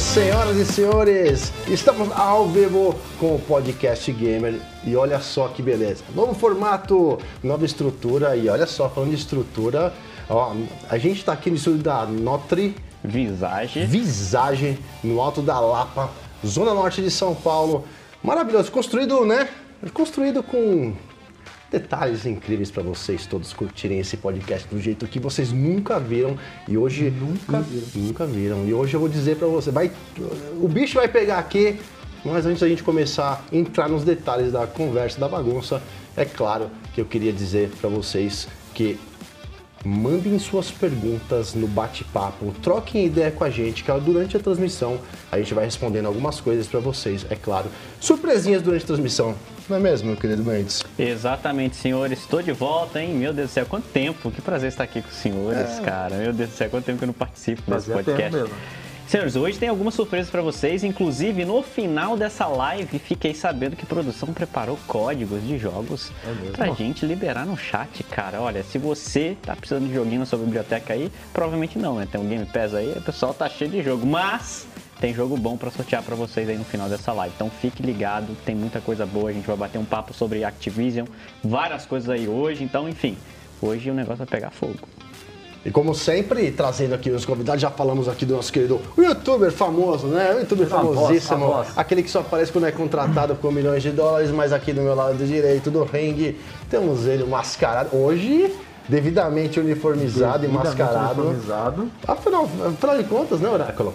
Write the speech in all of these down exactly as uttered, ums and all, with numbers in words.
Senhoras e senhores, estamos ao vivo com o Podcast Gamer e olha só que beleza. Novo formato, nova estrutura e olha só, falando de estrutura, ó, a gente está aqui no estúdio da Notre Visage. Visage, no Alto da Lapa, Zona Norte de São Paulo. Maravilhoso, construído, né? Construído com detalhes incríveis para vocês todos curtirem esse podcast do jeito que vocês nunca viram e hoje nunca viram. Nunca viram. E hoje eu vou dizer para você, vai, o bicho vai pegar aqui, mas antes da gente começar a entrar nos detalhes da conversa, da bagunça, é claro que eu queria dizer para vocês que mandem suas perguntas no bate-papo, troquem ideia com a gente, que durante a transmissão a gente vai respondendo algumas coisas para vocês, é claro. Surpresinhas durante a transmissão, não é mesmo, meu querido Mendes? Exatamente, senhores. Estou de volta, hein? Meu Deus do céu, quanto tempo! Que prazer estar aqui com os senhores, é. cara. Meu Deus do céu, quanto tempo que eu não participo desse podcast. Mesmo. Senhores, hoje tem algumas surpresas para vocês, inclusive no final dessa live fiquei sabendo que a produção preparou códigos de jogos é pra gente liberar no chat, cara. Olha, se você tá precisando de joguinho na sua biblioteca aí, provavelmente não, né? Tem um Game Pass aí, o pessoal tá cheio de jogo, mas tem jogo bom para sortear para vocês aí no final dessa live. Então fique ligado, tem muita coisa boa, a gente vai bater um papo sobre Activision, várias coisas aí hoje, então enfim, hoje o negócio vai pegar fogo. E como sempre, trazendo aqui os convidados, já falamos aqui do nosso querido youtuber famoso, né? O youtuber famosíssimo, voz, voz. Aquele que só aparece quando é contratado com milhões de dólares, mas aqui do meu lado direito do ringue temos ele mascarado. Hoje, devidamente uniformizado devidamente e mascarado. Uniformizado. Afinal, afinal de contas, né, Oráculo?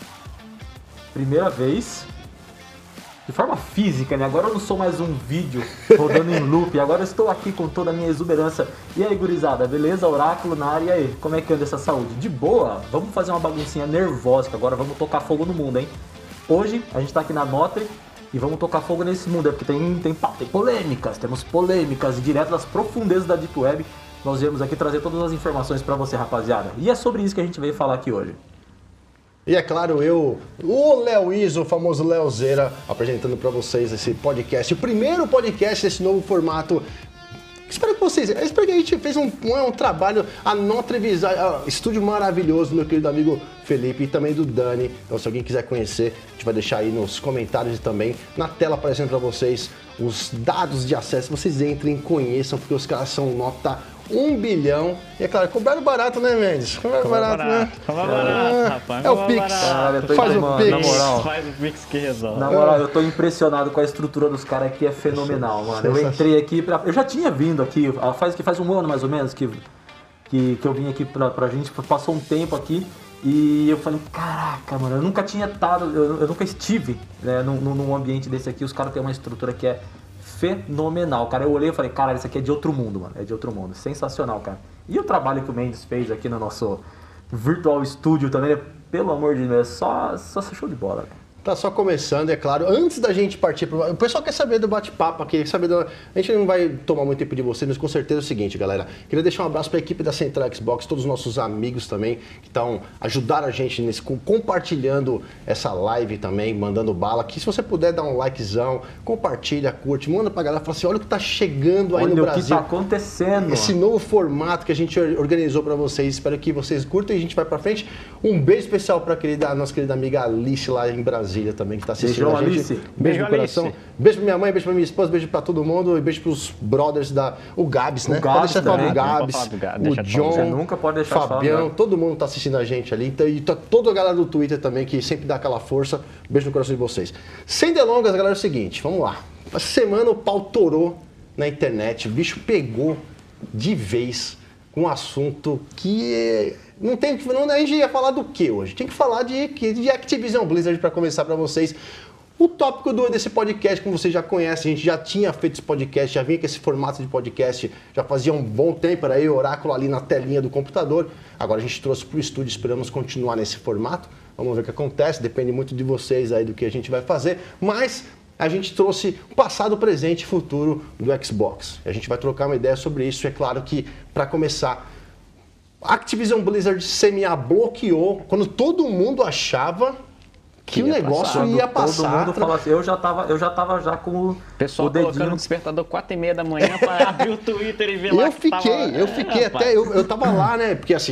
Primeira vez. De forma física, né? Agora eu não sou mais um vídeo rodando em loop, agora eu estou aqui com toda a minha exuberância. E aí, gurizada, beleza? Oráculo na área, e aí? Como é que anda essa saúde? De boa? Vamos fazer uma baguncinha nervosa, que agora vamos tocar fogo no mundo, hein? Hoje, a gente tá aqui na Notre e vamos tocar fogo nesse mundo, é porque tem, tem, tem polêmicas, temos polêmicas direto das profundezas da Deep Web. Nós viemos aqui trazer todas as informações pra você, rapaziada. E é sobre isso que a gente veio falar aqui hoje. E é claro, eu, o Léo Iso, o famoso Leozeira, apresentando para vocês esse podcast, o primeiro podcast desse novo formato. Espero que vocês, espero que a gente fez um, um, um trabalho, a Notre Visage, uh, estúdio maravilhoso do meu querido amigo Felipe e também do Dani. Então se alguém quiser conhecer, a gente vai deixar aí nos comentários e também na tela aparecendo para vocês os dados de acesso. Vocês entrem, conheçam, porque os caras são nota um bilhão. E é claro, cobraram barato, né, Mendes? Cobraram barato, barato, né? Cobra barato, é, rapaz. É o Pix. Cara, faz o Pix. Na moral, faz o Pix que resolve. Na moral, eu tô impressionado com a estrutura dos caras aqui, é fenomenal, mano. Eu entrei aqui, pra, eu já tinha vindo aqui, faz, que faz um ano mais ou menos que, que, que eu vim aqui pra, pra gente, passou um tempo aqui. E eu falei, caraca, mano, eu nunca tinha estado, eu, eu nunca estive, né, num, num ambiente desse aqui. Os caras têm uma estrutura que é fenomenal, cara. Eu olhei e falei, cara, isso aqui é de outro mundo, mano. É de outro mundo. Sensacional, cara. E o trabalho que o Mendes fez aqui no nosso Virtual Studio também, pelo amor de Deus, só, só show de bola, cara. Tá só começando, é claro. Antes da gente partir pro... O pessoal quer saber do bate-papo aqui, quer saber do... A gente não vai tomar muito tempo de vocês, mas com certeza é o seguinte, galera. Queria deixar um abraço para a equipe da Central Xbox, todos os nossos amigos também, que estão ajudando a gente nesse, compartilhando essa live também, mandando bala. Que se você puder dar um likezão, compartilha, curte, manda pra galera, fala assim, olha o que tá chegando aí olha no Brasil. Olha o que tá acontecendo. Esse novo formato que a gente organizou para vocês. Espero que vocês curtam e a gente vai pra frente. Um beijo especial pra querida, nossa querida amiga Alice lá em Brasília também, que está assistindo Beijão, a gente. Alice. Beijo, beijo no coração. Alice. Beijo pra minha mãe, beijo pra minha esposa, beijo pra todo mundo e beijo pros brothers da... O Gabs, né? O Gabs, pode deixar falar do Gabs, falar do Gabs, o deixa John, Você nunca pode deixar Fabião, falar, todo mundo tá assistindo a gente ali. Então, e tá toda a galera do Twitter também, que sempre dá aquela força. Beijo no coração de vocês. Sem delongas, galera, é o seguinte, vamos lá. Essa semana o pau torou na internet, o bicho pegou de vez com um assunto que... Não tem, não, a gente ia falar do que hoje? Tem que falar de, de Activision Blizzard para começar para vocês. O tópico do, desse podcast, como vocês já conhecem, a gente já tinha feito esse podcast, já vinha com esse formato de podcast, já fazia um bom tempo, era aí o Oráculo ali na telinha do computador. Agora a gente trouxe para o estúdio, esperamos continuar nesse formato. Vamos ver o que acontece, depende muito de vocês aí do que a gente vai fazer. Mas a gente trouxe o passado, presente e futuro do Xbox. A gente vai trocar uma ideia sobre isso. É claro que, para começar, Activision Blizzard semi-bloqueou quando todo mundo achava que o negócio passar. ia Todo passar. mundo fala assim, eu já tava, eu já tava já com o, pessoal o dedinho. colocando o despertador quatro e meia da manhã para abrir o Twitter e ver lá Eu que fiquei, tava... eu fiquei é, até, eu, eu tava lá, né? Porque assim,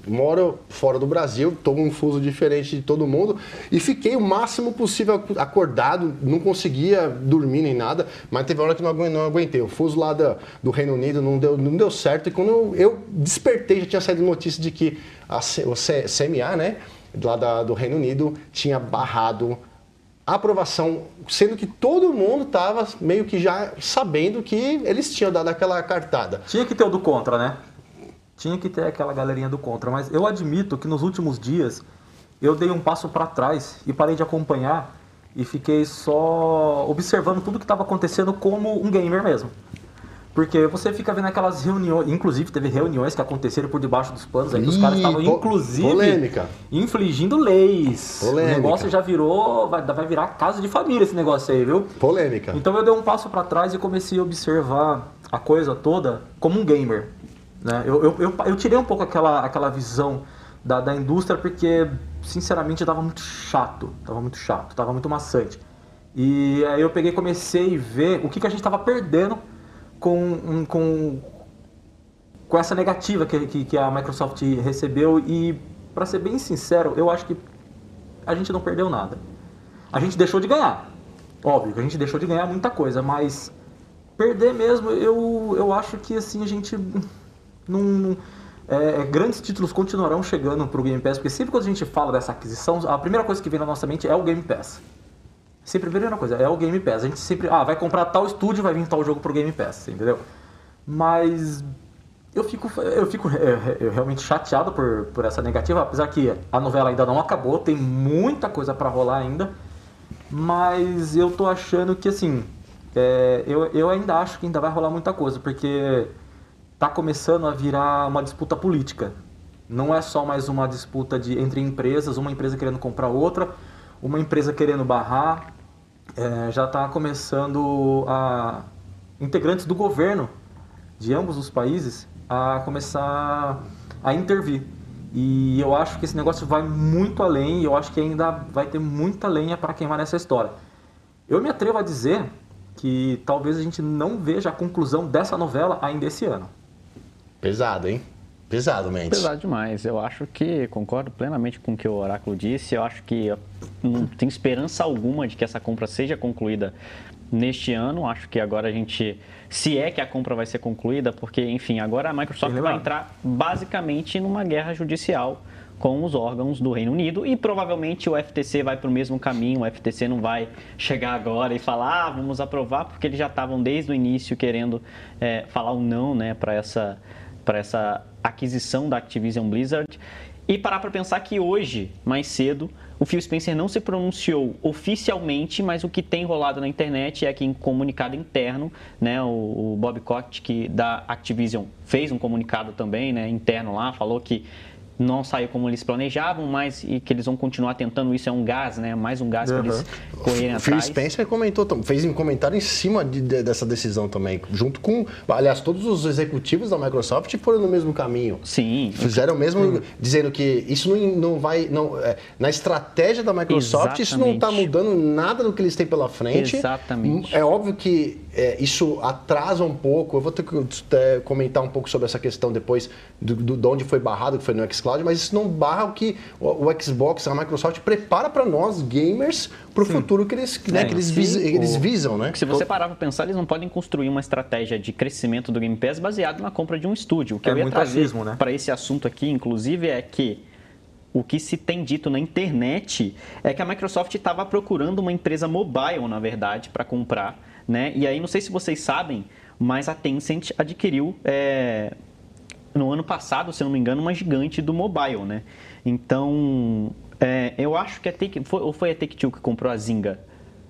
moro fora do Brasil, estou um fuso diferente de todo mundo e fiquei o máximo possível acordado, não conseguia dormir nem nada, mas teve hora que não aguentei. O fuso lá do, do Reino Unido não deu, não deu certo e quando eu, eu despertei já tinha saído notícia de que a, o C M A, né, lá da, do Reino Unido, tinha barrado a aprovação, sendo que todo mundo estava meio que já sabendo que eles tinham dado aquela cartada. Tinha que ter o do contra, né? Tinha que ter aquela galerinha do contra, mas eu admito que nos últimos dias eu dei um passo para trás e parei de acompanhar e fiquei só observando tudo que estava acontecendo como um gamer mesmo. Porque você fica vendo aquelas reuniões, inclusive teve reuniões que aconteceram por debaixo dos panos, aí que os caras estavam inclusive polêmica. infligindo leis. Polêmica. O negócio já virou, vai, vai virar casa de família esse negócio aí, viu? Polêmica. Então eu dei um passo para trás e comecei a observar a coisa toda como um gamer. Né? Eu, eu, eu, eu tirei um pouco aquela, aquela visão da, da indústria porque, sinceramente, estava muito chato, estava muito chato, estava muito maçante. E aí eu peguei e comecei a ver o que, que a gente estava perdendo com, com, com essa negativa que, que, que a Microsoft recebeu e, para ser bem sincero, eu acho que a gente não perdeu nada. A gente deixou de ganhar, óbvio, a gente deixou de ganhar muita coisa, mas perder mesmo, eu, eu acho que assim, a gente não... não é, grandes títulos continuarão chegando para o Game Pass, porque sempre quando a gente fala dessa aquisição, a primeira coisa que vem na nossa mente é o Game Pass. Sempre a primeira coisa, é o Game Pass. A gente sempre, ah, vai comprar tal estúdio, vai vir tal jogo pro Game Pass, entendeu? Mas eu fico, eu fico eu, eu realmente chateado por, por essa negativa, apesar que a novela ainda não acabou, tem muita coisa para rolar ainda, mas eu tô achando que, assim, é, eu, eu ainda acho que ainda vai rolar muita coisa, porque tá começando a virar uma disputa política. Não é só mais uma disputa de, entre empresas, uma empresa querendo comprar outra, uma empresa querendo barrar. É, já está começando a integrantes do governo de ambos os países a começar a intervir. E eu acho que esse negócio vai muito além e eu acho que ainda vai ter muita lenha para queimar nessa história. Eu me atrevo a dizer que talvez a gente não veja a conclusão dessa novela ainda esse ano. Pesado, hein? Pesado, Mendes. Pesado demais. Eu acho que, concordo plenamente com o que o Oráculo disse, eu acho que não tem esperança alguma de que essa compra seja concluída neste ano. Acho que agora a gente, se é que a compra vai ser concluída, porque, enfim, agora a Microsoft vai entrar basicamente numa guerra judicial com os órgãos do Reino Unido e provavelmente o F T C vai para o mesmo caminho. O F T C não vai chegar agora e falar, ah, vamos aprovar, porque eles já estavam desde o início querendo é, falar um não, né, para essa... para essa aquisição da Activision Blizzard e parar para pensar que hoje, mais cedo, o Phil Spencer não se pronunciou oficialmente, mas o que tem rolado na internet é que em comunicado interno, né, o, o Bob Kotick da Activision fez um comunicado também, né, interno lá, falou que não saiu como eles planejavam, mas e que eles vão continuar tentando. Isso é um gás, né? Mais um gás uhum. para eles correrem atrás. O Phil Spencer comentou, fez um comentário em cima de, de, dessa decisão também, junto com, aliás, todos os executivos da Microsoft foram no mesmo caminho. Sim. Fizeram o mesmo, Sim. dizendo que isso não, não vai, não, é, na estratégia da Microsoft, Exatamente. Isso não está mudando nada do que eles têm pela frente. Exatamente. É óbvio que é, isso atrasa um pouco, eu vou ter que é, comentar um pouco sobre essa questão depois, do, do, de onde foi barrado, que foi no xCloud, mas isso não barra o que o, o Xbox, a Microsoft prepara para nós, gamers, para o futuro que eles, né, é, que eles, vis, eles visam. Né? Se você parar para pensar, eles não podem construir uma estratégia de crescimento do Game Pass baseado na compra de um estúdio. O que é eu ia muito trazer achismo, né? para esse assunto aqui, inclusive, é que o que se tem dito na internet é que a Microsoft estava procurando uma empresa mobile, na verdade, para comprar. Né? E aí, não sei se vocês sabem, mas a Tencent adquiriu... É... no ano passado, se eu não me engano, uma gigante do mobile, né? Então, é, eu acho que a Take... Foi, ou foi a Take-Two que comprou a Zynga?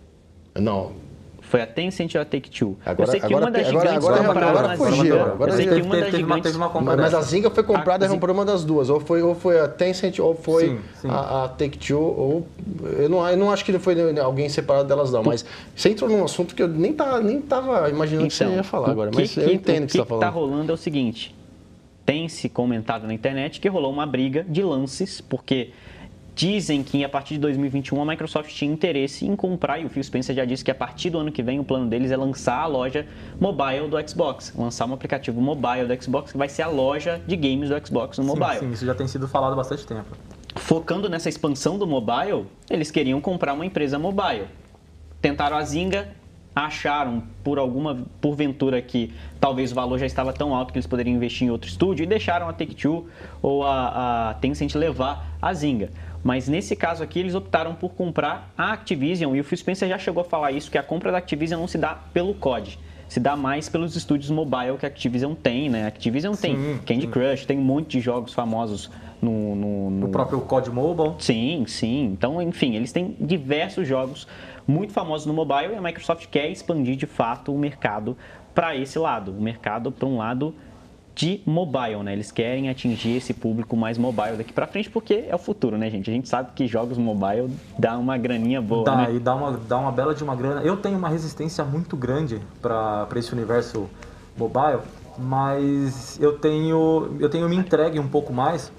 Não. Foi a Tencent ou a Take-Two? Agora, eu sei que agora, uma das agora, gigantes agora, compraram agora, agora fugiu. Agora eu sei teve, que uma das teve, gigantes... teve uma compra mas dessa. a Zynga foi comprada e comprou uma das duas. Ou foi, ou foi a Tencent ou foi sim, sim. a, a Take-Two. Ou, eu, não, eu não acho que foi alguém separado delas não. Mas você entrou num assunto que eu nem estava nem tava imaginando então, que você ia falar agora. Mas que, eu entendo o que, que você está falando. O que está rolando é o seguinte... Tem se comentado na internet que rolou uma briga de lances, porque Dizem que a partir de dois mil e vinte e um a Microsoft tinha interesse em comprar, e o Phil Spencer já disse que a partir do ano que vem o plano deles é lançar a loja mobile do Xbox, lançar um aplicativo mobile do Xbox que vai ser a loja de games do Xbox no sim, mobile. Sim, isso já tem sido falado há bastante tempo. Focando nessa expansão do mobile, eles queriam comprar uma empresa mobile. Tentaram a Zynga, acharam por alguma porventura que talvez o valor já estava tão alto que eles poderiam investir em outro estúdio e deixaram a Take-Two ou a, a Tencent levar a Zynga. Mas nesse caso aqui eles optaram por comprar a Activision, e o Phil Spencer já chegou a falar isso, que a compra da Activision não se dá pelo C O D, se dá mais pelos estúdios mobile que a Activision tem, né? A Activision sim, tem Candy sim. Crush, tem um monte de jogos famosos no... No, no... O próprio C O D Mobile. Sim, sim. Então, enfim, eles têm diversos jogos muito famosos no mobile, e a Microsoft quer expandir de fato o mercado para esse lado, o mercado para um lado de mobile, né? Eles querem atingir esse público mais mobile daqui para frente, porque é o futuro, né, gente? A gente sabe que jogos mobile dá uma graninha boa, dá, né? E dá uma, dá uma bela de uma grana. Eu tenho uma resistência muito grande para esse universo mobile, mas eu tenho, eu tenho me entregue um pouco mais,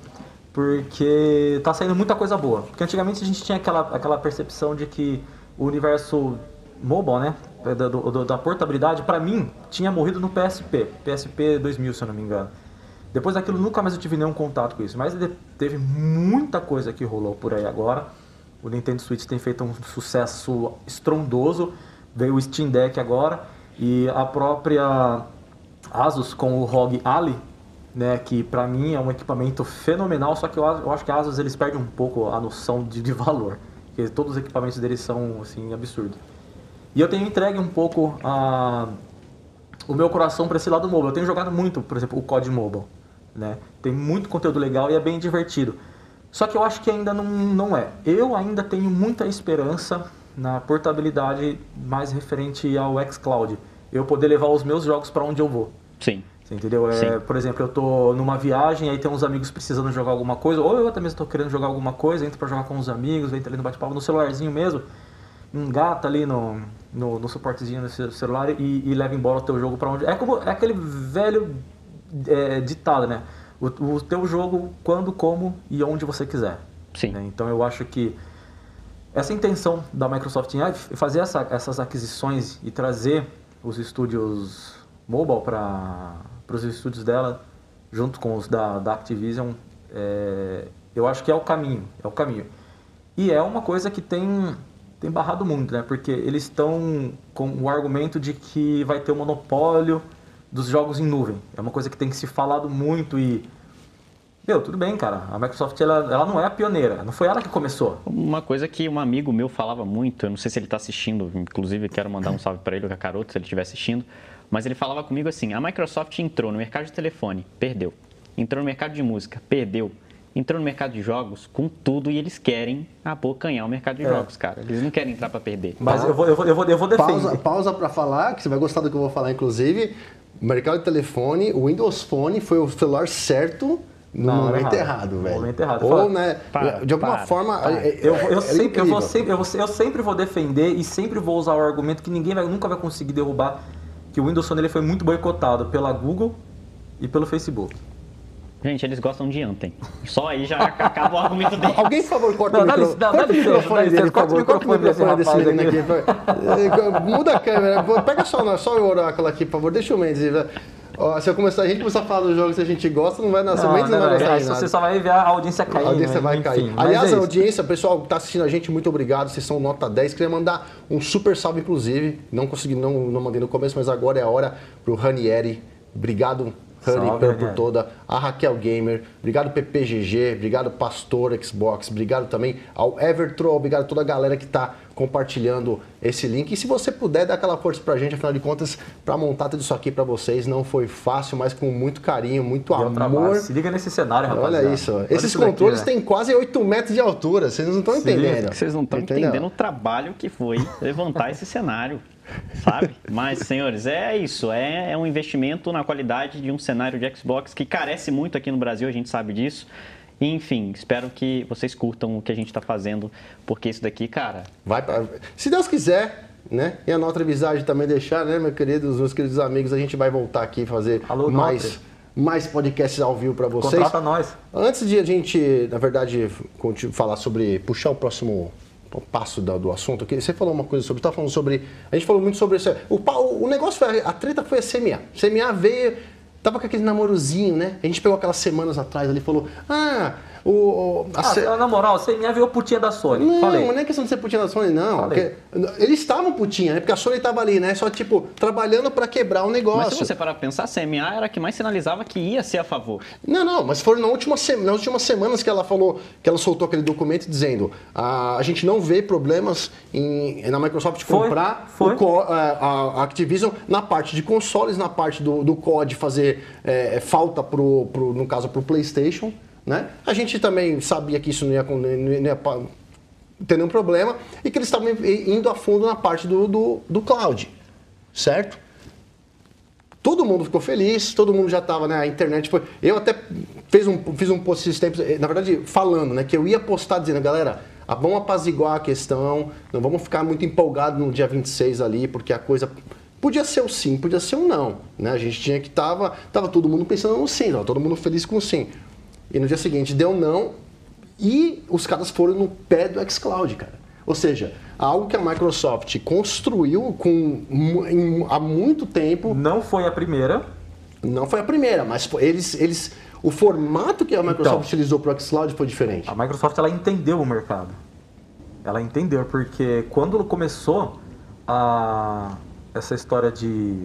porque tá saindo muita coisa boa. Porque antigamente a gente tinha aquela, aquela percepção de que o universo mobile, né, da, do, da portabilidade, para mim, tinha morrido no P S P, P S P dois mil, se eu não me engano. Depois daquilo, nunca mais eu tive nenhum contato com isso, mas teve muita coisa que rolou por aí agora. O Nintendo Switch tem feito um sucesso estrondoso, veio o Steam Deck agora, e a própria Asus com o R O G Ally, né, que para mim é um equipamento fenomenal, só que eu, eu acho que a Asus eles perdem um pouco a noção de, de valor, porque todos os equipamentos deles são assim, absurdos. E eu tenho entregue um pouco a, o meu coração para esse lado mobile. Eu tenho jogado muito, por exemplo, o C O D Mobile, né? Tem muito conteúdo legal e é bem divertido. Só que eu acho que ainda não, não é. Eu ainda tenho muita esperança na portabilidade mais referente ao xCloud. Eu poder levar os meus jogos para onde eu vou. Sim. Você entendeu? É, por exemplo, eu tô numa viagem, aí tem uns amigos precisando jogar alguma coisa, ou eu até mesmo estou querendo jogar alguma coisa, entro para jogar com os amigos, entro ali no bate-papo, no celularzinho mesmo, engata ali no, no, no suportezinho do celular e, e leva embora o teu jogo para onde... É, como, é aquele velho é, ditado, né? O, o teu jogo quando, como e onde você quiser. Sim. Né? Então eu acho que essa intenção da Microsoft em fazer essa, essas aquisições e trazer os estúdios mobile para os estúdios dela, junto com os da, da Activision, é, eu acho que é o caminho, é o caminho. E é uma coisa que tem, tem barrado muito, né? Porque eles estão com o argumento de que vai ter o monopólio dos jogos em nuvem. É uma coisa que tem que se falado muito e... Meu, tudo bem, cara. A Microsoft, ela, ela não é a pioneira. Não foi ela que começou. Uma coisa que um amigo meu falava muito, eu não sei se ele está assistindo, inclusive quero mandar um salve para ele, o Kakaroto, se ele estiver assistindo, mas ele falava comigo assim, a Microsoft entrou no mercado de telefone, perdeu. Entrou no mercado de música, perdeu. Entrou no mercado de jogos com tudo e eles querem abocanhar o mercado de é. jogos, cara. Eles não querem entrar para perder. Mas eu vou, eu vou, eu vou, eu vou defender. Pausa, pausa para falar, que você vai gostar do que eu vou falar, inclusive. Mercado de telefone, o Windows Phone foi o celular certo no não, momento errado. errado, velho. No momento errado. Ou, Fala, né, para, de alguma para, forma... para. É, eu, eu, é sempre, eu, vou sempre, eu, vou, eu sempre vou defender e sempre vou usar o argumento que ninguém vai, nunca vai conseguir derrubar, que o Windows Phone ele foi muito boicotado pela Google e pelo Facebook. Gente, eles gostam de Anthem. Só aí já acaba o argumento dele. Alguém, por favor, corta não, o microfone. Dá, corta dá, o microfone dá, dele, corta por favor. Corta o microfone desse menino aqui. Muda a câmera. Pega só, só o oráculo aqui, por favor. Deixa o Mendes ir. Ó, se eu começar, a gente começar a falar dos jogos que a gente gosta, não vai nascer. Não, o Mendes não, não vai gostar é, de nada. Você só vai ver a audiência cair. A audiência né? vai Enfim, cair. Aliás, é a audiência, pessoal que está assistindo a gente, muito obrigado. Vocês são nota dez. Queria mandar um super salve, inclusive. Não consegui, não, não mandei no começo, mas agora é a hora pro Ranieri. Obrigado, Rani, por, por toda. A Raquel Gamer. Obrigado, P P G G. Obrigado, Pastor Xbox. Obrigado também ao Evertron. Obrigado a toda a galera que está compartilhando esse link. E se você puder, dar aquela força pra gente, afinal de contas, para montar tudo isso aqui para vocês. Não foi fácil, mas com muito carinho, muito Deu amor. Trabalho. Se liga nesse cenário, rapaziada. Olha isso. Olha Esses controles daqui, né? têm quase oito metros de altura. Vocês não estão entendendo. Vocês não estão entendendo o trabalho que foi levantar esse cenário. Sabe? Mas, senhores, é isso. É, é um investimento na qualidade de um cenário de Xbox que carece muito aqui no Brasil, a gente sabe disso. Enfim, espero que vocês curtam o que a gente está fazendo, porque isso daqui, cara... Vai pra... Se Deus quiser, né? E a Nota Visagem também deixar, né, meus queridos, meus queridos amigos, a gente vai voltar aqui fazer Alô, mais, mais podcasts ao vivo para vocês. Contrata nós. Antes de a gente, na verdade, falar sobre, puxar o próximo passo do, do assunto aqui, você falou uma coisa sobre, estava falando sobre, a gente falou muito sobre isso, o, o negócio, foi, a treta foi a C M A. C M A veio, tava com aquele namorozinho, né? A gente pegou aquelas semanas atrás ali e falou, ah... O, a ah, C... Na moral, a C M A veio putinha da Sony. Não, Falei. não é questão de ser putinha da Sony, não. Porque eles estavam putinha, né? Porque a Sony estava ali, né? Só, tipo, trabalhando para quebrar o negócio. Mas se você parar pra pensar, a C M A era a que mais sinalizava que ia ser a favor. Não, não, mas foram na última se... nas últimas semanas que ela falou, que ela soltou aquele documento dizendo a, a gente não vê problemas em, na Microsoft comprar foi, foi. O, a, a Activision na parte de consoles, na parte do, do C O D fazer é, falta, pro, pro, no caso, pro PlayStation. Né? A gente também sabia que isso não ia, não ia ter nenhum problema e que eles estavam indo a fundo na parte do, do, do cloud, certo? Todo mundo ficou feliz, todo mundo já estava, né? A internet foi... Eu até fiz um, fiz um post esses tempos, na verdade, falando, né? Que eu ia postar dizendo, galera, vamos apaziguar a questão, não vamos ficar muito empolgados no dia vinte e seis ali, porque a coisa... Podia ser o sim, podia ser o não, né? A gente tinha que... Tava, tava todo mundo pensando no sim, tava todo mundo feliz com o sim. E no dia seguinte deu não e os caras foram no pé do xCloud, cara. Ou seja, algo que a Microsoft construiu com, em, há muito tempo... Não foi a primeira. Não foi a primeira, mas eles... eles o formato que a Microsoft então, utilizou para o xCloud foi diferente. A Microsoft ela entendeu o mercado. Ela entendeu, porque quando começou a, essa história de,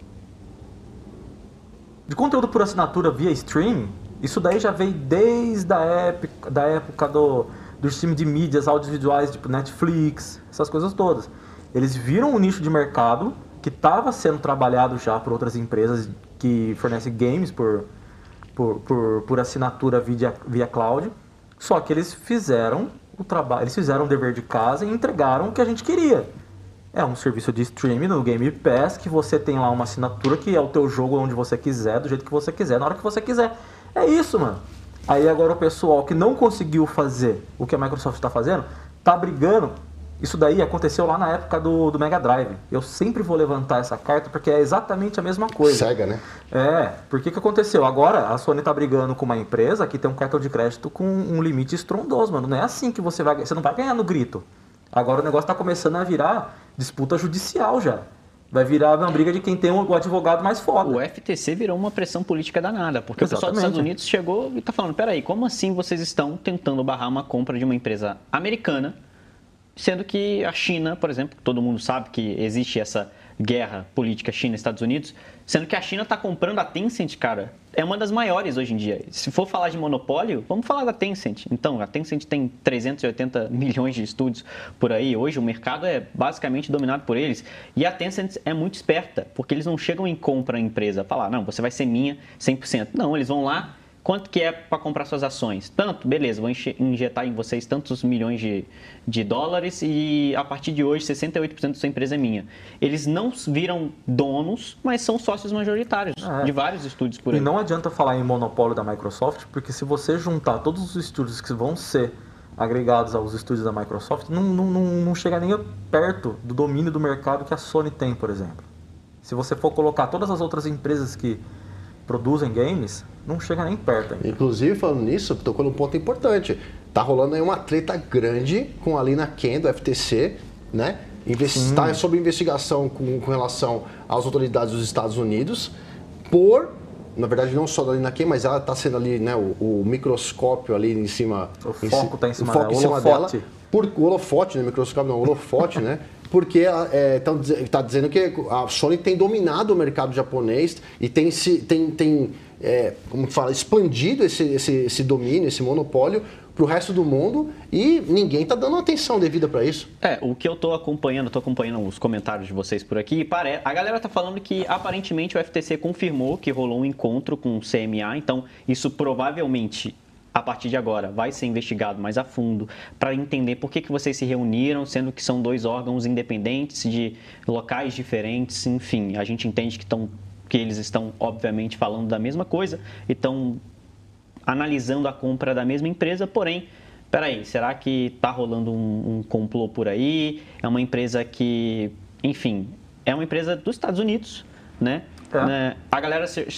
de conteúdo por assinatura via streaming, isso daí já veio desde a época, da época do, do streaming de mídias audiovisuais, tipo Netflix, essas coisas todas. Eles viram um nicho de mercado que estava sendo trabalhado já por outras empresas que fornecem games por, por, por, por assinatura via, via cloud, só que eles fizeram o trabalho, eles fizeram o dever de casa e entregaram o que a gente queria. É um serviço de streaming no Game Pass, que você tem lá uma assinatura que é o teu jogo onde você quiser, do jeito que você quiser, na hora que você quiser. É isso, mano. Aí agora o pessoal que não conseguiu fazer o que a Microsoft está fazendo, tá brigando. Isso daí aconteceu lá na época do, do Mega Drive. Eu sempre vou levantar essa carta porque é exatamente a mesma coisa. Sega, né? É, porque que aconteceu? Agora a Sony tá brigando com uma empresa que tem um cartão de crédito com um limite estrondoso, mano. Não é assim que você vai... Você não vai ganhar no grito. Agora o negócio tá começando a virar disputa judicial já. Vai virar uma briga de quem tem o advogado mais foda. O F T C virou uma pressão política danada, porque exatamente. O pessoal dos Estados Unidos chegou e está falando, peraí, como assim vocês estão tentando barrar uma compra de uma empresa americana, sendo que a China, por exemplo, todo mundo sabe que existe essa guerra política China-Estados Unidos, sendo que a China está comprando a Tencent, cara, é uma das maiores hoje em dia. Se for falar de monopólio, vamos falar da Tencent. Então, a Tencent tem trezentos e oitenta milhões de estúdios por aí. Hoje o mercado é basicamente dominado por eles. E a Tencent é muito esperta, porque eles não chegam em compra a empresa, falar, não, você vai ser minha cem por cento. Não, eles vão lá, quanto que é para comprar suas ações? Tanto, beleza, vou injetar em vocês tantos milhões de, de dólares e a partir de hoje sessenta e oito por cento da sua empresa é minha. Eles não viram donos, mas são sócios majoritários é. de vários estúdios por aí. E não adianta falar em monopólio da Microsoft, porque se você juntar todos os estúdios que vão ser agregados aos estúdios da Microsoft, não, não, não, não chega nem perto do domínio do mercado que a Sony tem, por exemplo. Se você for colocar todas as outras empresas que produzem games, não chega nem perto ainda. Inclusive, falando nisso, tocou num ponto importante. Tá rolando aí uma treta grande com a Lina Ken, do F T C, né? Está sob investigação com, com relação às autoridades dos Estados Unidos por, na verdade, não só da Lina Ken, mas ela está sendo ali, né, o, o microscópio ali em cima... O foco está em cima, o foco dela. Em cima dela. Por, o holofote, né? Microscópio não, o holofote, né? Porque está é, dizendo que a Sony tem dominado o mercado japonês e tem, se, tem, tem é, como fala, expandido esse, esse, esse domínio, esse monopólio para o resto do mundo e ninguém está dando atenção devida para isso. É, o que eu estou acompanhando, estou acompanhando os comentários de vocês por aqui, pare... a galera está falando que aparentemente o F T C confirmou que rolou um encontro com o C M A, então isso provavelmente... a partir de agora, vai ser investigado mais a fundo para entender por que, que vocês se reuniram, sendo que são dois órgãos independentes, de locais diferentes, enfim. A gente entende que, tão, que eles estão, obviamente, falando da mesma coisa e estão analisando a compra da mesma empresa, porém, peraí, será que está rolando um, um complô por aí? É uma empresa que, enfim, é uma empresa dos Estados Unidos, né? É. né? A galera... Se,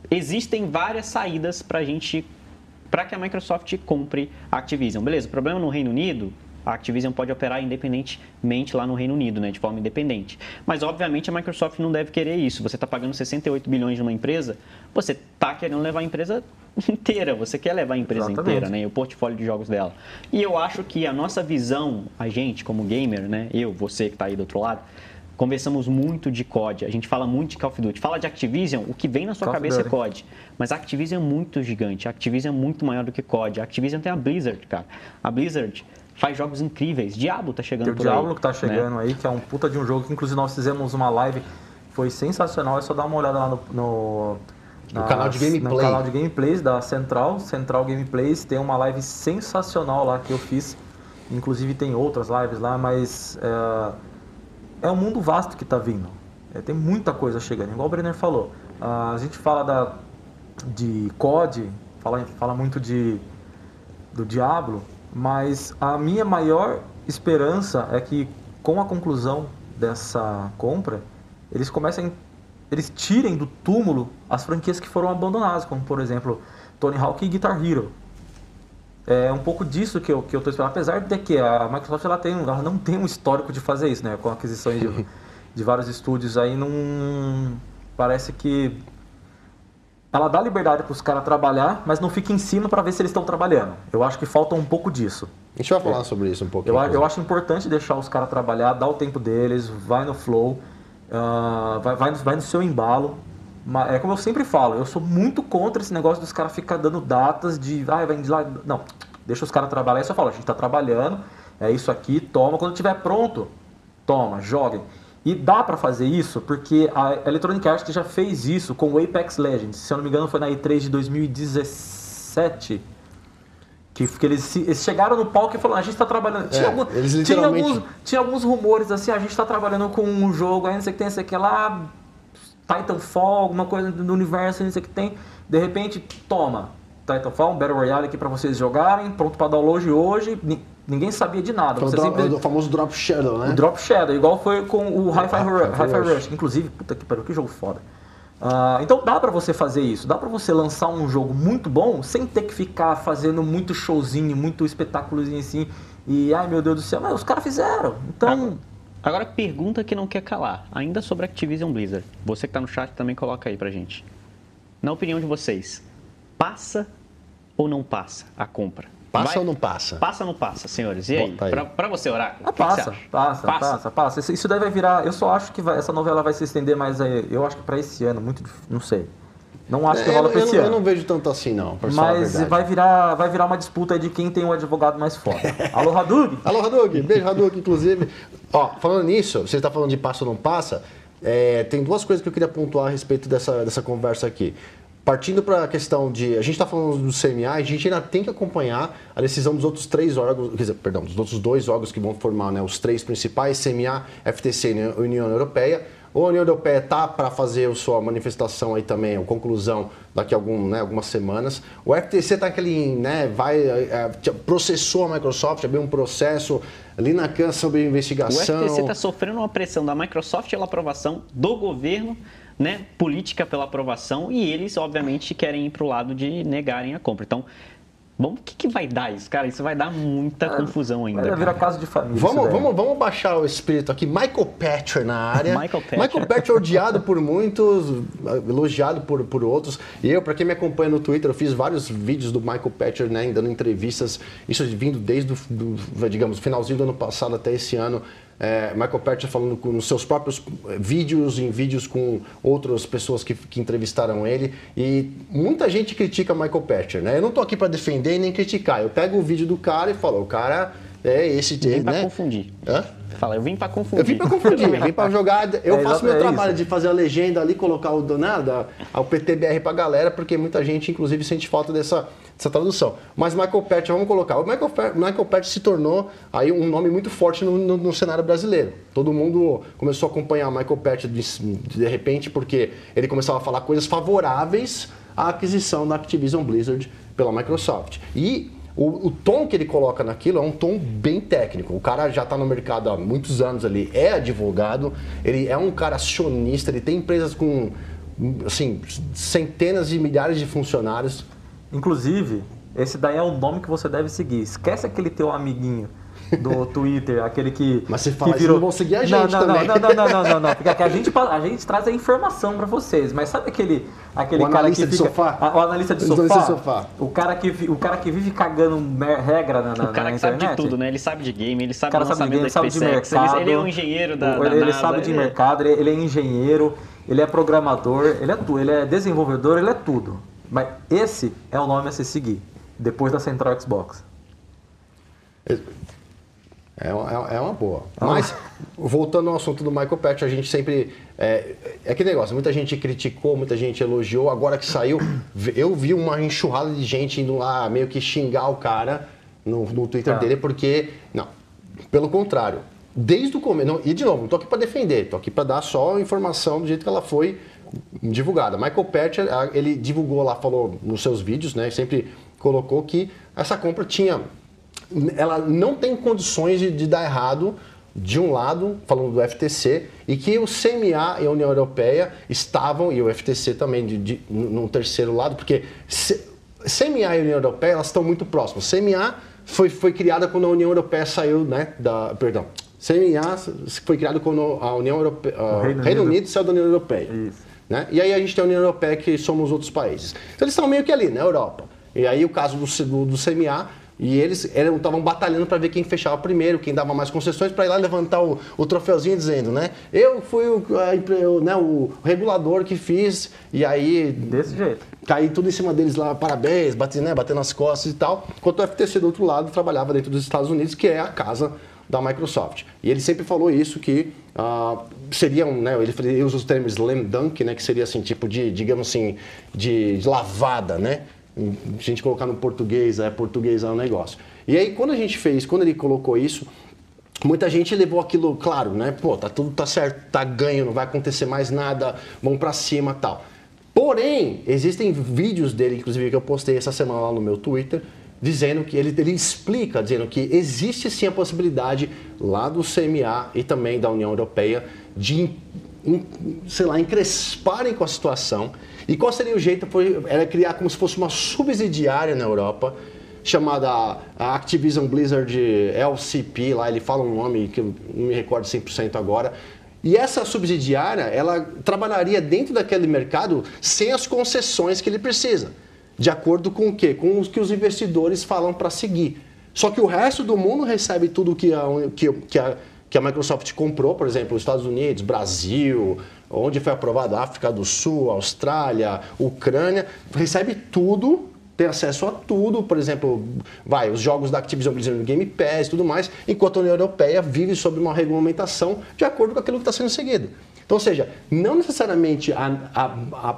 existem várias saídas para a gente, para que a Microsoft compre a Activision. Beleza, o problema no Reino Unido, a Activision pode operar independentemente lá no Reino Unido, né, de forma independente. Mas, obviamente, a Microsoft não deve querer isso. Você está pagando sessenta e oito bilhões numa empresa, você está querendo levar a empresa inteira, você quer levar a empresa Exatamente. inteira, né, e o portfólio de jogos dela. E eu acho que a nossa visão, a gente como gamer, né, eu, você que está aí do outro lado, conversamos muito de C O D, a gente fala muito de Call of Duty. Fala de Activision, o que vem na sua Call cabeça é C O D. Mas a Activision é muito gigante, a Activision é muito maior do que C O D. A Activision tem a Blizzard, cara. A Blizzard faz jogos incríveis. Diablo tá chegando tem por aí. aí. O Diablo que tá chegando, né? aí, que é um puta de um jogo que inclusive nós fizemos uma live, foi sensacional, é só dar uma olhada lá no... no... No na, canal de gameplay. No canal de gameplays da Central, Central Gameplays, tem uma live sensacional lá que eu fiz. Inclusive tem outras lives lá, mas é, é um mundo vasto que está vindo. É, tem muita coisa chegando, igual o Brenner falou. A gente fala da, de C O D, fala, fala muito de, do Diablo, mas a minha maior esperança é que com a conclusão dessa compra, eles comecem, eles tirem do túmulo as franquias que foram abandonadas, como por exemplo Tony Hawk e Guitar Hero. É um pouco disso que eu que eu estou esperando, apesar de que a Microsoft ela tem, ela não tem um histórico de fazer isso, né? Com aquisições de, de vários estúdios aí, não parece que ela dá liberdade para os caras trabalhar, mas não fica em cima para ver se eles estão trabalhando. Eu acho que falta um pouco disso. A gente vai falar é. sobre isso um pouquinho. Eu, eu acho importante deixar os caras trabalhar, dar o tempo deles, vai no flow, uh, vai, vai, vai no seu embalo. Mas é como eu sempre falo, eu sou muito contra esse negócio dos caras ficar dando datas de... Ah, vai lá... Não, deixa os caras trabalhar. Aí só falo, a gente está trabalhando, é isso aqui, toma. Quando estiver pronto, toma, joguem. E dá pra fazer isso porque a Electronic Arts já fez isso com o Apex Legends. Se eu não me engano foi na E três de dois mil e dezessete. Que, que eles, eles chegaram no palco e falaram, a gente tá trabalhando... Tinha, é, algum, eles tinha, literalmente... alguns, tinha alguns rumores assim, a gente tá trabalhando com um jogo, aí não sei o que tem, não sei o que lá... Titanfall, alguma coisa do universo, não sei o que tem. De repente, toma, Titanfall, um Battle Royale aqui pra vocês jogarem, pronto pra download hoje. Ninguém sabia de nada. Foi Você o, drop, sempre... o famoso Drop Shadow, né? O Drop Shadow, igual foi com o Hi-Fi ah, Rush, Hi-Fi Rush. Inclusive, puta que pariu, que jogo foda. Uh, então dá pra você fazer isso, dá pra você lançar um jogo muito bom sem ter que ficar fazendo muito showzinho, muito espetáculozinho assim. E, ai meu Deus do céu, mas os caras fizeram. Então... Ah. Agora, pergunta que não quer calar, ainda sobre Activision Blizzard. Você que está no chat também coloca aí pra gente. Na opinião de vocês, passa ou não passa a compra? Passa Vai? ou não passa? Passa ou não passa, senhores? E aí, Bom, tá aí. pra, pra você, Oráculo? Ah, passa, que que passa, passa, passa, passa. Isso, isso daí vai virar... Eu só acho que vai, essa novela vai se estender mais aí. Eu acho que pra esse ano, muito difícil, não sei. Não acho que é, rola pra eu, esse eu ano. Eu não vejo tanto assim, não. Mas vai virar, vai virar uma disputa aí de quem tem o advogado mais foda. Alô, Hadug? Alô, Hadug. Beijo, Hadug, inclusive. Ó, falando nisso, você está falando de passa ou não passa, é, tem duas coisas que eu queria pontuar a respeito dessa, dessa conversa aqui. Partindo para a questão de... A gente está falando do C M A, a gente ainda tem que acompanhar a decisão dos outros três órgãos, quer dizer, perdão, dos outros dois órgãos que vão formar, né, os três principais, C M A, F T C e União Europeia. A União Europeia está para fazer a sua manifestação aí também, a conclusão daqui a algum, né, algumas semanas. O F T C está aquele, né, vai, é, processou a Microsoft, abriu um processo ali na Can sobre investigação. O F T C está sofrendo uma pressão da Microsoft pela aprovação, do governo, né, política pela aprovação, e eles, obviamente, querem ir para o lado de negarem a compra. Então, bom, o que, que vai dar isso, cara? Isso vai dar muita é, confusão ainda. Vai virar caso de família. Vamos, vamos, vamos baixar o espírito aqui. Michael Patcher na área. Michael Patcher. Michael Patcher odiado por muitos, elogiado por, por outros. E eu, para quem me acompanha no Twitter, eu fiz vários vídeos do Michael Patcher, né, dando entrevistas. Isso vindo desde o, digamos, finalzinho do ano passado até esse ano. É, Michael Patcher falando com, nos seus próprios vídeos, em vídeos com outras pessoas que, que entrevistaram ele. E muita gente critica Michael Patcher, né? Eu não tô aqui para defender nem criticar. Eu pego o vídeo do cara e falo, o cara é esse... Vim né? para confundir. Hã? Fala, eu vim para confundir. Eu vim para confundir, eu vim para jogar... Eu é, faço meu é trabalho isso. de fazer a legenda ali, colocar o, né, da, o P T B R pra galera, porque muita gente, inclusive, sente falta dessa... essa tradução. Mas Michael Patcher, vamos colocar, o Michael, Michael Patcher se tornou aí um nome muito forte no, no, no cenário brasileiro. Todo mundo começou a acompanhar Michael Patcher de, de repente porque ele começava a falar coisas favoráveis à aquisição da Activision Blizzard pela Microsoft. E o, o tom que ele coloca naquilo é um tom bem técnico. O cara já está no mercado há muitos anos ali, é advogado, ele é um cara acionista, ele tem empresas com assim, centenas de milhares de funcionários. Inclusive, esse daí é o nome que você deve seguir. Esquece aquele teu amiguinho do Twitter, aquele que. Mas você fala que virou... isso, não vão seguir a gente não, não, também. Não, não, não, não, não, não. Porque a gente, a gente traz a informação para vocês. Mas sabe aquele, aquele o cara analista que de fica. Sofá? A, o analista de o sofá? analista de sofá. O cara que, o cara que vive cagando regra na, na, o cara na que internet. sabe de tudo, né? Ele sabe de game, ele sabe cara do sabe de lançamento game, da sabe de SpaceX, mercado, ele, ele é um engenheiro da, ele, da ele NASA. sabe de ele... mercado, ele, ele é engenheiro, ele é programador, ele é tudo, ele é desenvolvedor, ele é tudo. Mas esse é o nome a se seguir, depois da Central Xbox. É uma, é uma boa. Mas, voltando ao assunto do Michael Patch, a gente sempre... É, é aquele negócio, muita gente criticou, muita gente elogiou. Agora que saiu, eu vi uma enxurrada de gente indo lá meio que xingar o cara no, no Twitter ah. dele, porque... Não, pelo contrário. Desde o começo... Não, e, de novo, não tô aqui para defender, tô aqui para dar só a informação do jeito que ela foi divulgada. Michael Patch, ele divulgou lá, falou nos seus vídeos, né? Sempre colocou que essa compra tinha... Ela não tem condições de, de dar errado, de um lado, falando do F T C, e que o C M A e a União Europeia estavam, e o F T C também, de, de, num terceiro lado, porque C, CMA e a União Europeia, elas estão muito próximas. C M A foi, foi criada quando a União Europeia saiu, né, da... Perdão. C M A foi criada quando a União Europeia... O Reino, Reino Unido. Unido saiu da União Europeia. Isso. Né? E aí a gente tem a União Europeia, que somos outros países. Então eles estão meio que ali, na Europa. E aí o caso do, do, do C M A... E eles estavam batalhando para ver quem fechava primeiro, quem dava mais concessões, para ir lá levantar o, o troféuzinho dizendo, né? Eu fui o, a, né, o regulador que fiz, e aí... Desse jeito. Caí tudo em cima deles lá, parabéns, batendo, né, batendo nas costas e tal. Enquanto o F T C do outro lado trabalhava dentro dos Estados Unidos, que é a casa da Microsoft. E ele sempre falou isso, que uh, seriam, né, ele usa os termos slam dunk, né, que seria assim, tipo de, digamos assim, de, de lavada, né? A gente colocar no português, é português é um negócio. E aí quando a gente fez, quando ele colocou isso, muita gente levou aquilo, claro, né? Pô, tá tudo tá certo, tá ganho, não vai acontecer mais nada, vamos pra cima, tal. Porém, existem vídeos dele, inclusive que eu postei essa semana lá no meu Twitter, dizendo que ele, ele explica, dizendo que existe sim a possibilidade lá do C M A e também da União Europeia de, sei lá, encresparem com a situação. E qual seria o jeito? Foi, era criar como se fosse uma subsidiária na Europa, chamada a Activision Blizzard L C P, lá ele fala um nome que eu não me recordo cem por cento agora. E essa subsidiária, ela trabalharia dentro daquele mercado sem as concessões que ele precisa. De acordo com o quê? Com o que os investidores falam para seguir. Só que o resto do mundo recebe tudo que a, que, que a que a Microsoft comprou, por exemplo, os Estados Unidos, Brasil, onde foi aprovado a África do Sul, Austrália, Ucrânia, recebe tudo, tem acesso a tudo, por exemplo, vai, os jogos da Activision Blizzard no Game Pass e tudo mais, enquanto a União Europeia vive sob uma regulamentação de acordo com aquilo que está sendo seguido. Então, ou seja, não necessariamente a, a, a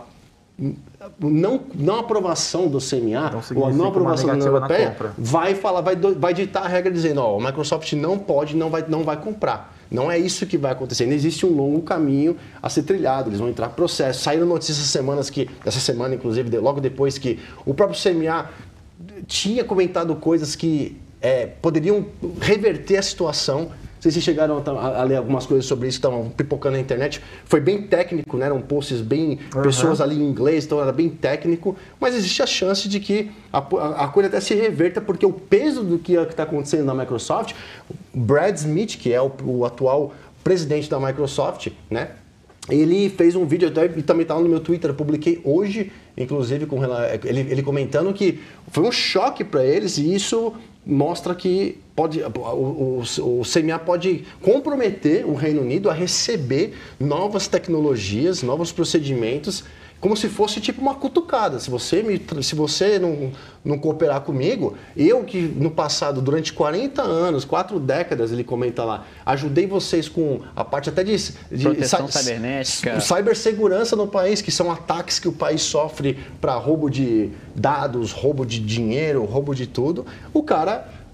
não, não aprovação do C M A ou a não aprovação da União Europeia vai falar, vai, vai ditar a regra dizendo, ó, a Microsoft não pode, não vai, não vai comprar. Não é isso que vai acontecer. Ainda existe um longo caminho a ser trilhado. Eles vão entrar em processo. Saíram notícias essas semanas que, essa semana inclusive, logo depois que o próprio C M A tinha comentado coisas que é, poderiam reverter a situação. Não sei se chegaram a, a ler algumas coisas sobre isso que estavam pipocando na internet. Foi bem técnico, né? Eram posts bem... Uhum. Pessoas ali em inglês, então era bem técnico. Mas existe a chance de que a, a, a coisa até se reverta, porque o peso do que está acontecendo na Microsoft, Brad Smith, que é o, o atual presidente da Microsoft, né? Ele fez um vídeo, e também está no meu Twitter, eu publiquei hoje, inclusive, com ele, ele comentando que foi um choque para eles, e isso mostra que pode, o, o, o C M A pode comprometer o Reino Unido a receber novas tecnologias, novos procedimentos, como se fosse tipo uma cutucada. Se você, me, se você não, não cooperar comigo, eu que no passado, durante quarenta anos, quatro décadas, ele comenta lá, ajudei vocês com a parte até de... de proteção cibernética. Cibersegurança no país, que são ataques que o país sofre para roubo de dados, roubo de dinheiro, roubo de tudo. O cara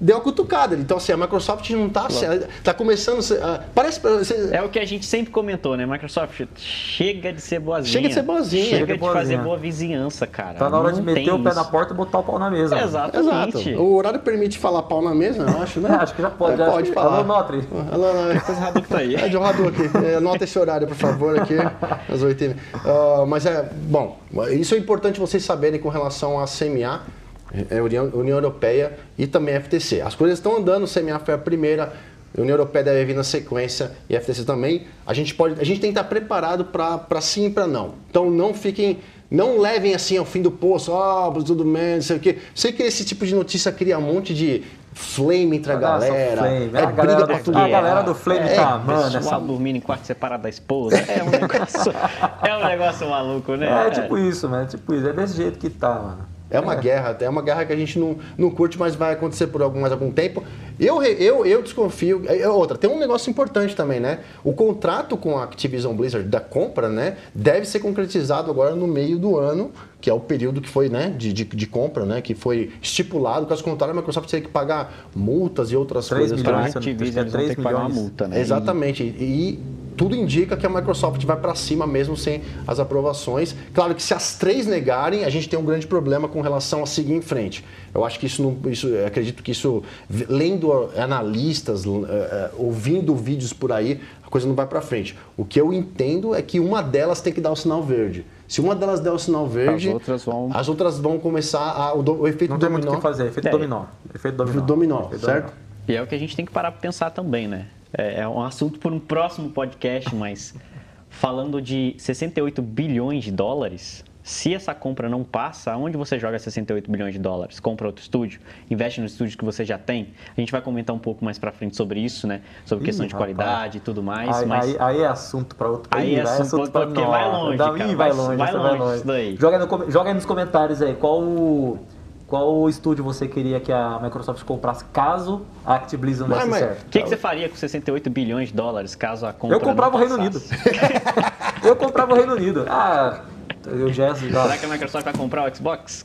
deu a cutucada. Então, assim, a Microsoft não está... Está começando... Uh, parece... Você... É o que a gente sempre comentou, né? Microsoft chega de ser boazinha. Chega de ser boazinha. Chega de, de boazinha. fazer boa vizinhança, cara. Tá na hora não de meter o pé isso. na porta e botar o pau na mesa. É, exatamente. Exato. O horário permite falar pau na mesa, eu acho, né? É, acho que já pode. É, pode que... falar. Alô, Notri. Alô, coisa Hadouken aí. É, John Hadouken. É, anota esse horário, por favor, aqui, às oito e meia. Uh, mas é, bom, isso é importante vocês saberem com relação à C M A, é, União, União Europeia e também a F T C. As coisas estão andando, C M A foi a primeira, a União Europeia deve vir na sequência e a F T C também. A gente, pode, a gente tem que estar preparado para sim e para não. Então não fiquem... Não levem assim ao fim do poço, ó, oh, tudo bem, não sei o quê. Sei que esse tipo de notícia cria um monte de flame entre a Nossa, galera. flame. É, a, briga galera pra do, tudo. a galera do Flame é, tá, mano. Pessoal Essa... dormindo em quarto separado da esposa. É um negócio, é um negócio maluco, né? É tipo isso, mano. É tipo isso. É desse jeito que tá, mano. É uma é. guerra, é uma guerra que a gente não, não curte, mas vai acontecer por algum, mais algum tempo. Eu, eu, eu desconfio. Outra, tem um negócio importante também, né? O contrato com a Activision Blizzard da compra, né, deve ser concretizado agora no meio do ano, que é o período que foi, né, de, de, de compra, né, que foi estipulado. Caso contrário, a Microsoft teria que pagar multas e outras coisas. três Para milhões, a Activision, eles vão ter que pagar uma multa, né? Exatamente. E, e tudo indica que a Microsoft vai para cima mesmo sem as aprovações. Claro que se as três negarem, a gente tem um grande problema com relação a seguir em frente. Eu acho que isso, não, isso eu acredito que isso, lendo analistas, uh, uh, ouvindo vídeos por aí, a coisa não vai para frente. O que eu entendo é que uma delas tem que dar o sinal verde. Se uma delas der o sinal verde, as outras vão, as outras vão começar a, o, do, o efeito não dominó. Não tem muito o que fazer, efeito é. dominó. Efeito dominó, dominó efeito certo? Dominó. E é o que a gente tem que parar para pensar também, né? É, é um assunto para um próximo podcast, mas falando de sessenta e oito bilhões de dólares, se essa compra não passa, aonde você joga sessenta e oito bilhões de dólares? Compra outro estúdio? Investe no estúdio que você já tem? A gente vai comentar um pouco mais pra frente sobre isso, né? Sobre Ih, questão de rapaz. qualidade e tudo mais. Aí, mas... aí, aí é assunto para outro Aí é assunto, assunto pra... porque vai longe, Dá, cara. Ih, Vai, vai longe, vai vai longe longe. isso daí. Joga, no, joga aí nos comentários aí, qual o... Qual estúdio você queria que a Microsoft comprasse caso a Activision desse mas, certo? O que, que você faria com sessenta e oito bilhões de dólares caso a compra Eu comprava o não Reino Unido. passasse? Eu comprava o Reino Unido. Ah, eu já... Será que a Microsoft vai comprar o Xbox?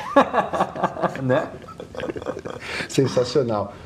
Né? Sensacional.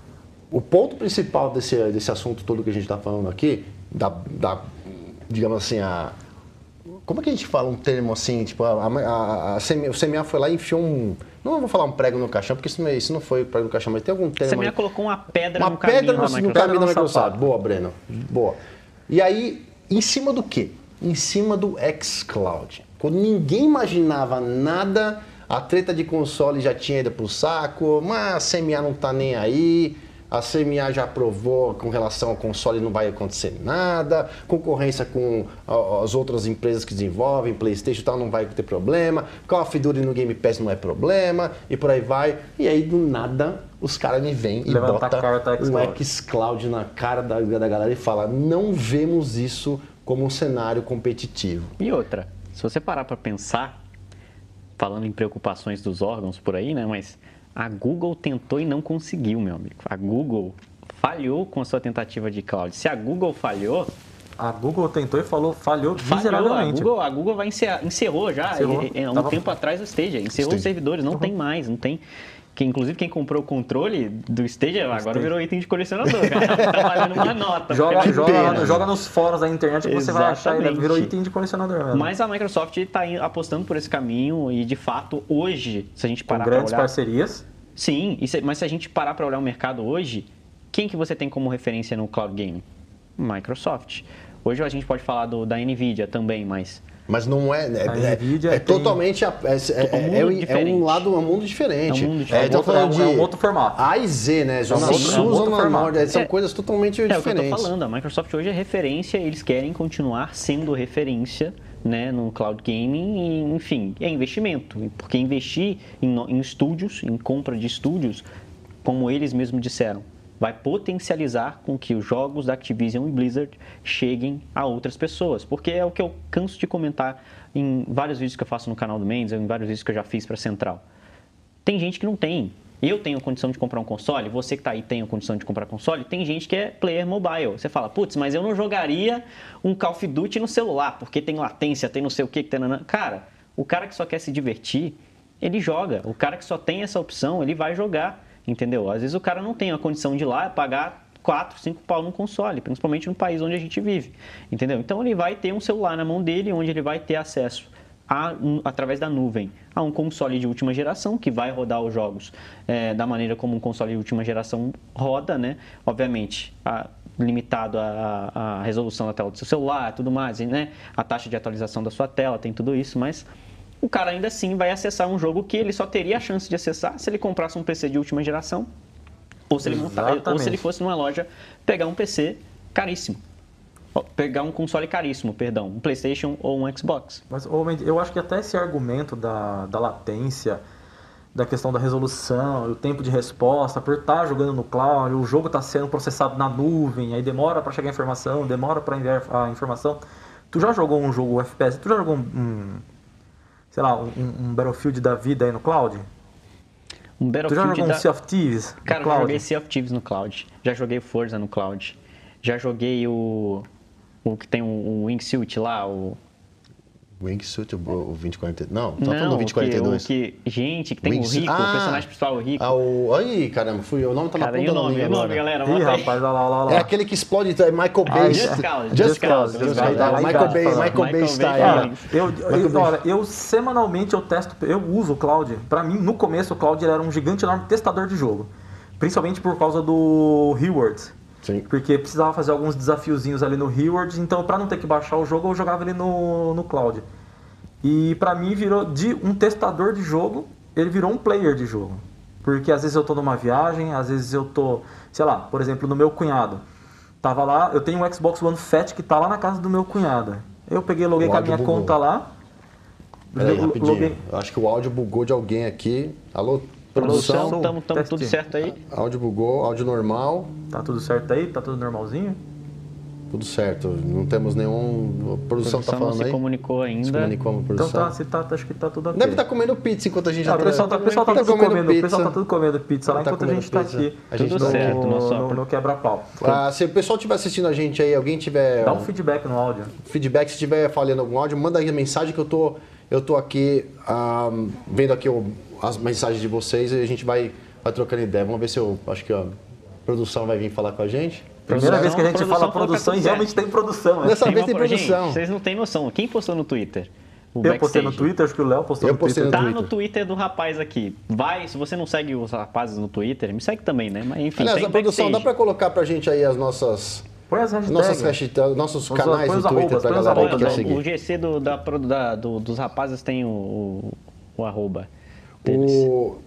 O ponto principal desse, desse assunto todo que a gente está falando aqui, da, da, digamos assim, a... Como é que a gente fala um termo assim, tipo, a, a, a, a C M A, o C M A foi lá e enfiou um... Não vou falar um prego no caixão, porque isso não, é, isso não foi prego no caixão, mas tem algum termo... C M A aí. colocou uma pedra Uma no pedra caminho no, da no Microsoft. caminho da Microsoft. sapato. Boa, Breno. Boa. E aí, em cima do quê? Em cima do xCloud. Quando ninguém imaginava nada, a treta de console já tinha ido pro saco, mas a C M A não tá nem aí... A C M A já aprovou com relação ao console, não vai acontecer nada. Concorrência com as outras empresas que desenvolvem, PlayStation e tal, não vai ter problema. Call of Duty no Game Pass não é problema. E por aí vai. E aí, do nada, os caras me vêm e Levanta botam a carta um xCloud na cara da, da galera e fala: não vemos isso como um cenário competitivo. E outra, se você parar para pensar, falando em preocupações dos órgãos por aí, né, mas... A Google tentou e não conseguiu, meu amigo. A Google falhou com a sua tentativa de cloud. Se a Google falhou... A Google tentou e falou, falhou, falhou miseravelmente. A Google, a Google vai encerrar, encerrou já, Encerrou. É, é, um Tava... tempo atrás o Stadia. Encerrou Stadia. os servidores, não uhum. tem mais, não tem... Que, inclusive, quem comprou o controle do Stadia agora Stadia. virou item de colecionador, cara. Tá valendo uma nota. Joga, porque... joga, joga nos fóruns da internet que você vai achar, ele Exatamente. virou item de colecionador mesmo. Mas a Microsoft está apostando por esse caminho e, de fato, hoje, se a gente parar Com para grandes olhar... parcerias. Sim, mas se a gente parar para olhar o mercado hoje, quem que você tem como referência no cloud gaming? Microsoft. Hoje a gente pode falar do, da Nvidia também, mas... Mas não é... É, A é, Nvidia é tem- totalmente... É, é, Tipo, um é, mundo é, é um diferente. lado, um mundo diferente. É um mundo É, diferente. então outro- falando é um- de é um outro formato. A e Z, né? Zona outro- Sul, é um outro Zona formato. Norte. São É. coisas totalmente É o que eu diferentes. estou falando, a Microsoft hoje é referência, eles querem continuar sendo referência, né, no cloud gaming e, enfim, é investimento. Porque investir em, no- em estúdios, em compra de estúdios, como eles mesmos disseram, vai potencializar com que os jogos da Activision e Blizzard cheguem a outras pessoas. Porque é o que eu canso de comentar em vários vídeos que eu faço no canal do Mendes, em vários vídeos que eu já fiz para a Central. Tem gente que não tem. Eu tenho condição de comprar um console, você que está aí tem a condição de comprar console, tem gente que é player mobile. Você fala, putz, mas eu não jogaria um Call of Duty no celular, porque tem latência, tem não sei o que, que tem... Cara, o cara que só quer se divertir, ele joga. O cara que só tem essa opção, ele vai jogar. entendeu? Às vezes o cara não tem a condição de ir lá pagar quatro, cinco pau num console, principalmente no país onde a gente vive, entendeu? Então ele vai ter um celular na mão dele, onde ele vai ter acesso a, um, através da nuvem a um console de última geração, que vai rodar os jogos é, da maneira como um console de última geração roda, né? Obviamente, a, limitado à, à resolução da tela do seu celular, tudo mais, né? A taxa de atualização da sua tela, tem tudo isso, mas o cara ainda assim vai acessar um jogo que ele só teria a chance de acessar se ele comprasse um P C de última geração, ou se ele, montar, ou se ele fosse numa loja pegar um P C caríssimo. Pegar um console caríssimo, perdão, um PlayStation ou um Xbox. Mas, eu acho que até esse argumento da, da latência, da questão da resolução, o tempo de resposta, por estar jogando no cloud, o jogo está sendo processado na nuvem, aí demora para chegar a informação, demora para enviar a informação. Tu já jogou um jogo F P S? Tu já jogou um, um sei lá, um, um Battlefield da vida aí no cloud? Um Battlefield tu já jogou da... um Sea of Thieves no Cara, cloud? já joguei Sea of Thieves no cloud. Já joguei Forza no cloud. Já joguei o... o que tem um, um wingsuit lá, o... Wingsuit, o vinte quarenta... Não, tá falando Não, do vinte quarenta e dois. O que, gente, que tem Wingsuit. o Rico, Ah, o personagem principal, o Rico. Ah, o... Aí, caramba, fui eu. O nome tá Cara, na e ponta o da nome, língua o nome, agora. galera? Ih, Bota aí. rapaz, olha lá, olha lá. É aquele que explode, é Michael Bay. Just Cause, Just Just Cause. Cause, Just Just Cause. Cause. Michael Bay, Michael Michael Bay Bay style. Cara, eu, Michael eu, Bay. olha, eu semanalmente eu testo, eu uso o cloud. Pra mim, no começo, o cloud era um gigante enorme testador de jogo. Principalmente por causa do Rewards. Sim. Porque precisava fazer alguns desafiozinhos ali no Rewards, então pra não ter que baixar o jogo, eu jogava ele no, no cloud. E pra mim virou de um testador de jogo, ele virou um player de jogo. Porque às vezes eu tô numa viagem, às vezes eu tô, sei lá, por exemplo, no meu cunhado. Tava lá, eu tenho um Xbox One Fat que tá lá na casa do meu cunhado. Eu peguei, loguei O com a áudio minha bugou. conta lá. Peraí, lo- rapidinho. loguei- Eu acho que o áudio bugou de alguém aqui. Alô, Produção, produção? estamos Teste. tudo certo aí? Áudio bugou, áudio normal. Tá tudo certo aí? Tá tudo normalzinho? Tudo certo. Não temos nenhum... A produção, A produção tá não falando se aí? comunicou ainda. Se comunicou com a Então produção? tá, se tá, acho que tá tudo ok. Deve estar comendo pizza enquanto a gente Ah, já o pessoal tá, o pessoal tá tudo comendo, o pessoal tá tudo comendo pizza lá Tá enquanto a comendo gente tá pizza. aqui A gente Tudo tá- certo, no, nosso- no, no quebra-pau. Ah, se o pessoal estiver assistindo a gente aí, alguém tiver Dá um feedback no áudio. feedback, se estiver falhando algum áudio, manda aí a mensagem que eu tô, eu tô aqui ah, vendo aqui o- as mensagens de vocês e a gente vai, vai trocando ideia. Vamos ver se eu acho que a produção vai vir falar com a gente. Primeira Produção- vez que a gente produção fala falou que produção tá e tudo realmente certo. tem produção. Né? Dessa Tem vez uma tem pro- produção. Gente, vocês não têm noção. Quem postou no Twitter? O Eu postei no backstage. Twitter, acho que o Léo postou Eu no postei Twitter. no Tá Twitter. no Twitter do rapaz aqui. Vai, se você não segue os rapazes no Twitter, me segue também, né? Mas enfim, Aliás, tem a produção, dá backstage. pra colocar pra gente aí as nossas, Põe as hashtags. nossas hashtags, nossos Os- canais põe do os Twitter arrobas, pra põe os galera aí que arrobas quer aí. seguir. O G C do, da, pro- da- do- dos rapazes tem o, o, o arroba deles. O...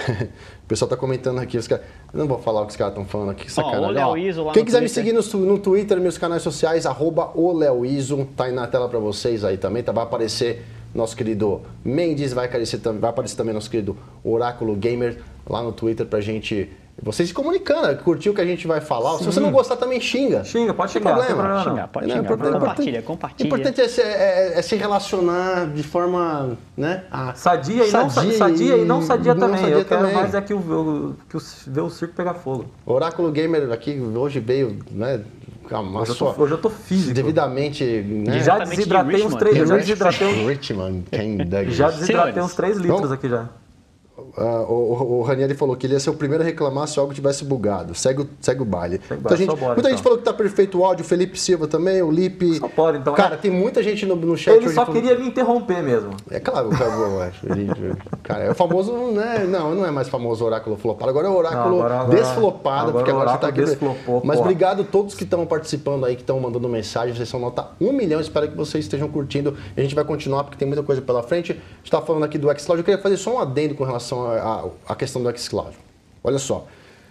o pessoal tá comentando aqui, os caras... Eu não vou falar o que os caras estão falando aqui, sacanagem. o Léo Ó, Iso lá Quem no quiser me Twitter. seguir no, su- no Twitter, meus canais sociais, arroba o Léo Iso, tá aí na tela pra vocês aí também, tá? Vai aparecer nosso querido Mendes, vai aparecer, tam- vai aparecer também nosso querido Oráculo Gamer lá no Twitter pra gente... Vocês se comunicando, curtiu o que a gente vai falar. Se você não gostar, também xinga. Xinga, pode Não tem xingar, não tem problema. problema não. Xingar, pode Não, é xingar. importante- Compartilha, O compartilha. importante é se, é- é se relacionar de forma, né? a- Sadia e não Sadia sadia, sadia e não sadia não também. sadia Eu quero também. mais é que o, o- que o, ver o circo pegar fogo. Oráculo Gamer aqui hoje veio, né? com a Hoje eu tô, sua- hoje eu tô físico. devidamente, né? Já Diretamente de desidratei uns Richmond. três, eu já Rich- desidratei, uns- Richmond, Ken Douglas. já desidratei Senhores. uns três litros Então- aqui já. Ah, o, o, o Ranieri falou que ele ia ser o primeiro a reclamar se algo tivesse bugado. Segue, o- segue o baile. Segue o Muita, baile, gente, só bora, muita então. gente falou que tá perfeito o áudio, o Felipe Silva também, o Lipe. Só pode, então. Cara, tem muita gente no, no chat Ele hoje só falando- queria me interromper mesmo. É claro, cara, eu acho. Ele- cara, é o famoso, né? Não, não é mais famoso oráculo flopado. Agora é o oráculo Não, agora- agora- desflopado, agora porque o agora você tá oráculo aqui. desflopou, Mas porra. obrigado a todos que estão participando aí, que estão mandando mensagem. Vocês são nota um milhão. Espero que vocês estejam curtindo. A gente vai continuar porque tem muita coisa pela frente. A gente estava falando aqui do xCloud. Eu queria fazer só um adendo com relação à à questão do xCloud. Olha só.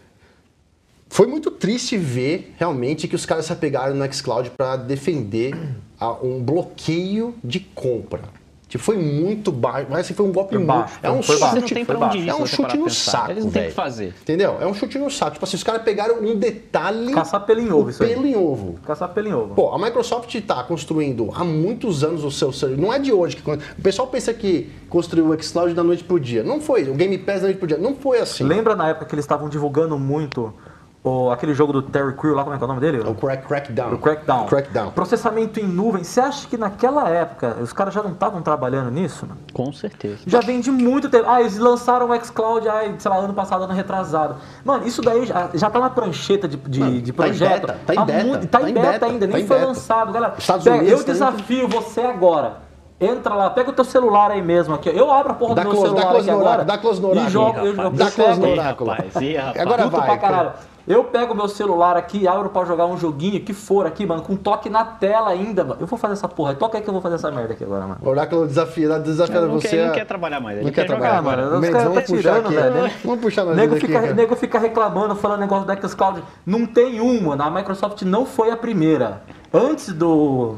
Foi muito triste ver realmente que os caras se apegaram no xCloud para defender a- um bloqueio de compra. Que foi muito baixo, mas assim, foi um golpe Foi muito. baixo, É um foi baixo. Eles chute, não tem foi pra onde baixo. ir, é se um você chute parar no pra pensar. saco, Eles não têm o velho. que fazer. Entendeu? É um chute no saco. Tipo assim, os caras pegaram um detalhe. Caçar pelo em ovo, isso aí. Pelo em ovo. Caçar pelo em ovo. Pô, a Microsoft está construindo há muitos anos o seu servidor. Não é de hoje que. O pessoal pensa que construiu o xCloud da noite pro dia. Não foi. O Game Pass da noite pro dia. Não foi assim. Lembra na época que eles estavam divulgando muito o, aquele jogo do Terry Crew lá, como é que é o nome dele? O crack, Crackdown. O Crackdown. Crackdown. Processamento em nuvem. Você acha que naquela época os caras já não estavam trabalhando nisso, mano? Com certeza. Já vem de muito tempo. Ah, eles lançaram o xCloud, ah, sei lá, ano passado, ano retrasado. Mano, isso daí já, já tá na prancheta de, de, Mano, de projeto. Tá em beta. Tá em beta, muito, tá tá em em beta, beta ainda, tá nem em foi beta. lançado, galera. Estados Pega, Unidos eu tem- desafio você agora. Entra lá, pega o teu celular aí mesmo aqui. Eu abro a porra Dá do meu close- dá celular close aqui no agora. oráculo, dá close no oráculo. E jogo, Ih, eu, rapaz. eu, Dá eu close no pego- Ih, oráculo. rapaz, ih, rapaz. Agora Puto vai, pra caralho. cara. Eu pego o meu celular aqui, abro pra jogar um joguinho que for aqui, mano, com toque na tela ainda, mano. Eu vou fazer essa porra. Toca aí que eu vou fazer essa merda aqui agora, mano. O Oráculo desafia, desafia Não, não você. quer, não a- quer trabalhar mais. Ele Não quer quer jogar trabalhar, agora. mano. Os Mendes, caras vamos tá puxar tirando, aqui. velho. Vamos puxar nós Nego aqui. fica, cara. nego fica reclamando, falando negócio do xCloud. Não tem um, mano. A Microsoft não foi a primeira. Antes do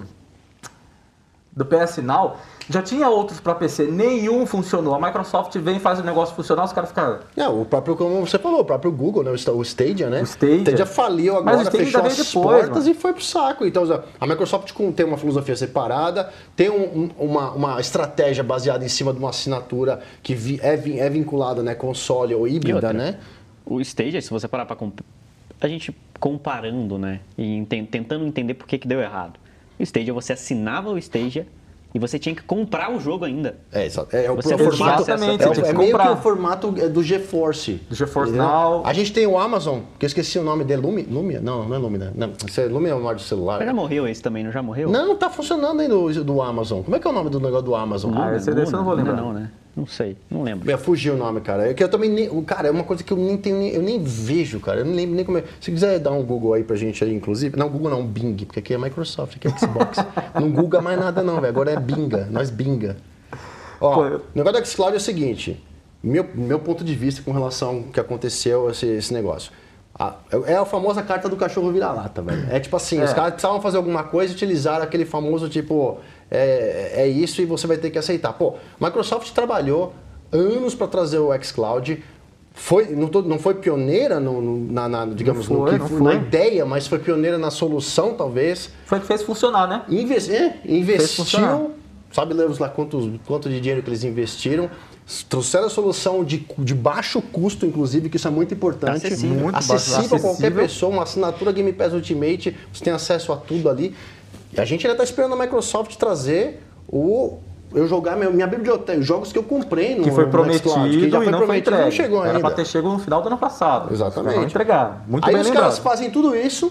do P S Now, já tinha outros pra P C. Nenhum funcionou. A Microsoft vem e faz o negócio funcionar, os caras ficam... Não, o próprio, como você falou, o próprio Google, né? o Stadia, né? O Stadia. faliu Mas o agora, Stadia fechou ainda as veio depois, portas mano. e foi pro saco. Então, a Microsoft com- tem uma filosofia separada, tem um- um- uma, uma estratégia baseada em cima de uma assinatura que vi- é, vin- é vinculada, né? Console ou E híbrida, outra, né? O Stadia, se você parar pra comp... a gente comparando, né, e enten- tentando entender por que que deu errado. O Stadia, você assinava o Stadia e você tinha que comprar o jogo ainda. É, exato. É, o, Você o não formato, tinha Exatamente, é, você o- tinha é que meio que comprar. o formato é, do GeForce. Do GeForce entendeu? Now. A gente tem o Amazon, que eu esqueci o nome dele, Lumi, Lumia? Não, não é Lumia. Não, Isso é Lumia é o nome do celular. Mas já morreu esse também, não já morreu? Não, tá funcionando aí do, do Amazon. Como é que é o nome do negócio do Amazon? Ah, Luna, esse desse eu não vou Luna, lembrar. Não, né? Não sei, não lembro. Me fugiu o nome, cara. É que eu também nem. Cara, é uma coisa que eu nem tenho, nem- eu nem vejo, cara. Eu não lembro nem como é. Se quiser dar um Google aí pra gente aí, inclusive. Não, Google não, um Bing, porque aqui é Microsoft, aqui é Xbox. Não Google mais nada, não, velho. Agora é Binga, nós Binga. Ó, Pô, eu- o negócio do xCloud é o seguinte: meu, meu ponto de vista com relação ao que aconteceu, esse, esse negócio. A- é a famosa carta do cachorro vira-lata, velho. É tipo assim, É. os caras precisavam fazer alguma coisa e utilizaram aquele famoso tipo, é, é isso e você vai ter que aceitar. Pô, Microsoft trabalhou anos para trazer o xCloud. Foi, não, tô- não foi pioneira no, no- na, na, digamos, Não no foi, que não foi, foi. na ideia, mas foi pioneira na solução, talvez. Foi que fez funcionar, né? Inves- é, investiu, funcionar. sabe Deus lá quantos, quanto de dinheiro que eles investiram, trouxeram a solução de, de baixo custo, inclusive, que isso é muito importante. Acessível. Muito acessível baixo, a qualquer acessível. pessoa, uma assinatura Game Pass Ultimate, você tem acesso a tudo ali. E a gente ainda está esperando a Microsoft trazer o... Eu jogar minha, minha biblioteca, os jogos que eu comprei no Que foi no prometido xCloud, que já e foi não foi prometido, entregue. não chegou Era ainda. pra ter chegado no final do ano passado. Exatamente. Vão entregar. Muito Aí bem os lembrado. caras fazem tudo isso,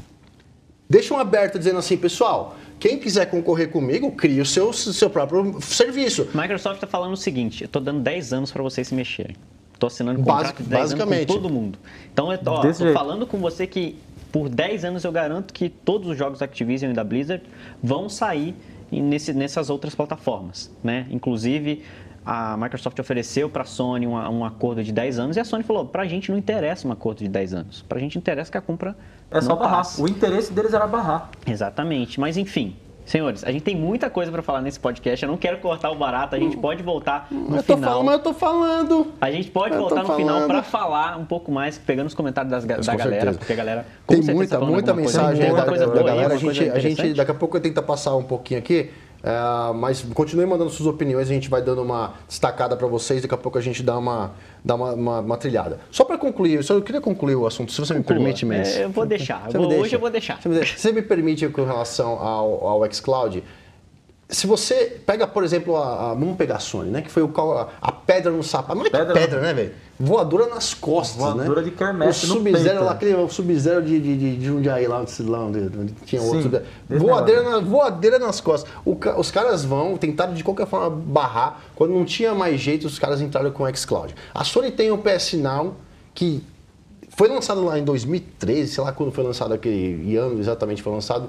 deixam aberto dizendo assim, pessoal, quem quiser concorrer comigo, crie o seu, seu próprio serviço. Microsoft tá falando o seguinte, eu tô dando dez anos para vocês se mexerem. Tô assinando Basic- contrato de dez anos basicamente. com todo mundo. Então, eu tô, ó, Desse tô jeito. falando com você que por dez anos eu garanto que todos os jogos da Activision e da Blizzard vão sair em- nesse, nessas outras plataformas, né? Inclusive, a Microsoft ofereceu para a Sony um, um acordo de dez anos e a Sony falou, pra gente não interessa um acordo de dez anos. Pra gente interessa que a compra É só não barrar. passe. O interesse deles era barrar. Exatamente, mas enfim, senhores, a gente tem muita coisa para falar nesse podcast. Eu não quero cortar o barato, a gente pode voltar no eu tô final. falando, mas eu tô falando. A gente pode Eu tô voltar no final falando. para falar um pouco mais, pegando os comentários das, ga- Mas da com galera, certeza. porque a galera com Tem certeza muita, tá falando muita alguma coisa, mensagem alguma da, coisa da boa aí, galera. A alguma gente, coisa a gente, interessante. daqui a pouco eu tento passar um pouquinho aqui, é, mas continue mandando suas opiniões, a gente vai dando uma destacada para vocês, daqui a pouco a gente dá uma, dá uma, uma, uma trilhada. Só para concluir, só eu queria concluir o assunto, se você me Conclua. permite, Mendes. É, eu vou deixar, Você eu me vou- deixa? hoje eu vou deixar. Você me, deixa? Você me permite com relação ao, ao xCloud, se você pega, por exemplo, a, a- vamos pegar a Sony, né? Que foi o, cal- a, a pedra no sapato. Não é que Pedra- pedra, né, velho? Voadora nas costas, né? Voadora de quermesse O no Sub-Zero peito. lá, aquele o Sub-Zero de, de, de, de Jundiaí lá, onde, lá onde, onde tinha Sim, outro. Sub- desse Voadeira, na, voadeira nas costas. O ca- os caras vão, tentaram de qualquer forma barrar. Quando não tinha mais jeito, os caras entraram com o xCloud. A Sony tem o P S Now, que foi lançado lá em dois mil e treze, sei lá quando foi lançado aquele ano exatamente foi lançado.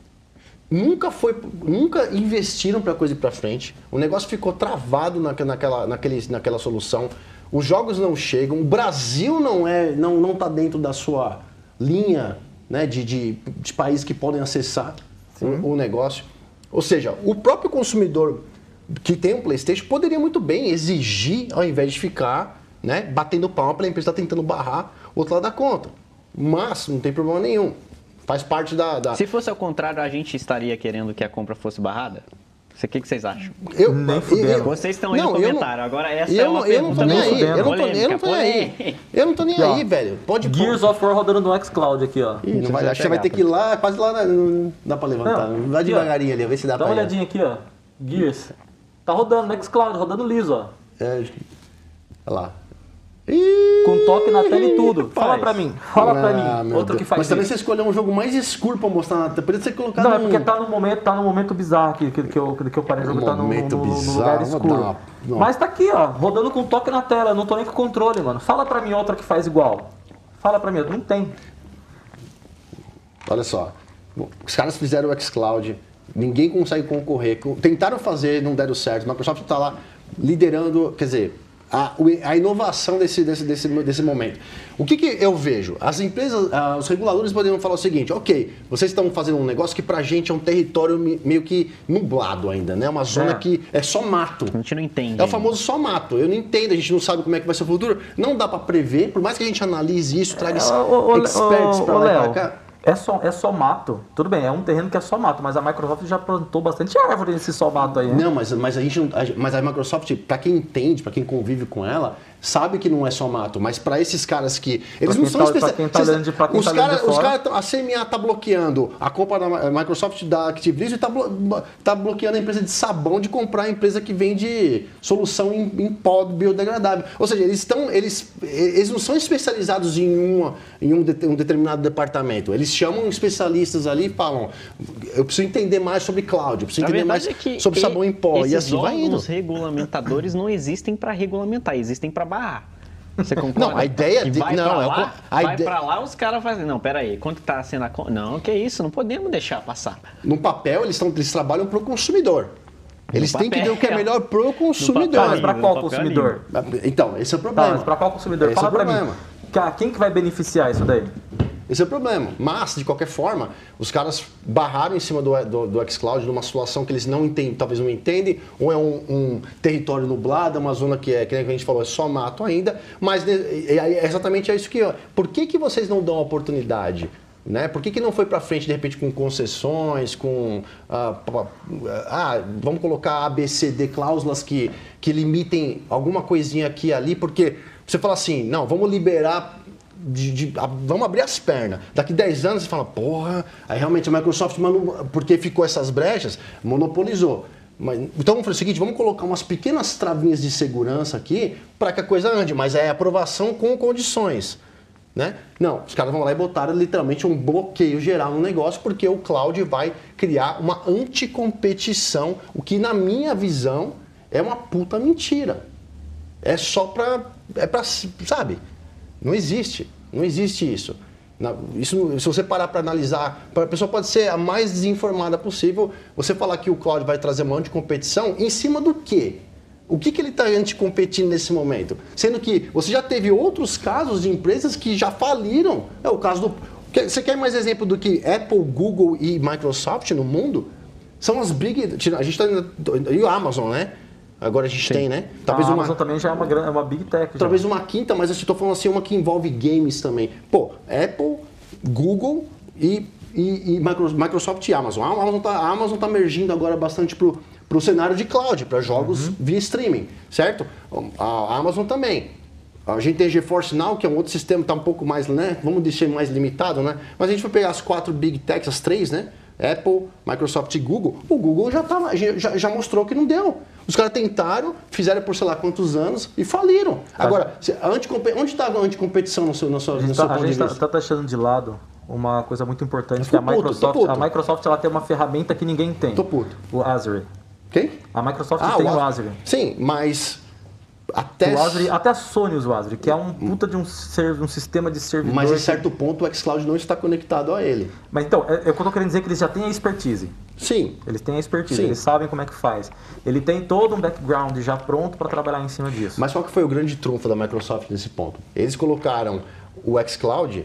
Nunca foi, nunca investiram para coisa ir para frente. O negócio ficou travado naque- naquela, naquele, naquela solução. Os jogos não chegam. O Brasil não é, não, não tá dentro da sua linha, né, de, de, de países que podem acessar o, o negócio. Ou seja, o próprio consumidor que tem um PlayStation poderia muito bem exigir, ao invés de ficar, né, batendo palma para a empresa estar tentando barrar o outro lado da conta. Mas não tem problema nenhum. Faz parte da, da... Se fosse ao contrário, a gente estaria querendo que a compra fosse barrada? O que, que vocês acham? Eu, nem eu, Vocês estão aí não, no comentário. Não, Agora essa eu é uma não, eu não tô nem aí. Eu não tô, eu não tô nem aí. Eu não tô nem aí, velho. Pode Gears of War rodando no xCloud aqui, ó. Ih, não vai, acho que você vai ter que ir lá, quase lá, na, não dá pra levantar. Não, vai devagarinho ali, vê se dá, dá pra ir. Dá uma olhadinha aqui, ó. Gears. Tá rodando no xCloud, rodando liso, ó. É, olha lá. Ih, com toque na tela e tudo. Rapaz. Fala pra mim, fala pra ah, mim. Outro Deus. que faz Mas também isso. você escolheu um jogo mais escuro pra mostrar na tela. Podia ser colocado Não, num... é porque tá no momento, tá no momento bizarro aqui, que, que, eu, que eu parei de jogo, tá no, no, no lugar escuro. Uma... Mas tá aqui, ó, rodando com toque na tela, eu não tô nem com controle, mano. Fala pra mim outra que faz igual. Fala pra mim, não tem. Olha só, os caras fizeram o xCloud, ninguém consegue concorrer. Tentaram fazer, não deram certo. A Microsoft tá lá liderando, quer dizer... A, a inovação desse, desse, desse, desse momento. O que, que eu vejo? As empresas, ah, os reguladores poderiam falar o seguinte: ok, vocês estão fazendo um negócio que pra gente é um território meio que nublado ainda, né? Uma zona é. que é só mato. A gente não entende. É o famoso só mato. Eu não entendo, a gente não sabe como é que vai ser o futuro. Não dá pra prever, por mais que a gente analise isso, traga é, o, o, experts o, pra lá e pra cá. É só, é só mato. Tudo bem, é um terreno que é só mato, mas a Microsoft já plantou bastante árvore nesse só mato aí. Né? Não, mas, mas, a gente não, mas a Microsoft, para quem entende, para quem convive com ela, sabe que não é só mato. Mas para esses caras que... Eles não são especialistas. Tá os tá caras, os caras, a C M A tá bloqueando a compra da Microsoft da Activision e tá, blo, tá bloqueando a empresa de sabão de comprar a empresa que vende solução em, em pó biodegradável. Ou seja, eles estão... Eles, eles não são especializados em, uma, em um, de, um determinado departamento. Eles chamam especialistas ali e falam: eu preciso entender mais sobre cloud, eu preciso entender mais é sobre sabão em pó. Esses e assim vai indo. Os regulamentadores não existem para regulamentar, existem para barrar. Você concorda? Não, a ideia de, vai não, pra é lá, a vai ide... para lá, os caras fazem, não, peraí, quanto tá sendo a... Não, que isso, não podemos deixar passar. No papel, eles, tão, eles trabalham para o consumidor. Eles têm que ver o que é melhor para o consumidor. Mas para qual consumidor? Então, esse é o problema. Tá, mas para qual consumidor? Esse Fala é o problema. Mim. Quem que vai beneficiar isso daí? Esse é o problema. Mas, de qualquer forma, os caras barraram em cima do, do, do xCloud numa situação que eles não entendem, talvez não entendem, ou é um, um território nublado, uma zona que é, que a gente falou, é só mato ainda, mas é exatamente isso que... Por que, que vocês não dão a oportunidade? Né? Por que, que não foi para frente, de repente, com concessões, com... Ah, ah, vamos colocar A, B, C, D, cláusulas que, que limitem alguma coisinha aqui e ali, porque você fala assim, não, vamos liberar... De, de, a, vamos abrir as pernas. Daqui dez anos você fala, porra, aí realmente a Microsoft, mano, porque ficou essas brechas, monopolizou. Mas, então vamos fazer o seguinte, vamos colocar umas pequenas travinhas de segurança aqui para que a coisa ande, mas é aprovação com condições. Né? Não, os caras vão lá e botaram literalmente um bloqueio geral no negócio, porque o cloud vai criar uma anticompetição, o que na minha visão é uma puta mentira. É só pra, é pra, sabe? Não existe, não existe isso. Isso, se você parar para analisar, a pessoa pode ser a mais desinformada possível, você falar que o cloud vai trazer uma anticompetição, em cima do quê? O que, que ele está anticompetindo nesse momento? Sendo que você já teve outros casos de empresas que já faliram. É o caso do... Você quer mais exemplo do que Apple, Google e Microsoft no mundo? São as big... A gente está... E o Amazon, né? Agora a gente Sim. tem, né? Talvez a Amazon uma, também já é uma, é uma big tech. Talvez já. uma quinta, mas eu estou falando assim, uma que envolve games também. Pô, Apple, Google e, e, e Microsoft e Amazon. A Amazon está a Amazon tá emergindo agora bastante para o cenário de cloud, para jogos uhum. via streaming, certo? A Amazon também. A gente tem GeForce Now, que é um outro sistema, está um pouco mais, né? Vamos deixar mais limitado, né? Mas a gente vai pegar as quatro big techs, as três, né? Apple, Microsoft e Google. O Google já, tá, já, já mostrou que não deu. Os caras tentaram, fizeram por sei lá quantos anos e faliram. Agora, onde está a anticompetição no seu, no seu, no seu tá, ponto de vista? A gente está tá deixando de lado uma coisa muito importante, que a Microsoft, puto, a Microsoft ela tem uma ferramenta que ninguém tem. Tô puto. O Azure. Quem? A Microsoft ah, tem o o Azure. Sim, mas... Até... O Azure, até a Sony usa o Azure, que é um puta de um, ser, um sistema de servidor. Mas em certo ponto o xCloud não está conectado a ele. Mas então, é, é o que eu tô querendo dizer, que eles já têm a expertise. Sim. Eles têm a expertise, Sim. eles sabem como é que faz. Ele tem todo um background já pronto para trabalhar em cima disso. Mas qual que foi o grande trunfo da Microsoft nesse ponto? Eles colocaram o xCloud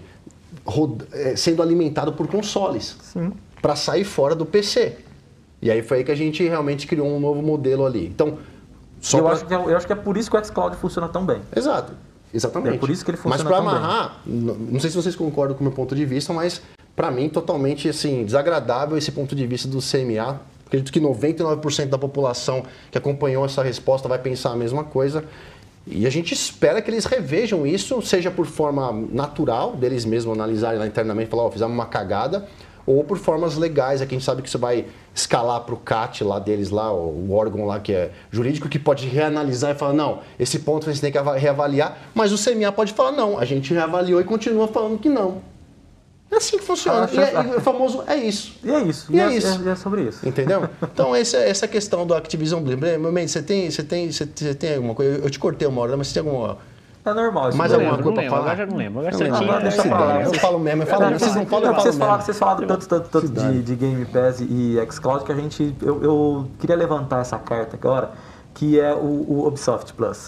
sendo alimentado por consoles. Sim. Para sair fora do P C. E aí foi aí que a gente realmente criou um novo modelo ali. Então... Eu, pra... acho que é, eu acho que é por isso que o xCloud funciona tão bem. Exato, exatamente. É por isso que ele funciona tão bem. Mas para amarrar, bem. Não sei se vocês concordam com o meu ponto de vista, mas para mim totalmente assim, desagradável esse ponto de vista do C M A Acredito que noventa e nove por cento da população que acompanhou essa resposta vai pensar a mesma coisa. E a gente espera que eles revejam isso, seja por forma natural, deles mesmos analisarem lá internamente e falar, ó, oh, fizemos uma cagada, ou por formas legais, aqui a gente sabe que você vai escalar para o C A T lá deles, lá, o órgão lá que é jurídico, que pode reanalisar e falar, não, esse ponto você tem que reavaliar, mas o C M A pode falar, não, a gente reavaliou e continua falando que não. É assim que funciona. E, é, e o famoso é isso. E é isso. E, e é, é, isso. É, é sobre isso. Entendeu? Então, essa, essa questão do Activision Blizzard, meu bem, você tem, você, tem, você, você tem alguma coisa? Eu te cortei uma hora, mas você tem alguma... É normal. Mais alguma coisa pra falar? Agora já não lembro. Agora não, tinha... Agora deixa pra lá. Eu falo mesmo, eu falo mesmo. Vocês não falam, eu falo mesmo. Vocês falaram tanto, tanto, tanto de, de Game Pass e xCloud que a gente... Eu, eu queria levantar essa carta agora, que é o, o Ubisoft Plus.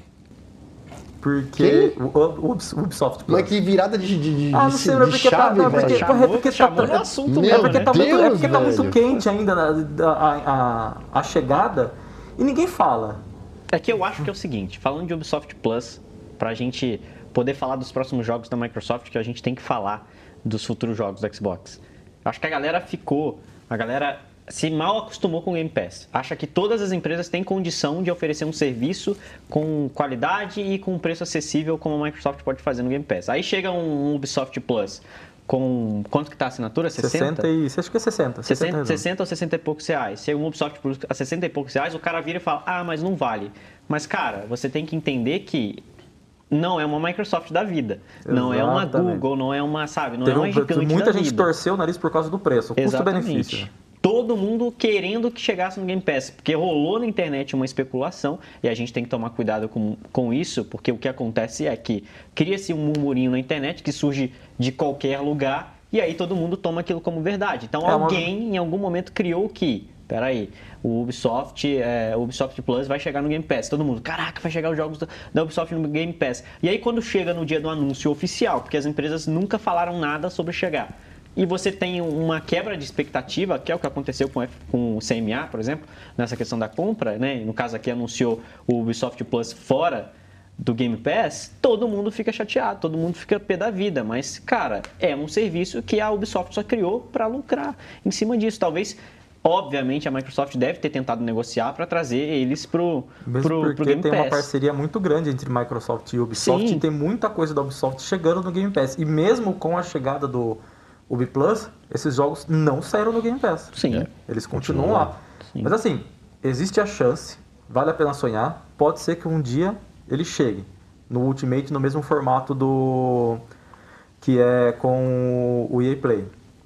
Porque o, o, o Ubisoft Plus. Mas que virada de, de, de, ah, não sei, de porque chave, tá, não, porque, velho. chamou, porque chamou tá, no assunto é porque tá, Deus, muito, é porque tá muito velho. quente ainda a, a, a, a chegada e ninguém fala. É que eu acho que é o seguinte, falando de Ubisoft Plus, pra gente poder falar dos próximos jogos da Microsoft, que a gente tem que falar dos futuros jogos do Xbox. Acho que a galera ficou, a galera se mal acostumou com o Game Pass. Acha que todas as empresas têm condição de oferecer um serviço com qualidade e com preço acessível como a Microsoft pode fazer no Game Pass. Aí chega um Ubisoft Plus com... Quanto que tá a assinatura? sessenta? sessenta e... Acho que é sessenta. sessenta, sessenta ou sessenta e poucos reais. Chega um Ubisoft Plus a sessenta e poucos reais, o cara vira e fala, ah, mas não vale. Mas, cara, você tem que entender que não é uma Microsoft da vida. Exatamente. Não é uma Google, não é uma, sabe, não Teve é uma gigante da vida. Muita gente torceu o nariz por causa do preço, custo-benefício. Todo mundo querendo que chegasse no Game Pass, porque rolou na internet uma especulação e a gente tem que tomar cuidado com, com isso, porque o que acontece é que cria-se um murmurinho na internet que surge de qualquer lugar e aí todo mundo toma aquilo como verdade. Então é alguém uma... em algum momento criou que, peraí, o Ubisoft, é, o Ubisoft Plus vai chegar no Game Pass. Todo mundo, caraca, vai chegar os jogos da Ubisoft no Game Pass. E aí quando chega no dia do anúncio oficial, porque as empresas nunca falaram nada sobre chegar, e você tem uma quebra de expectativa, que é o que aconteceu com, F, com o C M A, por exemplo, nessa questão da compra, né? No caso aqui anunciou o Ubisoft Plus fora do Game Pass, todo mundo fica chateado, todo mundo fica pé da vida, mas, cara, é um serviço que a Ubisoft só criou para lucrar em cima disso. Talvez, obviamente, a Microsoft deve ter tentado negociar para trazer eles pro, Mesmo pro, porque pro Game tem Pass. uma parceria muito grande entre Microsoft e Ubisoft, Sim. E tem muita coisa da Ubisoft chegando no Game Pass. E mesmo com a chegada do Ubi Plus, esses jogos não saíram no Game Pass. Sim. Eles continuam lá. Sim. Mas assim, existe a chance, vale a pena sonhar, pode ser que um dia ele chegue no Ultimate no mesmo formato do que é com o E A Play.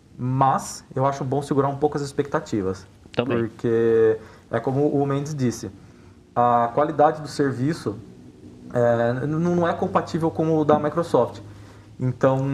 Mas eu acho bom segurar um pouco as expectativas. Também. Porque é como o Mendes disse, a qualidade do serviço é, não é compatível com o da Microsoft. Então...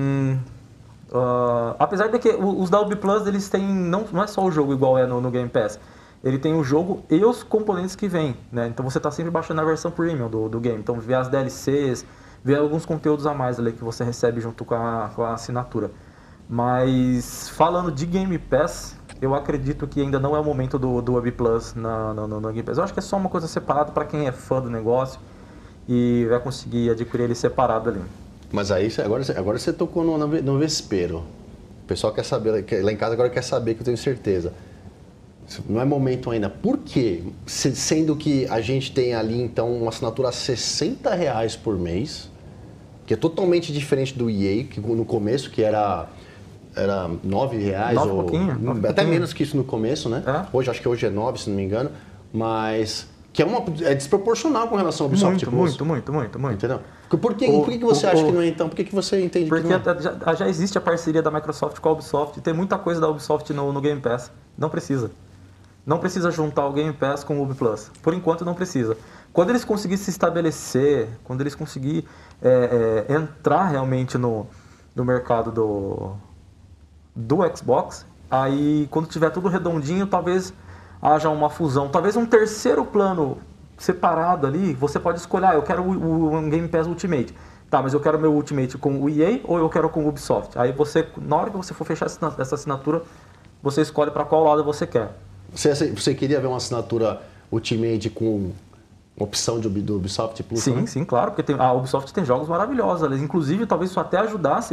Uh, apesar de que os da Ubi Plus, eles têm, não, não é só o jogo igual é no, no Game Pass, ele tem o jogo e os componentes que vêm, né? Então você está sempre baixando a versão premium do, do game, então vê as D L Cs, vê alguns conteúdos a mais ali que você recebe junto com a, com a assinatura. Mas falando de Game Pass, eu acredito que ainda não é o momento do, do Ubi Plus na, no, no, no Game Pass. Eu acho que é só uma coisa separada para quem é fã do negócio e vai conseguir adquirir ele separado ali. Mas aí, agora, agora você tocou no, no vespeiro. O pessoal quer saber, lá em casa agora quer saber, que eu tenho certeza. Não é momento ainda. Por quê? Sendo que a gente tem ali, então, uma assinatura a sessenta reais por mês, que é totalmente diferente do E A, que no começo, que era, era nove reais. nove ou pouquinho, nove até pouquinho. menos que isso no começo, né? É? Hoje, acho que hoje é nove, se não me engano. Mas... que é, uma, é desproporcional com relação ao Ubisoft muito, Plus. Muito, muito, muito, muito. Entendeu? Por que, O, por que você o, acha o, que não é então? Por que, que você entende porque que não é? já, já existe a parceria da Microsoft com a Ubisoft. Tem muita coisa da Ubisoft no, no Game Pass. Não precisa. Não precisa juntar o Game Pass com o Ubi Plus. Por enquanto não precisa. Quando eles conseguirem se estabelecer, quando eles conseguirem é, é, entrar realmente no, no mercado do, do Xbox, aí quando tiver tudo redondinho, talvez haja uma fusão. Talvez um terceiro plano separado ali, você pode escolher, ah, eu quero o, o Game Pass Ultimate. Tá, mas eu quero meu Ultimate com o E A ou eu quero com o Ubisoft? Aí você, na hora que você for fechar essa assinatura, você escolhe para qual lado você quer. Você, você queria ver uma assinatura Ultimate com opção de, do Ubisoft Plus? Sim, né? sim, claro, porque tem, a Ubisoft tem jogos maravilhosos. Inclusive, talvez isso até ajudasse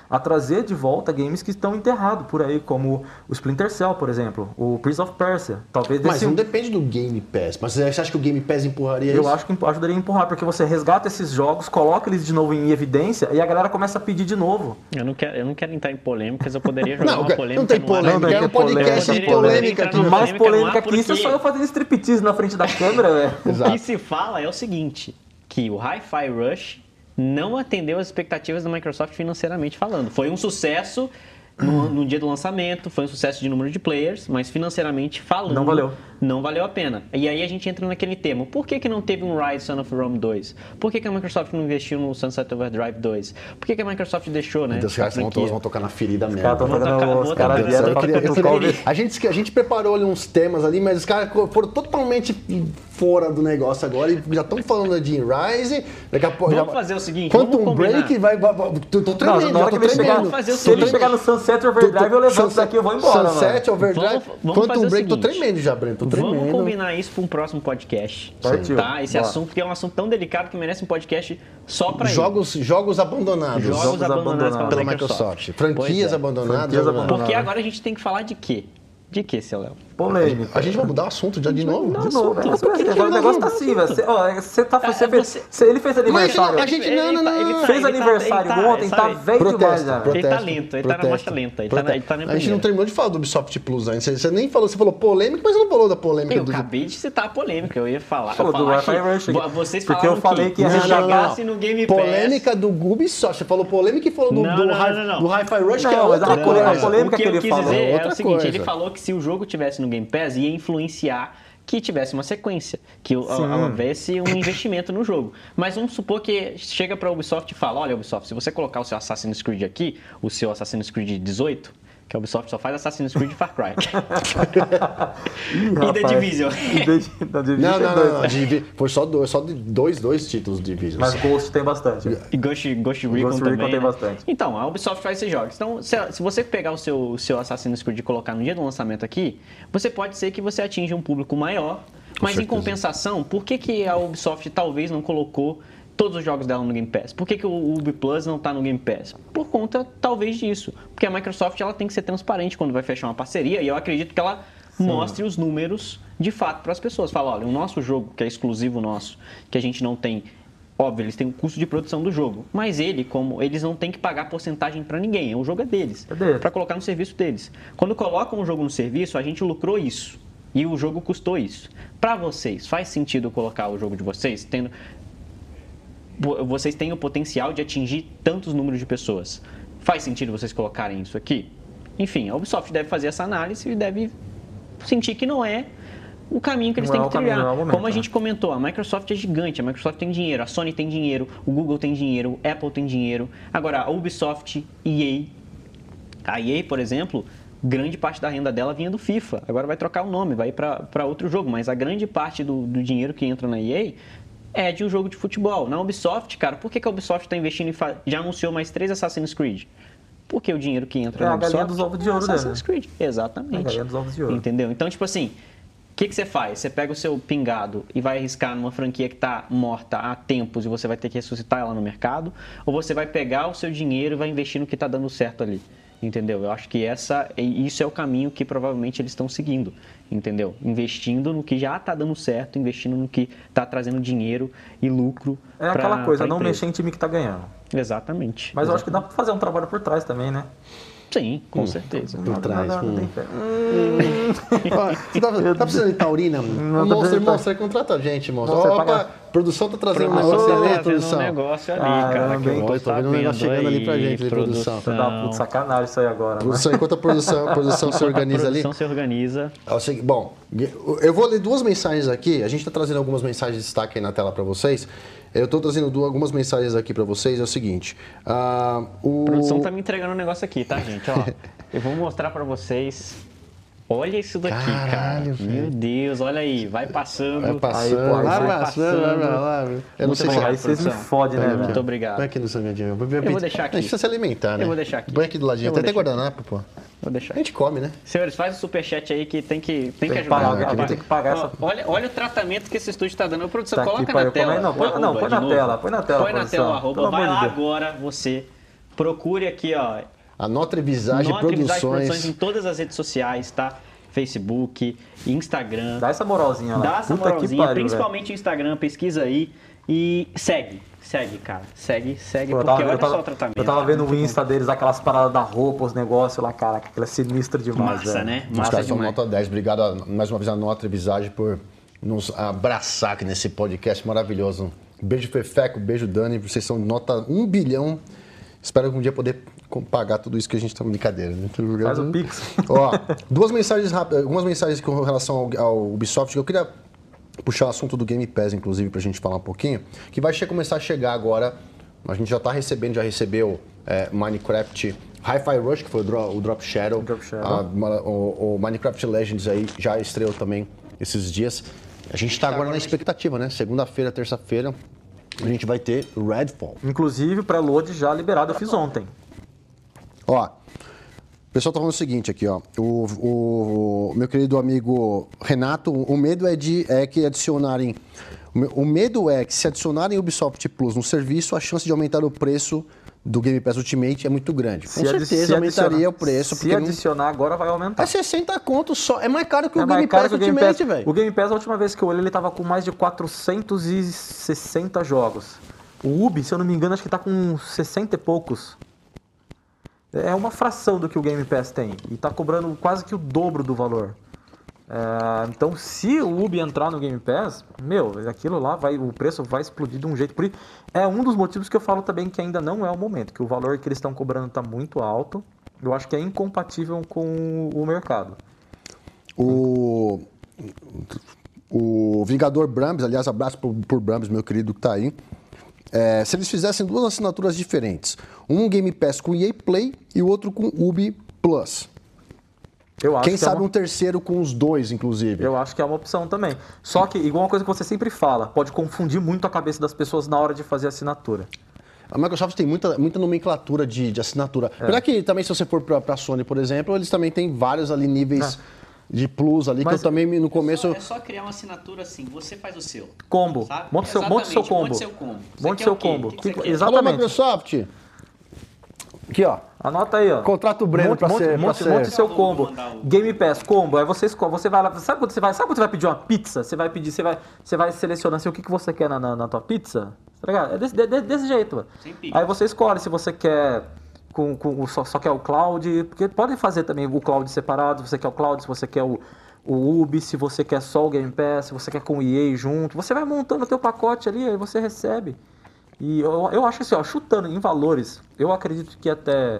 a trazer de volta games que estão enterrados por aí, como o Splinter Cell, por exemplo, o Prince of Persia. Talvez Mas desse... não depende do Game Pass. Mas você acha que o Game Pass empurraria Eu isso? acho que ajudaria a empurrar, porque você resgata esses jogos, coloca eles de novo em evidência e a galera começa a pedir de novo. Eu não quero, eu não quero entrar em polêmicas, eu poderia jogar Não, uma polêmica. não tem no polêmica, ar. é um podcast de polêmica aqui. Mais polêmica que porque... isso é só eu fazendo striptease na frente da câmera, velho. O que se fala é o seguinte, que o Hi-Fi Rush não atendeu as expectativas da Microsoft financeiramente falando. Foi um sucesso no, no dia do lançamento, foi um sucesso de número de players, mas financeiramente falando, não valeu. Não valeu a pena. E aí a gente entra naquele tema. Por que, que não teve um Rise Son of Rome dois? Por que, que a Microsoft não investiu no Sunset Overdrive dois? Por que, que a Microsoft deixou, né? Os caras vão, vão tocar na ferida os mesmo. Cara Vão tocar- tocando, vão os caras tocar- vieram eu pra queria- eu cutucar o queria- bicho. A gente, a gente preparou ali uns temas ali, mas os caras foram totalmente fora do negócio agora e já estão falando de Rise. Daqui a pouco Vamos já... fazer o seguinte, Quantum vamos combinar. Break vai. vai, vai tô, tô tremendo, Não, na hora já que tô ele chegar, tremendo. fazer o se ele seguinte. chegar no Sunset Overdrive, eu levanto Sunset- daqui e vou embora, Sunset mano. Overdrive, Vamos- vamos fazer Quantum o Break, tô seguinte. tremendo já, Breno, tô tremendo. Vamos combinar isso para um próximo podcast. Partiu. Tá? Esse Bora. assunto que é um assunto tão delicado que merece um podcast só para ele. Jogos, jogos abandonados. Jogos, jogos abandonados, abandonados pela pela Microsoft. Microsoft. Franquias Pois é. abandonadas. Franquias jogos abandonadas. Porque agora a gente tem que falar de quê? De quê, seu Léo? Polêmica. A gente vai mudar o assunto já de novo? De novo, velho. Por que que Agora o não negócio tá muda assim, velho. Você, ó, você tá, você É, fez, você- você- ele fez aniversário. a gente- não, não, não, Ele não. tá- fez ele tá- aniversário ele tá- ontem, tá sabe? velho demais Protesto, já. velho. protesto, Ele tá lento, ele tá na protesto, marcha lenta, ele tá na- protesto. ele tá na A gente não primeira. terminou de falar do Ubisoft Plus ainda. Você, você nem falou, você falou polêmica, mas você não falou da polêmica Eu do... acabei de citar a polêmica, eu ia falar. Falou do falar Wi-Fi que Rush aqui. vo- Vocês Porque falaram eu falei que ia se chegar- chegasse no Game Pass... Polêmica do Ubisoft. Você falou polêmica e falou do, Não, do, não, hi- não, não. do Hi-Fi Rush, que é Não, mas outra a polêmica- coisa. a polêmica o que, que eu ele quis falou dizer é é outra o seguinte, coisa. ele falou que se o jogo tivesse no Game Pass, ia influenciar que tivesse uma sequência, que o- houvesse um investimento no jogo. Mas vamos supor que chega para a Ubisoft e fala, olha Ubisoft, se você colocar o seu Assassin's Creed aqui, o seu Assassin's Creed dezoito, que a Ubisoft só faz Assassin's Creed e Far Cry. Ih, E The rapaz. Division. E The- da Division Não, tem não, dois. não. não. Divi- Foi só dois, só de dois, dois títulos de Division. Mas Ghost tem bastante. E Ghost, Ghost Recon Ghost também, Recon tem né? bastante. Então, a Ubisoft faz esses jogos. Então, se, se você pegar o seu, o seu Assassin's Creed e colocar no dia do lançamento aqui, você pode ser que você atinja um público maior, mas em certeza. compensação, por que, que a Ubisoft talvez não colocou todos os jogos dela no Game Pass? Por que, que o Ubi Plus não está no Game Pass? Por conta, talvez, disso. Porque a Microsoft ela tem que ser transparente quando vai fechar uma parceria, e eu acredito que ela mostre os números de fato para as pessoas. Fala, olha, o nosso jogo, que é exclusivo nosso, que a gente não tem... Óbvio, eles têm o custo de produção do jogo, mas ele, como eles não têm que pagar porcentagem para ninguém, o jogo é deles, É deles. para colocar no serviço deles. Quando colocam o jogo no serviço, a gente lucrou isso e o jogo custou isso. Para vocês, faz sentido colocar o jogo de vocês tendo vocês têm o potencial de atingir tantos números de pessoas? Faz sentido vocês colocarem isso aqui? Enfim, a Ubisoft deve fazer essa análise e deve sentir que não é o caminho que eles Não têm é que o caminho, trilhar. não é o momento, Como a né? gente comentou, a Microsoft é gigante, a Microsoft tem dinheiro, a Sony tem dinheiro, o Google tem dinheiro, a Apple tem dinheiro. Agora, a Ubisoft, E A, a E A, por exemplo, grande parte da renda dela vinha do FIFA. Agora vai trocar o nome, vai ir para outro jogo, mas a grande parte do, do dinheiro que entra na E A é de um jogo de futebol. Na Ubisoft, cara, por que, que a Ubisoft está investindo em... Fa... Já anunciou mais três Assassin's Creed? Porque o dinheiro que entra É na a Ubisoft galinha dos ovos de ouro é dele, Assassin's né? Creed. É a Exatamente. galinha dos ovos de ouro. Entendeu? Então, tipo assim, o que, que você faz? Você pega o seu pingado e vai arriscar numa franquia que está morta há tempos e você vai ter que ressuscitar ela no mercado? Ou você vai pegar o seu dinheiro e vai investir no que está dando certo ali? Entendeu? Eu acho que essa, isso é o caminho que provavelmente eles estão seguindo, entendeu? Investindo no que já está dando certo, investindo no que está trazendo dinheiro e lucro. É pra, aquela coisa, pra não empresa. mexer em time que tá ganhando. Exatamente. Mas eu acho que dá pra fazer um trabalho por trás também, né? Sim, com certeza. Por trás. Nada, não hum. tem fé. Ó, você tá, tá precisando de taurina? Não, Monstro, tá- monstro, contrata a gente, monstro. Monstro, Opa, paga- a produção tá trazendo um Produção, negócio ali, tá trazendo produção. um negócio ali, Ah, cara. Que eu bem, vou tô vendo um sabendo negócio chegando ali pra aí, gente, ali, produção. Você dá puta sacanagem isso aí agora, né? Produção, enquanto a produção, a produção se organiza A ali. produção se organiza. É o seguinte, bom, eu vou ler duas mensagens aqui. A gente está trazendo algumas mensagens de destaque aí na tela para vocês. Eu estou trazendo duas, algumas mensagens aqui para vocês. É o seguinte: ah, o... A produção tá me entregando um negócio aqui, tá, gente? Ó, eu vou mostrar pra vocês. Olha isso daqui, Caralho, cara. velho. Meu Deus, olha aí. Vai passando. Vai passando, Aí, pô, vai vai passando, vai pra lá. Eu não Muito sei se... obrigado, Aí vocês me produção. fodem, né, Muito velho? obrigado. Põe aqui no sangadinho. Eu vou deixar aqui. A gente precisa se alimentar, né? Eu vou deixar aqui. Põe aqui do ladinho. Eu Tem vou até deixar guardanapo, pô. Vou deixar A gente come, né? Senhores, faz o superchat aí que tem que, tem que que ajudar. pagar, Ó, alguém tem que pagar ó, essa- Olha, olha o tratamento que esse estúdio está dando. A produção, Tá coloca aqui, na pai, tela. como é? Não, põe- o não, arroba põe de na novo. tela, põe na tela, Põe na produção. tela o arroba. Pelo Vai amor lá de Deus. agora você procure aqui, ó. A Nota Visage Nota Produções. Visage Produções em todas as redes sociais, tá? Facebook, Instagram. Dá essa moralzinha lá. Dá essa Puta moralzinha, pariu, principalmente o Instagram, pesquisa aí e segue. Segue, cara. Segue, segue, Pô, porque tava, olha tava, só o tratamento. Eu tava vendo tá? o Insta deles, aquelas paradas da roupa, os negócios lá, cara, aquela é sinistra demais. Massa, velho. né? Os Massa caras são demais. nota dez. Obrigado a, mais uma vez a Nota Visage por nos abraçar aqui nesse podcast maravilhoso. Beijo, Fefeco. Beijo, Dani. Vocês são nota um bilhão. Espero um dia poder pagar tudo isso que a gente tá brincadeira. Né? Faz o Pix. Ó, duas mensagens rápidas, algumas mensagens com relação ao, ao Ubisoft, que eu queria puxar o assunto do Game Pass, inclusive, pra gente falar um pouquinho, que vai começar a chegar agora. A gente já tá recebendo, já recebeu é, Minecraft Hi-Fi Rush, que foi o, Dro o Drop Shadow. Drop Shadow. A, o, o Minecraft Legends aí já estreou também esses dias. A gente tá agora na expectativa, né? Segunda-feira, terça-feira, a gente vai ter Redfall. Inclusive, pré-load já liberado, eu fiz ontem. Ó, o pessoal tá falando o seguinte aqui, ó. O, o, o meu querido amigo Renato, o medo é, de, é que adicionarem... O medo é que se adicionarem Ubisoft Plus no serviço, a chance de aumentar o preço do Game Pass Ultimate é muito grande. Com Se certeza aumentaria o preço. Se porque adicionar não... agora vai aumentar. É sessenta conto só. É mais caro que o É Game caro Pass que o Game Ultimate, Pass. velho. O Game Pass, a última vez que eu olhei, ele tava com mais de quatrocentos e sessenta jogos. O Ubi, se eu não me engano, acho que tá com sessenta e poucos. É uma fração do que o Game Pass tem. E tá cobrando quase que o dobro do valor. É, então, se o Ubi entrar no Game Pass, meu, aquilo lá, vai, o preço vai explodir de um jeito. Por isso, é um dos motivos que eu falo também que ainda não é o momento, que o valor que eles estão cobrando está muito alto. Eu acho que é incompatível com o mercado. O, o Vingador Brambis, aliás, abraço por, por Brambis, meu querido que tá aí. É, se eles fizessem duas assinaturas diferentes, um Game Pass com E A Play e o outro com Ubi Plus. Eu acho Quem que sabe é uma... um terceiro com os dois, inclusive. Eu acho que é uma opção também. Só que, igual uma coisa que você sempre fala, pode confundir muito a cabeça das pessoas na hora de fazer a assinatura. A Microsoft tem muita, muita nomenclatura de, de assinatura. É. Apesar que também, se você for para a Sony, por exemplo, eles também têm vários ali níveis é. de plus ali, Mas que eu também no começo... É só, é só criar uma assinatura assim, você faz o seu. Combo. Sabe? Monte o seu, monte seu combo. Monte seu combo. Monte seu combo. Que que Exatamente. Alô, Microsoft! Aqui, ó. Anota aí, ó. Contrato o Breno monte, pra monte, ser... monte, pra monte ser... seu combo. Game Pass, combo. Aí você escolhe, você vai lá, sabe quando você vai, sabe quando você vai pedir uma pizza? Você vai pedir, você vai, você vai selecionar assim, o que, que você quer na, na, na tua pizza. Tá ligado? É desse, de, desse jeito, mano. Aí você escolhe se você quer com, com só, só quer o cloud, porque pode fazer também o cloud separado, se você quer o cloud, se você quer o o Ubi, se você quer só o Game Pass, se você quer com o E A junto, você vai montando o teu pacote ali, aí você recebe. E eu, eu acho assim, ó, chutando em valores, eu acredito que até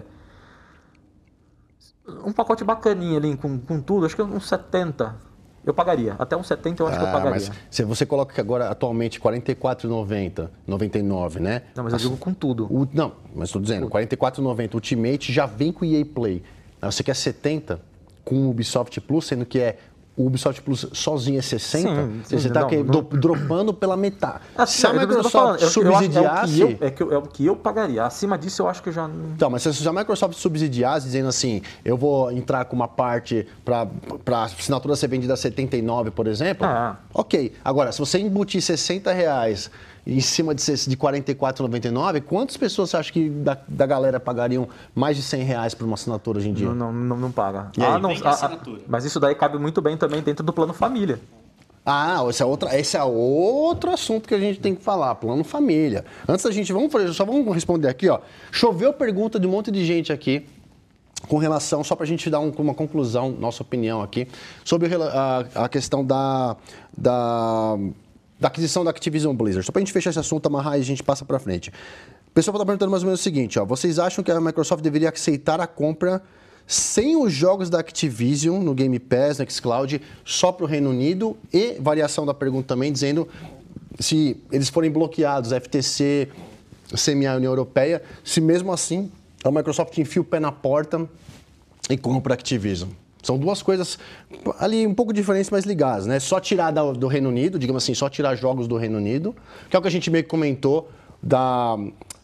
um pacote bacaninho ali, com, com tudo, acho que uns setenta eu pagaria. Até uns setenta eu acho ah, que eu pagaria. Mas se você coloca que agora, atualmente, quarenta e quatro reais e noventa centavos, noventa e nove reais, né? Não, mas eu digo com tudo. O, não, mas estou dizendo, quarenta e quatro reais e noventa centavos Ultimate já vem com o E A Play. Aí você quer setenta com o Ubisoft Plus, sendo que é o Ubisoft Plus sozinho é sessenta, sim, sim, você está não... dropando pela metade. Assim, se a Microsoft eu subsidiasse... Eu, é, o que eu, é o que eu pagaria. Acima disso, eu acho que eu já... Não... Então, mas se a Microsoft subsidiasse, dizendo assim, eu vou entrar com uma parte para a assinatura ser vendida a setenta e nove reais, por exemplo, ah. ok. Agora, se você embutir sessenta reais em cima de quarenta e quatro reais e noventa e nove centavos, quantas pessoas você acha que da, da galera pagariam mais de cem reais por uma assinatura hoje em dia? Não, não, não paga. Ah, não, a, a, mas isso daí cabe muito bem também dentro do plano família. Ah, esse é, outra, esse é outro assunto que a gente tem que falar, plano família. Antes da gente, vamos fazer, só vamos responder aqui, ó. Choveu pergunta de um monte de gente aqui com relação, só para a gente dar um, uma conclusão, nossa opinião aqui, sobre a, a questão da... da da aquisição da Activision Blizzard. Só para a gente fechar esse assunto, amarrar e a gente passa para frente. O pessoal está perguntando mais ou menos o seguinte, ó, vocês acham que a Microsoft deveria aceitar a compra sem os jogos da Activision no Game Pass, no xCloud, só para o Reino Unido? E variação da pergunta também, dizendo se eles forem bloqueados, F T C, C M A, União Europeia, se mesmo assim a Microsoft enfia o pé na porta e compra a Activision. São duas coisas ali um pouco diferentes, mas ligadas, né? Só tirar da, do Reino Unido, digamos assim, só tirar jogos do Reino Unido, que é o que a gente meio que comentou da,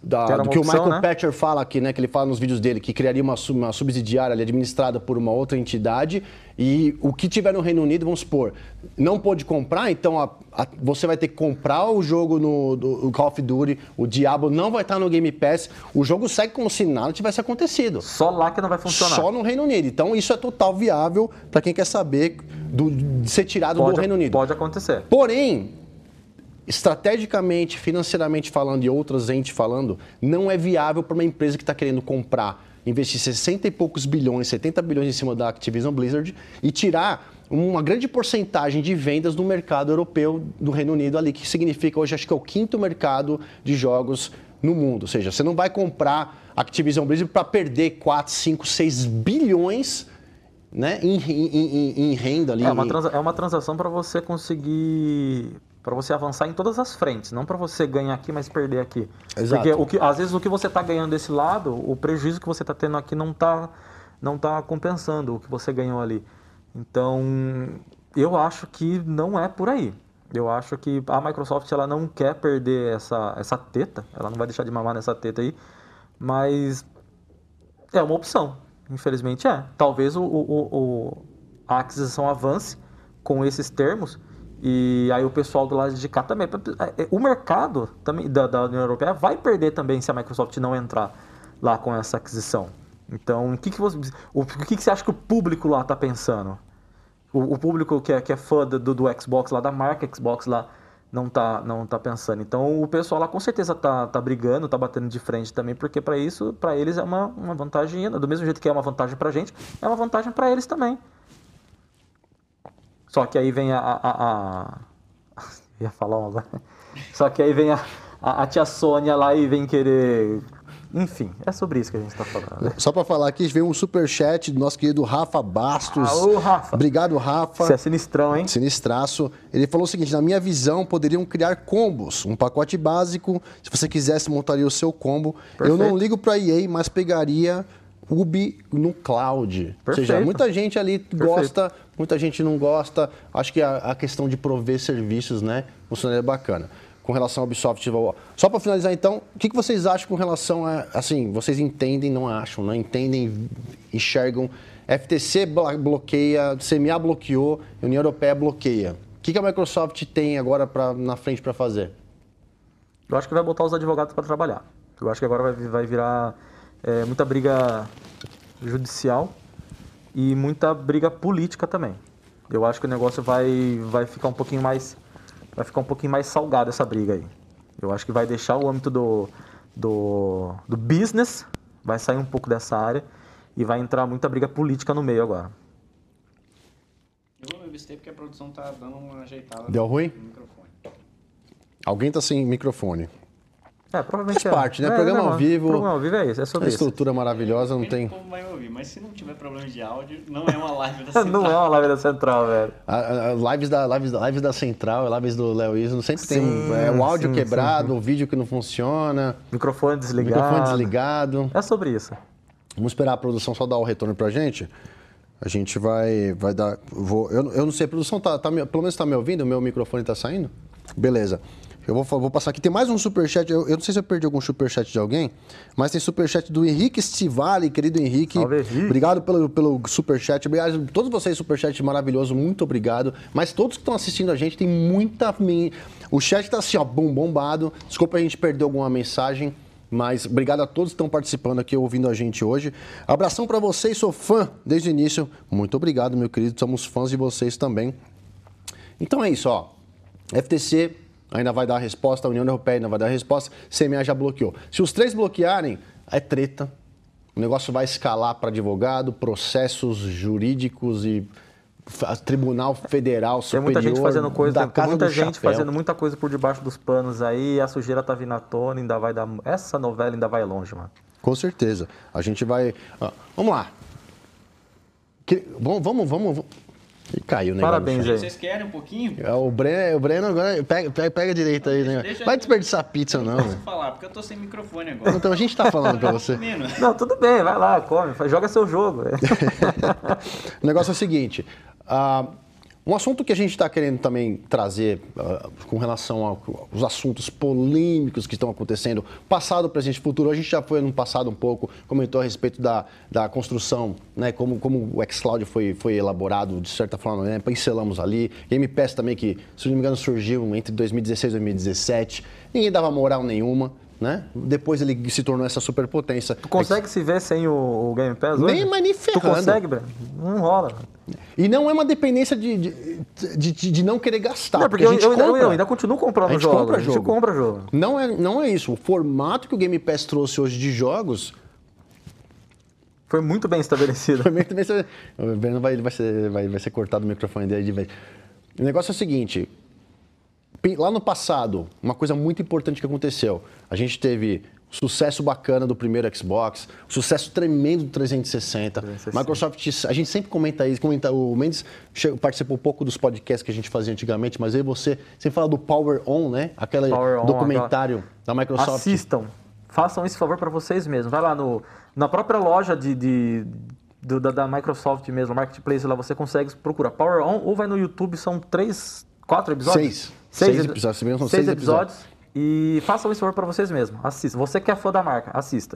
da, do que opção, o Michael né? Patcher fala aqui, né, que ele fala nos vídeos dele, que criaria uma, uma subsidiária ali, administrada por uma outra entidade, e o que tiver no Reino Unido, vamos supor, não pôde comprar, então a, a, você vai ter que comprar o jogo no do, Call of Duty, o Diablo não vai estar no Game Pass, o jogo segue como se nada tivesse acontecido. Só lá que não vai funcionar. Só no Reino Unido. Então isso é total viável para quem quer saber do, de ser tirado pode, do Reino Unido. Pode acontecer. Porém, estrategicamente, financeiramente falando e outras entes falando, não é viável para uma empresa que está querendo comprar, investir sessenta e poucos bilhões, setenta bilhões em cima da Activision Blizzard e tirar uma grande porcentagem de vendas do mercado europeu do Reino Unido ali, que significa hoje acho que é o quinto mercado de jogos no mundo. Ou seja, você não vai comprar Activision Blizzard para perder quatro, cinco, seis bilhões, né, em, em, em, em renda ali. É uma, transa- é uma transação para você conseguir... para você avançar em todas as frentes, não para você ganhar aqui, mas perder aqui. Exato. Porque o que, às vezes o que você está ganhando desse lado, o prejuízo que você está tendo aqui não está não tá compensando o que você ganhou ali. Então, eu acho que não é por aí. Eu acho que a Microsoft ela não quer perder essa, essa teta, ela não vai deixar de mamar nessa teta aí, mas é uma opção, infelizmente é. Talvez o, o, o, a aquisição avance com esses termos, e aí o pessoal do lado de cá também. O mercado também da, da União Europeia vai perder também se a Microsoft não entrar lá com essa aquisição. Então, o que, que, você, o, o que, que você acha que o público lá está pensando? O, o público que é, que é fã do, do Xbox lá, da marca Xbox lá, não está não tá pensando. Então, o pessoal lá com certeza está tá brigando, está batendo de frente também, porque para isso, para eles é uma, uma vantagem, do mesmo jeito que é uma vantagem para a gente, é uma vantagem para eles também. Só que aí vem a... a, a, a... ia falar uma... Só que aí vem a, a, a tia Sônia lá e vem querer... Enfim, é sobre isso que a gente está falando. Né? Só para falar aqui, veio um superchat do nosso querido Rafa Bastos. Ah, ô, Rafa. Obrigado, Rafa. Você é sinistrão, hein? Sinistraço. Ele falou o seguinte, na minha visão, poderiam criar combos. Um pacote básico, se você quisesse, montaria o seu combo. Perfeito. Eu não ligo para E A, mas pegaria... Ubi no cloud. Perfeito. Ou seja, muita gente ali Perfeito. gosta, muita gente não gosta. Acho que a, a questão de prover serviços, né, funcionaria bacana. Com relação ao Ubisoft, só para finalizar então, o que, que vocês acham com relação a, assim, vocês entendem, não acham, né? Entendem, enxergam, F T C bloqueia, C M A bloqueou, União Europeia bloqueia. O que, que a Microsoft tem agora pra, na frente para fazer? Eu acho que vai botar os advogados para trabalhar. Eu acho que agora vai, vai virar... É, muita briga judicial e muita briga política também. Eu acho que o negócio vai, vai ficar um pouquinho mais vai ficar um pouquinho mais salgado essa briga aí. Eu acho que vai deixar o âmbito do, do, do business, vai sair um pouco dessa área e vai entrar muita briga política no meio agora. Eu vou investir porque a produção tá dando uma ajeitada. Deu ruim? No microfone. Alguém tá sem microfone. É, provavelmente Faz parte, né? É, programa não, ao vivo. Programa ao vivo é isso, é sobre a isso. estrutura maravilhosa, não tem... Como vai ouvir, mas se não tiver problema de áudio, não é uma live da Central. Não é uma live da Central, velho. As lives da, lives, lives da Central, lives do Léo Isno, sempre Sim, tem é, o áudio sim, quebrado, sim. o vídeo que não funciona, Microfone desligado. microfone desligado. É sobre isso. Vamos esperar a produção só dar o retorno pra gente. A gente vai, vai dar... Vou, eu, eu não sei, a produção tá, tá, pelo menos tá me ouvindo? O meu microfone tá saindo? Beleza. Eu vou, vou passar aqui. Tem mais um superchat. Eu, eu não sei se eu perdi algum superchat de alguém, mas tem superchat do Henrique Stivali, querido Henrique. Salve, Henrique. Obrigado pelo, pelo superchat. Obrigado a todos vocês, superchat maravilhoso. Muito obrigado. Mas todos que estão assistindo a gente, tem muita... O chat tá assim, ó, bom, bombado. Desculpa a gente perder alguma mensagem, mas obrigado a todos que estão participando aqui, ouvindo a gente hoje. Abração para vocês, sou fã desde o início. Muito obrigado, meu querido. Somos fãs de vocês também. Então é isso, ó. F T C... ainda vai dar a resposta, a União Europeia ainda vai dar a resposta, C M A já bloqueou. Se os três bloquearem, é treta. O negócio vai escalar para advogado, processos jurídicos e Tribunal Federal Superior. Tem muita gente fazendo coisa, da tem muita do gente chapéu. fazendo muita coisa por debaixo dos panos aí, a sujeira tá vindo à tona, ainda vai dar... Essa novela ainda vai longe, mano. Com certeza. A gente vai... Ah, vamos lá. Que... Vamos, vamos, vamos... E caiu, né? Parabéns aí. Vocês querem um pouquinho? É, o Breno, o Breno agora pega, pega, pega direito aí, né? Deixa- Vai desperdiçar pizza, Eu não. não posso Né? falar, porque eu tô sem microfone agora. Então a gente tá falando pra você. Comendo. Não, tudo bem, vai lá, come, faz- joga seu jogo. velho. O negócio é o seguinte, ah, Um assunto que a gente está querendo também trazer uh, com relação aos assuntos polêmicos que estão acontecendo, passado, presente e futuro, a gente já foi no passado um pouco, comentou a respeito da, da construção, né, como, como o xCloud foi, foi elaborado, de certa forma, né, pincelamos ali. Game Pass também, que, se não me engano, surgiu entre dois mil e dezesseis e dois mil e dezessete, ninguém dava moral nenhuma. Né? Depois ele se tornou essa superpotência. Tu consegue é que... se ver sem o, o Game Pass hoje? Nem, mas nem ferrando. Tu consegue, Breno? Não rola. E não é uma dependência de, de, de, de não querer gastar. Não, porque, porque a gente eu, compra, eu ainda continuo comprando jogos. Compra a gente jogo. compra jogo. Não é, não é isso. O formato que o Game Pass trouxe hoje de jogos... Foi muito bem estabelecido. Foi muito bem estabelecido. O Breno vai, vai, ser, vai, vai ser cortado o microfone dele de vez. O negócio é o seguinte... Lá no passado, uma coisa muito importante que aconteceu, a gente teve sucesso bacana do primeiro Xbox, sucesso tremendo do trezentos e sessenta, trezentos e sessenta. Microsoft, a gente sempre comenta isso, comenta, o Mendes participou um pouco dos podcasts que a gente fazia antigamente, mas aí você sempre fala do Power On, né? Aquele Power documentário on, aquela... da Microsoft. Assistam, façam esse favor para vocês mesmos, vai lá no, na própria loja de... de... Do, da, da Microsoft mesmo, Marketplace, lá você consegue procurar Power On, ou vai no YouTube, são três, quatro episódios? Seis. Seis, seis episódios, são seis, seis episódios. episódios. E façam esse favor para vocês mesmos. Assista. Você que é fã da marca, assista.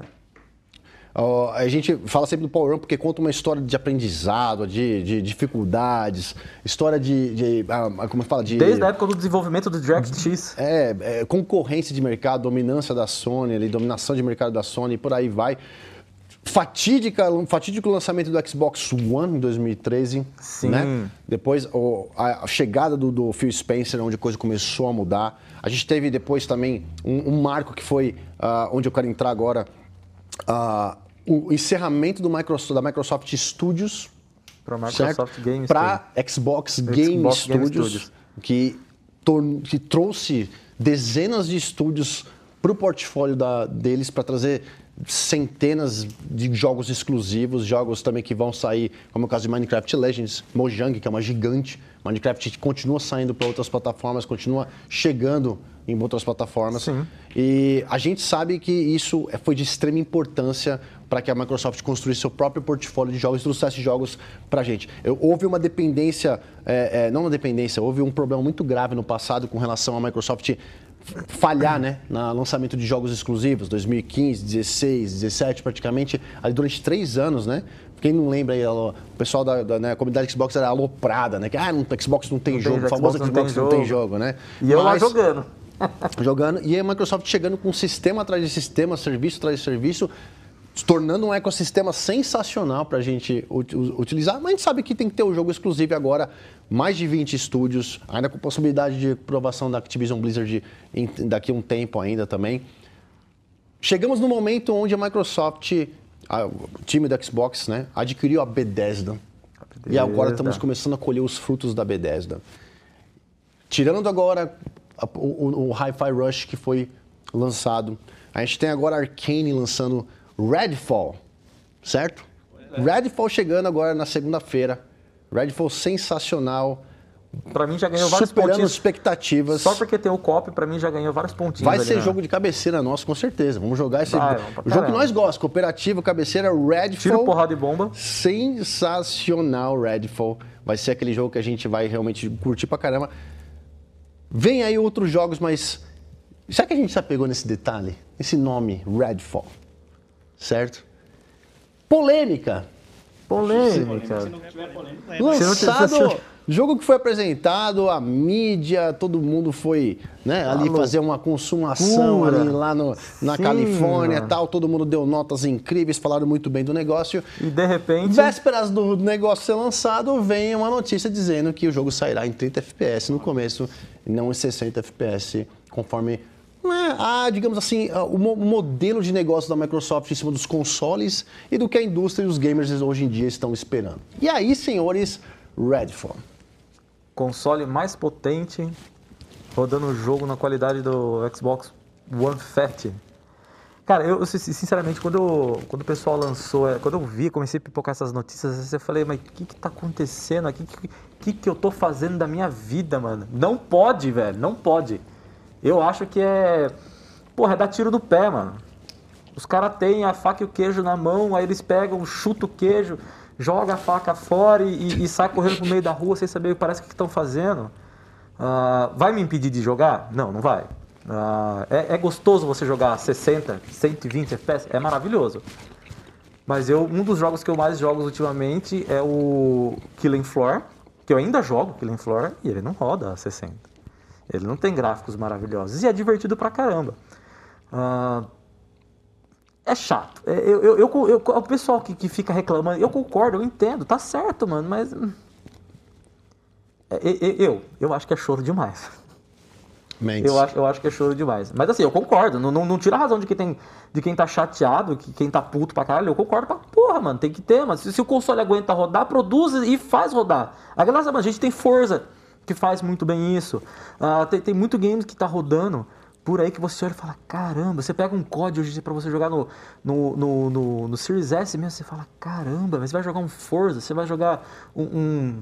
Uh, a gente fala sempre do Power On porque conta uma história de aprendizado, de, de dificuldades, história de, de uh, como fala, de... Desde a época do desenvolvimento do DirectX. É, é, concorrência de mercado, dominância da Sony, ali, dominação de mercado da Sony, e por aí vai. Fatídica, fatídico lançamento do Xbox One em dois mil e treze, Sim. Né? Depois o, a, a chegada do, do Phil Spencer, onde a coisa começou a mudar. A gente teve depois também um, um marco que foi, uh, onde eu quero entrar agora, uh, o encerramento do Microsoft, da Microsoft Studios para Microsoft Game para Xbox Game Xbox Studios, Game Studios. Que, tor- que trouxe dezenas de estúdios para o portfólio da, deles para trazer centenas de jogos exclusivos, jogos também que vão sair, como é o caso de Minecraft Legends, Mojang, que é uma gigante. Minecraft continua saindo para outras plataformas, continua chegando em outras plataformas. Sim. E a gente sabe que isso foi de extrema importância para que a Microsoft construísse seu próprio portfólio de jogos e trouxesse jogos para a gente. Eu, houve uma dependência, é, é, não uma dependência, houve um problema muito grave no passado com relação à Microsoft falhar, né, no lançamento de jogos exclusivos, dois mil e quinze, dezesseis, dezessete, praticamente, ali durante três anos, né? Quem não lembra aí, o pessoal da, da né, comunidade Xbox era aloprada, né? Que, ah, no Xbox não tem não jogo, o famoso Xbox, Xbox não tem jogo, né? E Mas, eu lá jogando. Jogando, e a Microsoft chegando com sistema atrás de sistema, serviço atrás de serviço, se tornando um ecossistema sensacional para a gente utilizar, mas a gente sabe que tem que ter o jogo exclusivo agora, mais de vinte estúdios, ainda com possibilidade de aprovação da Activision Blizzard daqui a um tempo ainda também. Chegamos no momento onde a Microsoft, a, o time da Xbox, né, adquiriu a Bethesda, a Bethesda, e agora estamos começando a colher os frutos da Bethesda. Tirando agora a, o, o Hi-Fi Rush que foi lançado, a gente tem agora a Arcane lançando Redfall, certo? É. Redfall chegando agora na segunda-feira. Redfall sensacional. Pra mim já ganhou vários superando pontinhos. Expectativas. Só porque tem o co-op, pra mim já ganhou vários pontinhos. Vai ser né? jogo de cabeceira nosso, com certeza. Vamos jogar esse Vai, o jogo que nós gostamos, cooperativo, cabeceira, Redfall. Tiro, porrada e bomba. Sensacional, Redfall. Vai ser aquele jogo que a gente vai realmente curtir pra caramba. Vem aí outros jogos, mas será que a gente já pegou nesse detalhe? Esse nome, Redfall. Certo? Polêmica. Polêmica. Se não tiver polêmica, Lançado, jogo que foi apresentado, a mídia, todo mundo foi, né, ali Alô. fazer uma consumação Pura. ali lá no, na Sim, Califórnia e tal, todo mundo deu notas incríveis, falaram muito bem do negócio. E de repente... Vésperas do negócio ser lançado, vem uma notícia dizendo que o jogo sairá em trinta F P S no começo, e não em sessenta F P S, conforme... Ah, digamos assim, o modelo de negócio da Microsoft em cima dos consoles e do que a indústria e os gamers hoje em dia estão esperando. E aí, senhores, Redfall. Console mais potente, rodando o jogo na qualidade do Xbox One Fat. Cara, eu, sinceramente, quando, eu, quando o pessoal lançou, quando eu vi, comecei a pipocar essas notícias, eu falei, mas o que que tá acontecendo aqui? O que, que que eu tô fazendo da minha vida, mano? Não pode, velho, não pode. Eu acho que é... Porra, é dar tiro no pé, mano. Os caras têm a faca e o queijo na mão, aí eles pegam, chutam o queijo, joga a faca fora e, e sai correndo pro meio da rua sem saber, parece que estão fazendo. Uh, vai me impedir de jogar? Não, não vai. Uh, é, é gostoso você jogar sessenta, cento e vinte F P S? É maravilhoso. Mas eu, um dos jogos que eu mais jogo ultimamente é o Killing Floor, que eu ainda jogo Killing Floor e ele não roda a sessenta. Ele não tem gráficos maravilhosos e é divertido pra caramba. Uh, é chato. Eu, eu, eu, eu, o pessoal que, que fica reclamando, eu concordo, eu entendo, tá certo, mano, mas... Eu, eu, eu acho que é choro demais. Eu acho, eu acho que é choro demais. Mas assim, eu concordo. Não, não, não tira a razão de quem, tem, de quem tá chateado, que quem tá puto pra caralho. Eu concordo pra porra, mano. Tem que ter, mano. Se, se o console aguenta rodar, produz e faz rodar. A galera, a gente tem Forza, que faz muito bem isso. Uh, tem, tem muito games que tá rodando por aí que você olha e fala, caramba, você pega um código hoje pra você jogar no, no, no, no, no Series S mesmo, você fala, caramba, mas você vai jogar um Forza, você vai jogar um... um...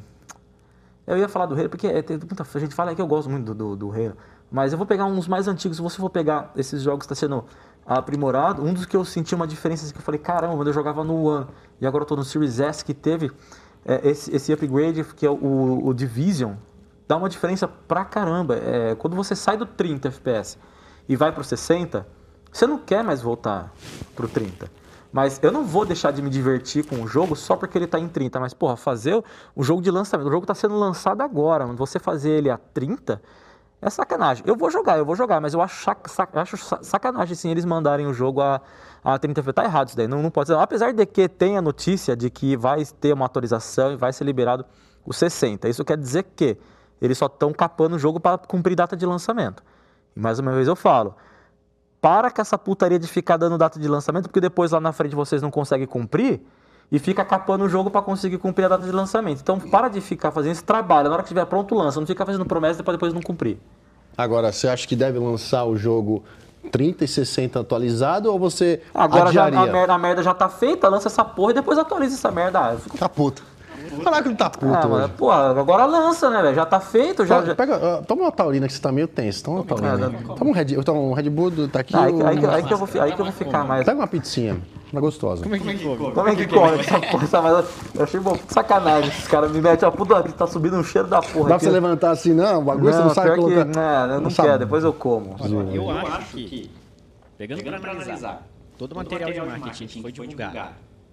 Eu ia falar do Halo, porque é, tem muita gente fala que eu gosto muito do, do, do Halo. Mas eu vou pegar uns mais antigos. Se você for pegar esses jogos que está sendo aprimorado, um dos que eu senti uma diferença, que eu falei, caramba, quando eu jogava no One e agora eu tô no Series S, que teve é, esse, esse upgrade, que é o, o Division, dá uma diferença pra caramba. É, quando você sai do trinta F P S e vai pro sessenta, você não quer mais voltar pro trinta. Mas eu não vou deixar de me divertir com o jogo só porque ele tá em trinta. Mas, porra, fazer o jogo de lançamento, o jogo tá sendo lançado agora, você fazer ele a trinta... é sacanagem. Eu vou jogar, eu vou jogar, mas eu acho, sac, sac, acho sacanagem sim eles mandarem o jogo a, a trinta F P S. Tá errado isso daí, não, não pode ser. Apesar de que tem a notícia de que vai ter uma atualização e vai ser liberado o sessenta. Isso quer dizer que eles só estão capando o jogo para cumprir data de lançamento. E mais uma vez eu falo, para com essa putaria de ficar dando data de lançamento, porque depois lá na frente vocês não conseguem cumprir e fica capando o jogo para conseguir cumprir a data de lançamento. Então para de ficar fazendo esse trabalho, na hora que estiver pronto lança, não fica fazendo promessa para depois não cumprir. Agora, você acha que deve lançar o jogo trinta e sessenta atualizado ou você Agora já, adiaria? a, merda, a merda já tá feita, lança essa porra e depois atualiza essa merda. Ah, eu fico... Tá puto. Caraca, que não tá puto, ah, mas, pô, agora lança, né, velho? Já tá feito, já... Pega, pega, uh, toma uma taurina que você tá meio tenso. Toma uma taurina. É, toma um Red, toma um Red Bull, tá aqui. Ah, aí, o... aí, aí, que eu vou, aí que eu vou ficar mais... Pega uma pizzinha, uma gostosa. Como é que come? Como é que come essa porra? Mas eu achei bom, sacanagem. Os caras me metem a puta aqui, tá subindo um cheiro da porra. Dá aqui. pra você levantar assim, não? O bagulho você não sabe colocar... Que, não, eu não quero, depois eu como. Eu, eu acho que, pegando, pegando pra analisar, todo o material, material de marketing que foi divulgado,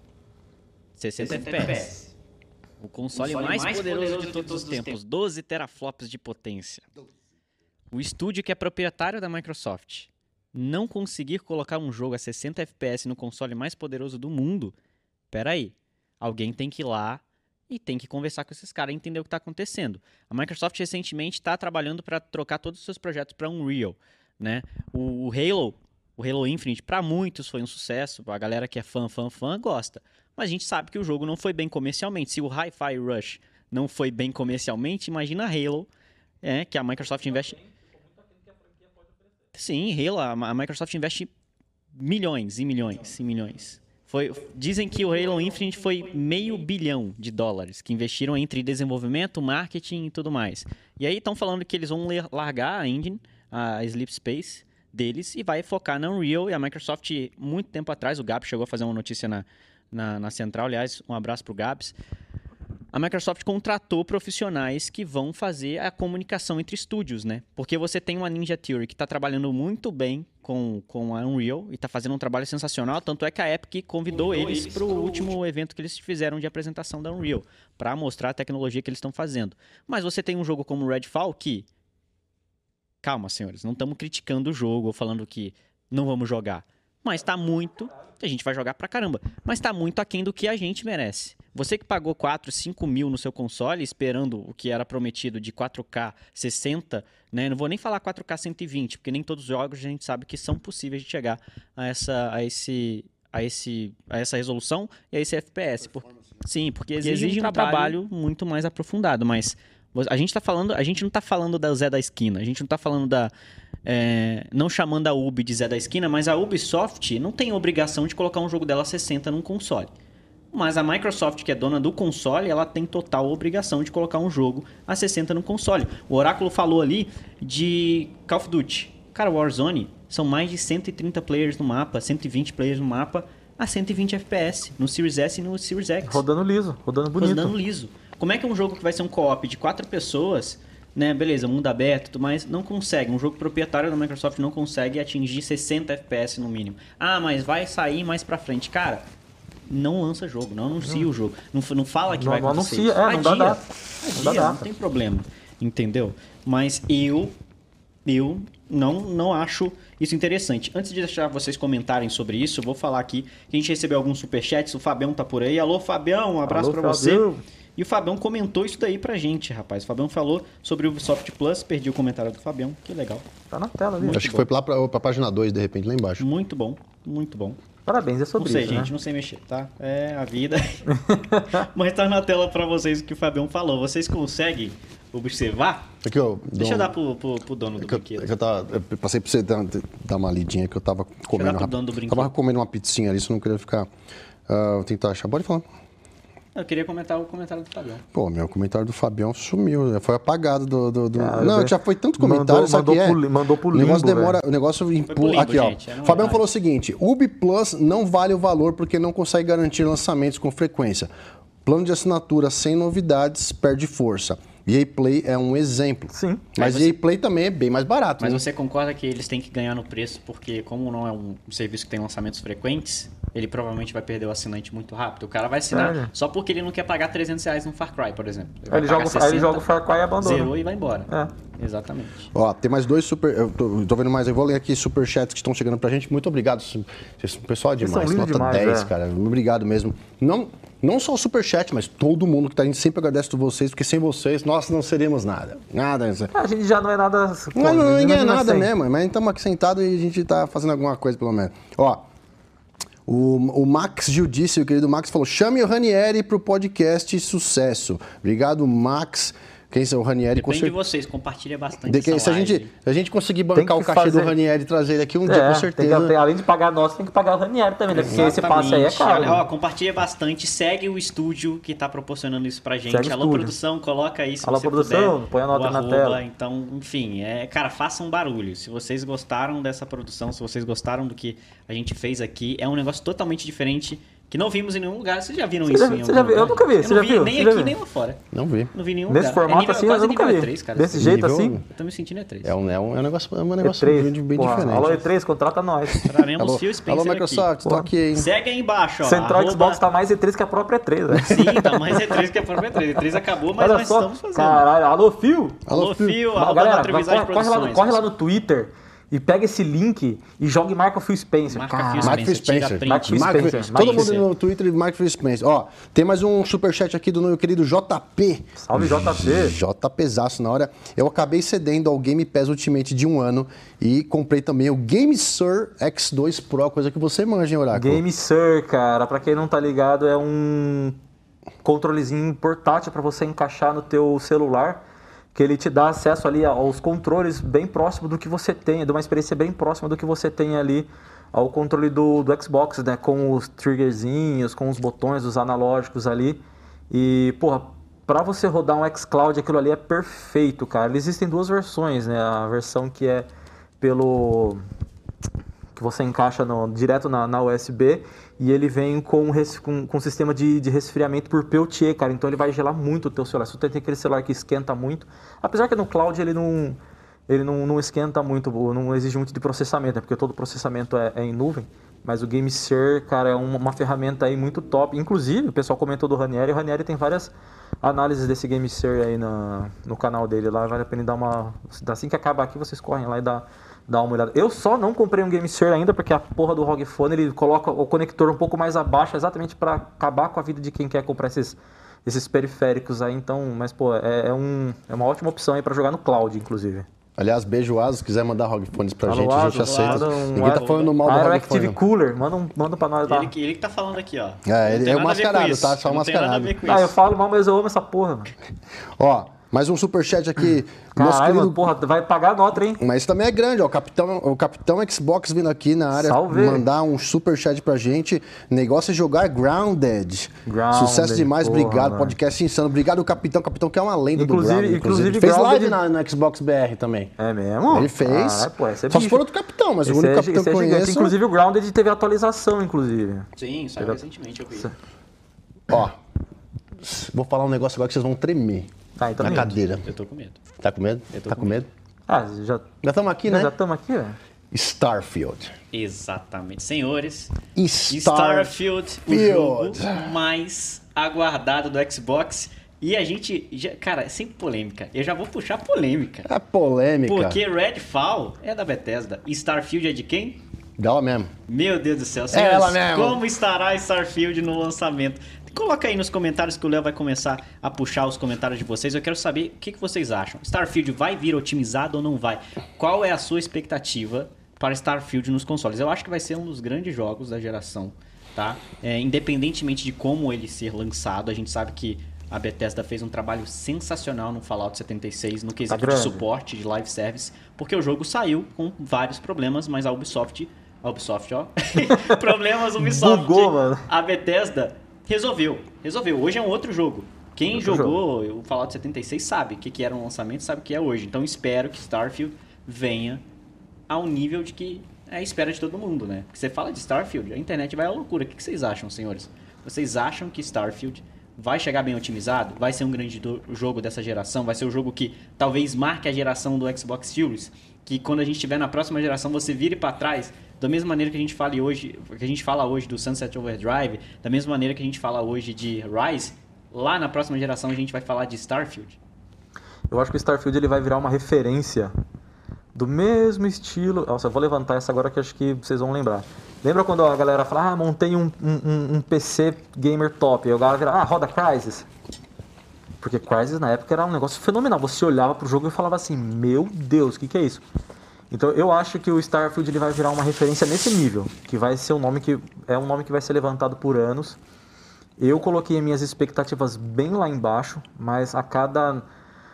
sessenta F P S, o console, o console mais, mais poderoso, poderoso de todos os tempos, tempos, doze teraflops de potência. O estúdio que é proprietário da Microsoft não conseguir colocar um jogo a sessenta F P S no console mais poderoso do mundo, peraí, alguém tem que ir lá e tem que conversar com esses caras e entender o que está acontecendo. A Microsoft recentemente está trabalhando para trocar todos os seus projetos para Unreal, né? O, o Halo, o Halo Infinite, para muitos foi um sucesso, a galera que é fã, fã, fã, gosta. Mas a gente sabe que o jogo não foi bem comercialmente. Se o Hi-Fi Rush não foi bem comercialmente, imagina Halo, é, que a Microsoft investe... Sim, Halo, a Microsoft investe milhões e milhões e milhões. Foi, dizem que o Halo Infinite foi meio bilhão de dólares que investiram entre desenvolvimento, marketing e tudo mais. E aí estão falando que eles vão largar a engine, a Sleep Space deles, e vai focar na Unreal. E a Microsoft, muito tempo atrás, o Gabs chegou a fazer uma notícia na, na, na Central, aliás, um abraço pro Gabs. A Microsoft contratou profissionais que vão fazer a comunicação entre estúdios, né? Porque você tem uma Ninja Theory que está trabalhando muito bem com, com a Unreal e está fazendo um trabalho sensacional, tanto é que a Epic convidou, convidou eles para o último evento que eles fizeram de apresentação da Unreal, para mostrar a tecnologia que eles estão fazendo. Mas você tem um jogo como Redfall que... Calma, senhores, não estamos criticando o jogo ou falando que não vamos jogar. Mas está muito... A gente vai jogar pra caramba. Mas está muito aquém do que a gente merece. Você que pagou quatro, cinco mil no seu console, esperando o que era prometido de quatro K sessenta, né? Não vou nem falar quatro K cento e vinte, porque nem todos os jogos a gente sabe que são possíveis de chegar a essa, a esse, a esse, a essa resolução e a esse F P S. Por, sim, porque exige, exige um trabalho muito mais aprofundado. Mas a gente, tá falando, a gente não está falando da Zé da Esquina, a gente não está falando da... É, não chamando a Ubi de Zé da Esquina, mas a Ubisoft não tem obrigação de colocar um jogo dela a sessenta num console. Mas a Microsoft, que é dona do console, ela tem total obrigação de colocar um jogo a sessenta no console. O Oráculo falou ali de Call of Duty. Cara, Warzone são mais de cento e trinta players no mapa, cento e vinte players no mapa, a cento e vinte F P S no Series S e no Series X. Rodando liso, rodando bonito. Rodando liso. Como é que um jogo que vai ser um co-op de quatro pessoas, né, beleza, mundo aberto e tudo mais, não consegue, um jogo proprietário da Microsoft não consegue atingir sessenta F P S no mínimo. Ah, mas vai sair mais pra frente. Cara, não lança jogo, não anuncia o jogo. Não, não fala que não, vai não acontecer anuncia, isso. é, não dá data. Não, dá data. Não tem problema, entendeu? Mas eu, eu não, não acho isso interessante. Antes de deixar vocês comentarem sobre isso, eu vou falar aqui que a gente recebeu alguns superchats, o Fabião tá por aí. Alô, Fabião, um abraço Alô, pra você. Fabião. E o Fabião comentou isso daí pra gente, rapaz. O Fabião falou sobre o Ubisoft Plus, perdi o comentário do Fabião, que legal. Tá na tela ali. Muito Acho que bom. foi lá pra, pra página dois, de repente, lá embaixo. Muito bom, muito bom. Parabéns, é sobre Não sei, isso, gente, né? não sei mexer, tá? É a vida. Mas tá na tela pra vocês o que o Fabião falou. Vocês conseguem observar? Aqui, ó, Deixa eu Dom- dar pro, pro, pro dono do É que eu, brinquedo. é que eu, tava, eu passei pra você dar, dar uma lidinha que eu tava comendo pro rápido. dono do brinquedo. Tava comendo uma pizzinha ali, só não queria ficar. ah, vou tentar achar. Pode falar. Eu queria comentar o comentário do Fabião. Pô, meu comentário do Fabião sumiu, foi apagado do. do, do... Cara, não, velho, já foi tanto mandou- comentário, sabe mandou que é? pro li- mandou pro o negócio limbo, demora, velho. o negócio pro empurra. limbo, Aqui, ó. gente, é Fabião novidade. falou o seguinte: Ubi Plus não vale o valor porque não consegue garantir lançamentos com frequência. Plano de assinatura sem novidades perde força. E a Play é um exemplo. Sim. Mas Aí você- E A Play também é bem mais barato. Mas né? você concorda que eles têm que ganhar no preço, porque como não é um serviço que tem lançamentos frequentes, ele provavelmente vai perder o assinante muito rápido. O cara vai assinar Sério? só porque ele não quer pagar trezentos reais no Far Cry, por exemplo. vai Aí ele, pagar joga, aí ele sessenta, joga o Far Cry e abandona. zerou e vai embora. É. Exatamente. Ó, tem mais dois super. Eu tô, eu tô vendo mais, eu vou ler aqui superchats que estão chegando pra gente. Muito obrigado. Esse pessoal é Eles demais. são lindos Nota demais, dez, é. cara. Obrigado mesmo. Não, não só o superchat, mas todo mundo que tá. A gente sempre agradece a vocês, porque sem vocês nós não seríamos nada. Nada. A gente já não é nada... Não, não, não, ninguém é imagina nada sem. mesmo, mas estamos aqui sentados e a gente tá fazendo alguma coisa, pelo menos. Ó, o, o Max Giudice, o querido Max, falou: chame o Ranieri pro podcast Sucesso. Obrigado, Max. Quem é o Ranieri? Depende cer- de vocês, compartilha bastante de que, essa se a gente, live. se a gente conseguir Tem bancar que o cachê fazer- do Ranieri e trazer ele aqui um É, dia, com tem certeza. que ter- além de pagar nós, tem que pagar o Ranieri também, né? Porque esse passe aí é caro. Olha, ó, compartilha bastante, segue o estúdio que tá proporcionando isso pra gente. Segue o Alô, estúdio. produção, coloca aí se Alô, você produção, puder. põe a nota o na arroba. tela. Então, enfim, é, cara, façam barulho. Se vocês gostaram dessa produção, se vocês gostaram do que a gente fez aqui, é um negócio totalmente diferente, que não vimos em nenhum lugar. Vocês já viram Você isso já- em você algum já viu? lugar? Eu nunca vi, Eu você não já vi viu? nem Você já aqui, viu? nem lá fora. Não vi. Não vi em nenhum Nesse lugar. formato nível, assim, quase eu nunca nível vi. E três, cara. Desse Esse jeito nível- assim? Eu tô me sentindo E três. É um, é um, é um negócio, é um E negócio três. bem, bem Porra, diferente. alô, E três, contrata nós. Traremos Alô, Phil Spencer alô, Microsoft, aqui. tô aqui, hein? Segue aí embaixo, ó. Central arroba- Xbox tá mais E três que a própria E três, velho. Sim, tá mais E três que a própria E três. E três acabou, mas Olha nós só, estamos fazendo. caralho, alô, Fio? Alô, Fio, Mas, arroba galera, da Trevisade corre, corre lá, no- Produções. corre lá no Twitter e pega esse link e joga e marca o Phil Spencer. Marca Caralho. Phil Mark Phil Spencer, tira Spencer. print. Mark Phil Mark Phil- Spencer, Todo Mark mundo Phil. no Twitter de Mark Phil Spencer. Ó, tem mais um superchat aqui do meu querido J P. Salve, J P. J Pzaço na hora. Eu acabei cedendo ao Game Pass Ultimate de um ano e comprei também o Game Sir X dois Pro, coisa que você manja, hein, Oráculo? Game Sir, cara, pra quem não tá ligado, é um controlezinho portátil pra você encaixar no teu celular, que ele te dá acesso ali aos controles bem próximo do que você tem, de uma experiência bem próxima do que você tem ali ao controle do, do Xbox, né, com os triggerzinhos, com os botões, os analógicos ali. E, porra, pra você rodar um xCloud, aquilo ali é perfeito, cara. Existem duas versões, né, a versão que é pelo... que você encaixa no, direto na, na U S B, e ele vem com, res, com, com sistema de, de resfriamento por Peltier, cara. Então ele vai gelar muito o teu celular. Se você tem aquele celular que esquenta muito, apesar que no cloud ele não, ele não, não esquenta muito, não exige muito de processamento, né? Porque todo processamento é, é em nuvem. Mas o GameSir, cara, é uma, uma ferramenta aí muito top. Inclusive, o pessoal comentou do Ranieri, o Ranieri tem várias análises desse GameSir aí na, no canal dele lá. Vale a pena dar uma... Assim que acabar aqui, vocês correm lá e dá... Dá uma olhada. Eu só não comprei um GameSir ainda porque a porra do R O G Phone ele coloca o conector um pouco mais abaixo, exatamente para acabar com a vida de quem quer comprar esses, esses periféricos aí. Então, mas pô, é, é, um, é uma ótima opção aí para jogar no cloud, inclusive. Aliás, beijo, Asus. Se quiser mandar R O G Phones pra Alô, gente, a gente Asus, aceita. manda um- Ninguém tá falando mal do R O G Aeroactive Phone. Cooler, manda um, manda pra nós lá. Ele, que- ele que tá falando aqui, ó. É, ele Não tem é o nada a ver com mascarado, isso. tá? Só o Não tem nada a mascarado. ver com Ah, eu isso. falo mal, mas eu amo essa porra, mano. Ó, Mais um superchat aqui. Caralho, querido... mano, porra, vai pagar a nota, hein? Mas também é grande, ó. O Capitão, o Capitão Xbox vindo aqui na área Salve. mandar um superchat pra gente. Negócio é jogar Grounded. Grounded Sucesso demais, porra, obrigado. Mano. Podcast insano. Obrigado, Capitão. Capitão que é uma lenda inclusive, do Grounded. Inclusive, inclusive fez Grounded... live na, no Xbox B R também. É mesmo? Ele fez. Ah, pô, esse é Só se for outro Capitão, mas esse o único é, Capitão que eu conheço... Inclusive o Grounded teve atualização, inclusive. Sim, saiu teve... recentemente, eu vi. Ó, vou falar um negócio agora que vocês vão tremer. Tá, então na medo. cadeira. Eu tô com medo. Tá com medo? Eu tô tá com com medo? Ah, já estamos aqui, né? Já estamos aqui, velho. Starfield. Exatamente. Senhores, Starfield, Starfield, o jogo mais aguardado do Xbox. E a gente, já, cara, é sempre polêmica. Eu já vou puxar polêmica. É polêmica. Porque Redfall é da Bethesda. E Starfield é de quem? Dela mesmo. Meu Deus do céu. Senhores, é ela mesmo. Como estará Starfield no lançamento? Coloca aí nos comentários que o Léo vai começar a puxar os comentários de vocês. Eu quero saber o que, que vocês acham. Starfield vai vir otimizado ou não vai? Qual é a sua expectativa para Starfield nos consoles? Eu acho que vai ser um dos grandes jogos da geração, tá? É, independentemente de como ele ser lançado, a gente sabe que a Bethesda fez um trabalho sensacional no Fallout setenta e seis, no quesito tá de suporte, de live service, porque o jogo saiu com vários problemas, mas a Ubisoft... A Ubisoft, ó. Problemas Ubisoft. Bugou, mano. A Bethesda resolveu. Resolveu. Hoje é um outro jogo. Quem outro jogou jogo. o Fallout setenta e seis sabe o que, que era um lançamento, sabe o que é hoje. Então espero que Starfield venha ao nível de que é a espera de todo mundo, né? Porque você fala de Starfield, a internet vai à loucura. O que, que vocês acham, senhores? Vocês acham que Starfield vai chegar bem otimizado? Vai ser um grande do, jogo dessa geração? Vai ser o jogo que talvez marque a geração do Xbox Series? Que quando a gente estiver na próxima geração, você vire para trás, da mesma maneira que a gente fala hoje, que a gente fala hoje do Sunset Overdrive, da mesma maneira que a gente fala hoje de Rise, lá na próxima geração a gente vai falar de Starfield. Eu acho que o Starfield ele vai virar uma referência do mesmo estilo. Nossa, eu vou levantar essa agora que acho que vocês vão lembrar. Lembra quando a galera fala, ah, montei um, um, um P C gamer top, e a galera vira, ah, roda Crysis. Porque Crysis na época era um negócio fenomenal. Você olhava pro jogo e falava assim, meu Deus, o que, que é isso? Então eu acho que o Starfield ele vai virar uma referência nesse nível, que vai ser um nome que é um nome que vai ser levantado por anos. Eu coloquei minhas expectativas bem lá embaixo, mas a cada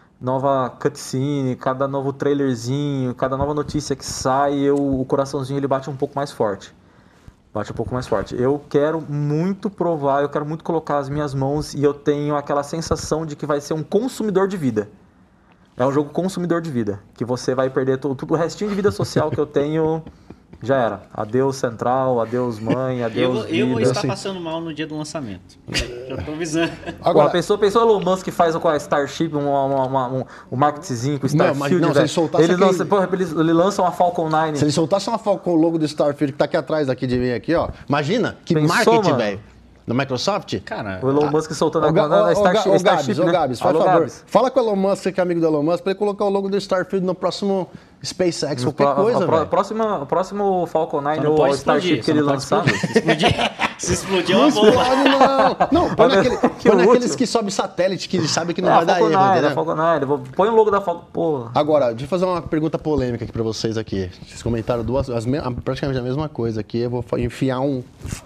nova cutscene, cada novo trailerzinho, cada nova notícia que sai, eu, o coraçãozinho ele bate um pouco mais forte. Bate um pouco mais forte. Eu quero muito provar, eu quero muito colocar as minhas mãos e eu tenho aquela sensação de que vai ser um consumidor de vida. É um jogo consumidor de vida, que você vai perder tudo, tudo o restinho de vida social que eu tenho, já era. Adeus Central, adeus mãe, adeus Eu vou, eu vou vida. estar passando mal no dia do lançamento. Já tô avisando. Agora, a pessoa pensou o Elon Musk que faz com a Starship um, uma, uma, um, um marketingzinho com o Starfield, não, mas não, se ele soltasse ele, aquele... lança, porra, ele, ele lança uma Falcon nove. Se ele soltasse uma Falcon, o logo do Starfield que tá aqui atrás daqui de mim aqui, ó. Imagina, que Pensou, marketing, mano? velho. Da Microsoft? Cara, O Elon Musk soltando a, Ô, Ga- a, a ô, Starship, ô, a Gabs, Starship, ô, né? Gabs, faz Alô, favor. Gabs. Fala com o Elon Musk, você que é amigo do Elon Musk, pra ele colocar o logo do Starfield no próximo SpaceX, No qualquer pro- coisa, a pro- velho. próxima- O próximo Falcon nove só não ou pode o Starship explodir, que ele só não lançar. pode explodir. Se explodir, se explodir é Não uma bomba. explode, não. Não, põe, Olha, naquele, que põe naqueles útil. que sobe satélite, que sabe que não É, vai a dar Falcon erro, nove, a entendeu? Falcon nove. Vou- Põe o logo da Falcon. Porra. Agora, deixa eu fazer uma pergunta polêmica aqui pra vocês aqui. Vocês comentaram duas, as me- praticamente a mesma coisa aqui. Eu vou fa- enfiar um,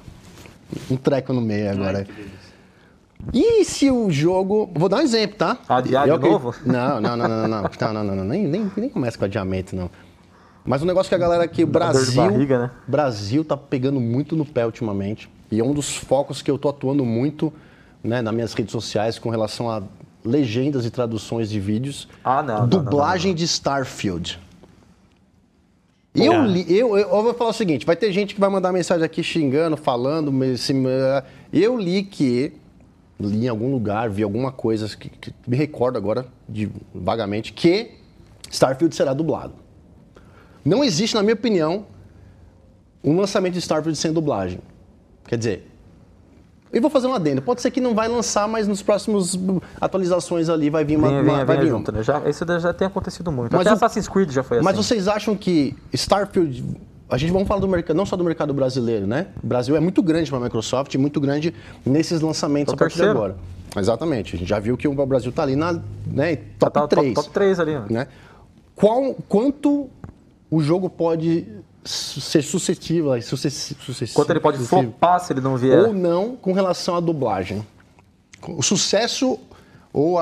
um treco no meio agora. Ai, que delícia. E se o jogo... Vou dar um exemplo, tá? Adiar Eu de acredito- novo? Não, não, não, não, não, não, não, não, não, não. Nem, nem, nem começa com adiamento, não. Mas um negócio que a galera aqui, o Dá dor de Brasil... barriga, né? Brasil tá pegando muito no pé ultimamente. E é um dos focos que eu tô atuando muito, né, nas minhas redes sociais com relação a legendas e traduções de vídeos. Ah, não, não, Dublagem não, não, não. de Starfield. Eu, li, eu, eu, eu vou falar o seguinte, vai ter gente que vai mandar mensagem aqui xingando, falando, mas, assim, eu li que, li em algum lugar, vi alguma coisa, que, que me recordo agora, de, vagamente, que Starfield será dublado. Não existe, na minha opinião, um lançamento de Starfield sem dublagem. Quer dizer, eu vou fazer um adendo, pode ser que não vai lançar, mas nos próximos atualizações ali vai vir uma... Venha, uma- venha, vai venha vir junto, uma. né? Já, isso já tem acontecido muito. Mas Até o- Assassin's Creed já foi assim. Mas vocês acham que Starfield... A gente vamos falar do mercado, não só do mercado brasileiro, né? O Brasil é muito grande para a Microsoft, muito grande nesses lançamentos É o a partir de terceiro. agora. Exatamente. A gente já viu que o Brasil está ali na né, top Tá, três. Top, top três ali, né? Né? Qual, quanto o jogo pode su- ser suscetível, sucessi- sucessi- Quanto ele pode suscetível flopar se ele não vier. ou não com relação à dublagem? O sucesso ou a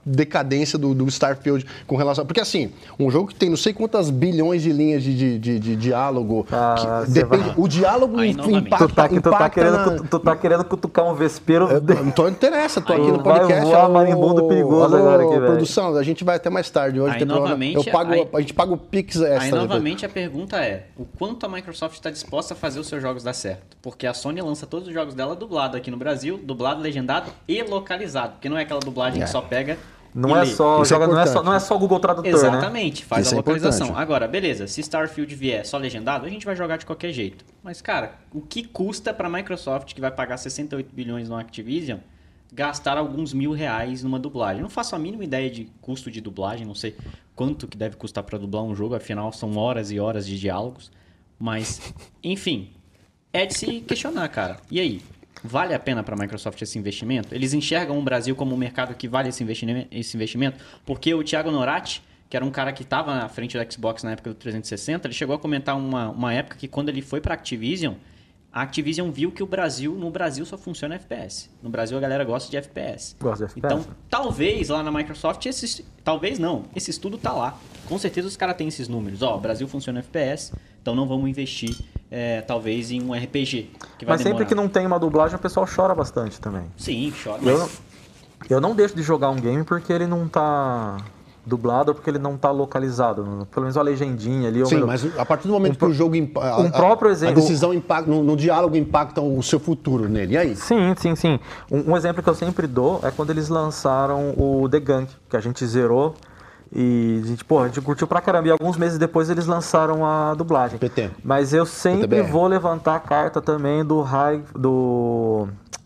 decadência do, do Starfield com relação... Porque assim, um jogo que tem não sei quantas bilhões de linhas de, de, de, de diálogo, Ah, que depende, vai... o diálogo Aí, impacta, Tu tá, tu, tá impacta querendo, na... tu, tu tá querendo cutucar um vespeiro. Eu, então não interessa, tô Aí aqui no vai podcast. voar alô, marimbondo perigoso alô, agora aqui, velho. produção, a gente vai até mais tarde hoje. Aí, tem problema. novamente, eu pago, aí- a gente paga o Pix extra. Aí, depois. novamente, a pergunta é: o quanto a Microsoft está disposta a fazer os seus jogos dar certo? Porque a Sony lança todos os jogos dela dublado aqui no Brasil, dublado, legendado e localizado. Porque não é aquela dublagem É. que só pega. Não e é lê. só, Isso é joga, não, é só, importante. não é só o Google Tradutor, né? Exatamente, faz Isso a é localização. importante. Agora, beleza, se Starfield vier só legendado, a gente vai jogar de qualquer jeito. Mas, cara, o que custa pra Microsoft, que vai pagar sessenta e oito bilhões no Activision, gastar alguns mil reais numa dublagem? Eu não faço a mínima ideia de custo de dublagem, não sei quanto que deve custar pra dublar um jogo, afinal são horas e horas de diálogos. Mas, enfim, é de se questionar, cara. E aí? Vale a pena para a Microsoft esse investimento? Eles enxergam o Brasil como um mercado que vale esse investimento? Esse investimento? Porque o Thiago Norati, que era um cara que estava na frente do Xbox na época do trezentos e sessenta, ele chegou a comentar uma, uma época que quando ele foi para a Activision, a Activision viu que o Brasil, no Brasil só funciona F P S. No Brasil a galera gosta de F P S. Gosta de F P S. Então, talvez lá na Microsoft, esse, talvez não, esse estudo tá lá. Com certeza os caras têm esses números. Ó, o Brasil funciona F P S, então não vamos investir, é, talvez, em um R P G. Que vai Mas sempre demorar. que não tem uma dublagem, o pessoal chora bastante também. Sim, chora. Eu, Mas... eu não deixo de jogar um game porque ele não tá dublado ou porque ele não tá localizado. Pelo menos uma legendinha ali. ou Sim, melhor- mas a partir do momento Um que pro- o jogo impa- a- um a- próprio exemplo- a decisão impacta, no, no diálogo impacta o seu futuro nele. E aí? Sim, sim, sim. Um, um exemplo que eu sempre dou é quando eles lançaram o The Gang, que a gente zerou e a gente, pô, a gente curtiu pra caramba. E alguns meses depois eles lançaram a dublagem. P T. Mas eu sempre P T B R. vou levantar a carta também do High do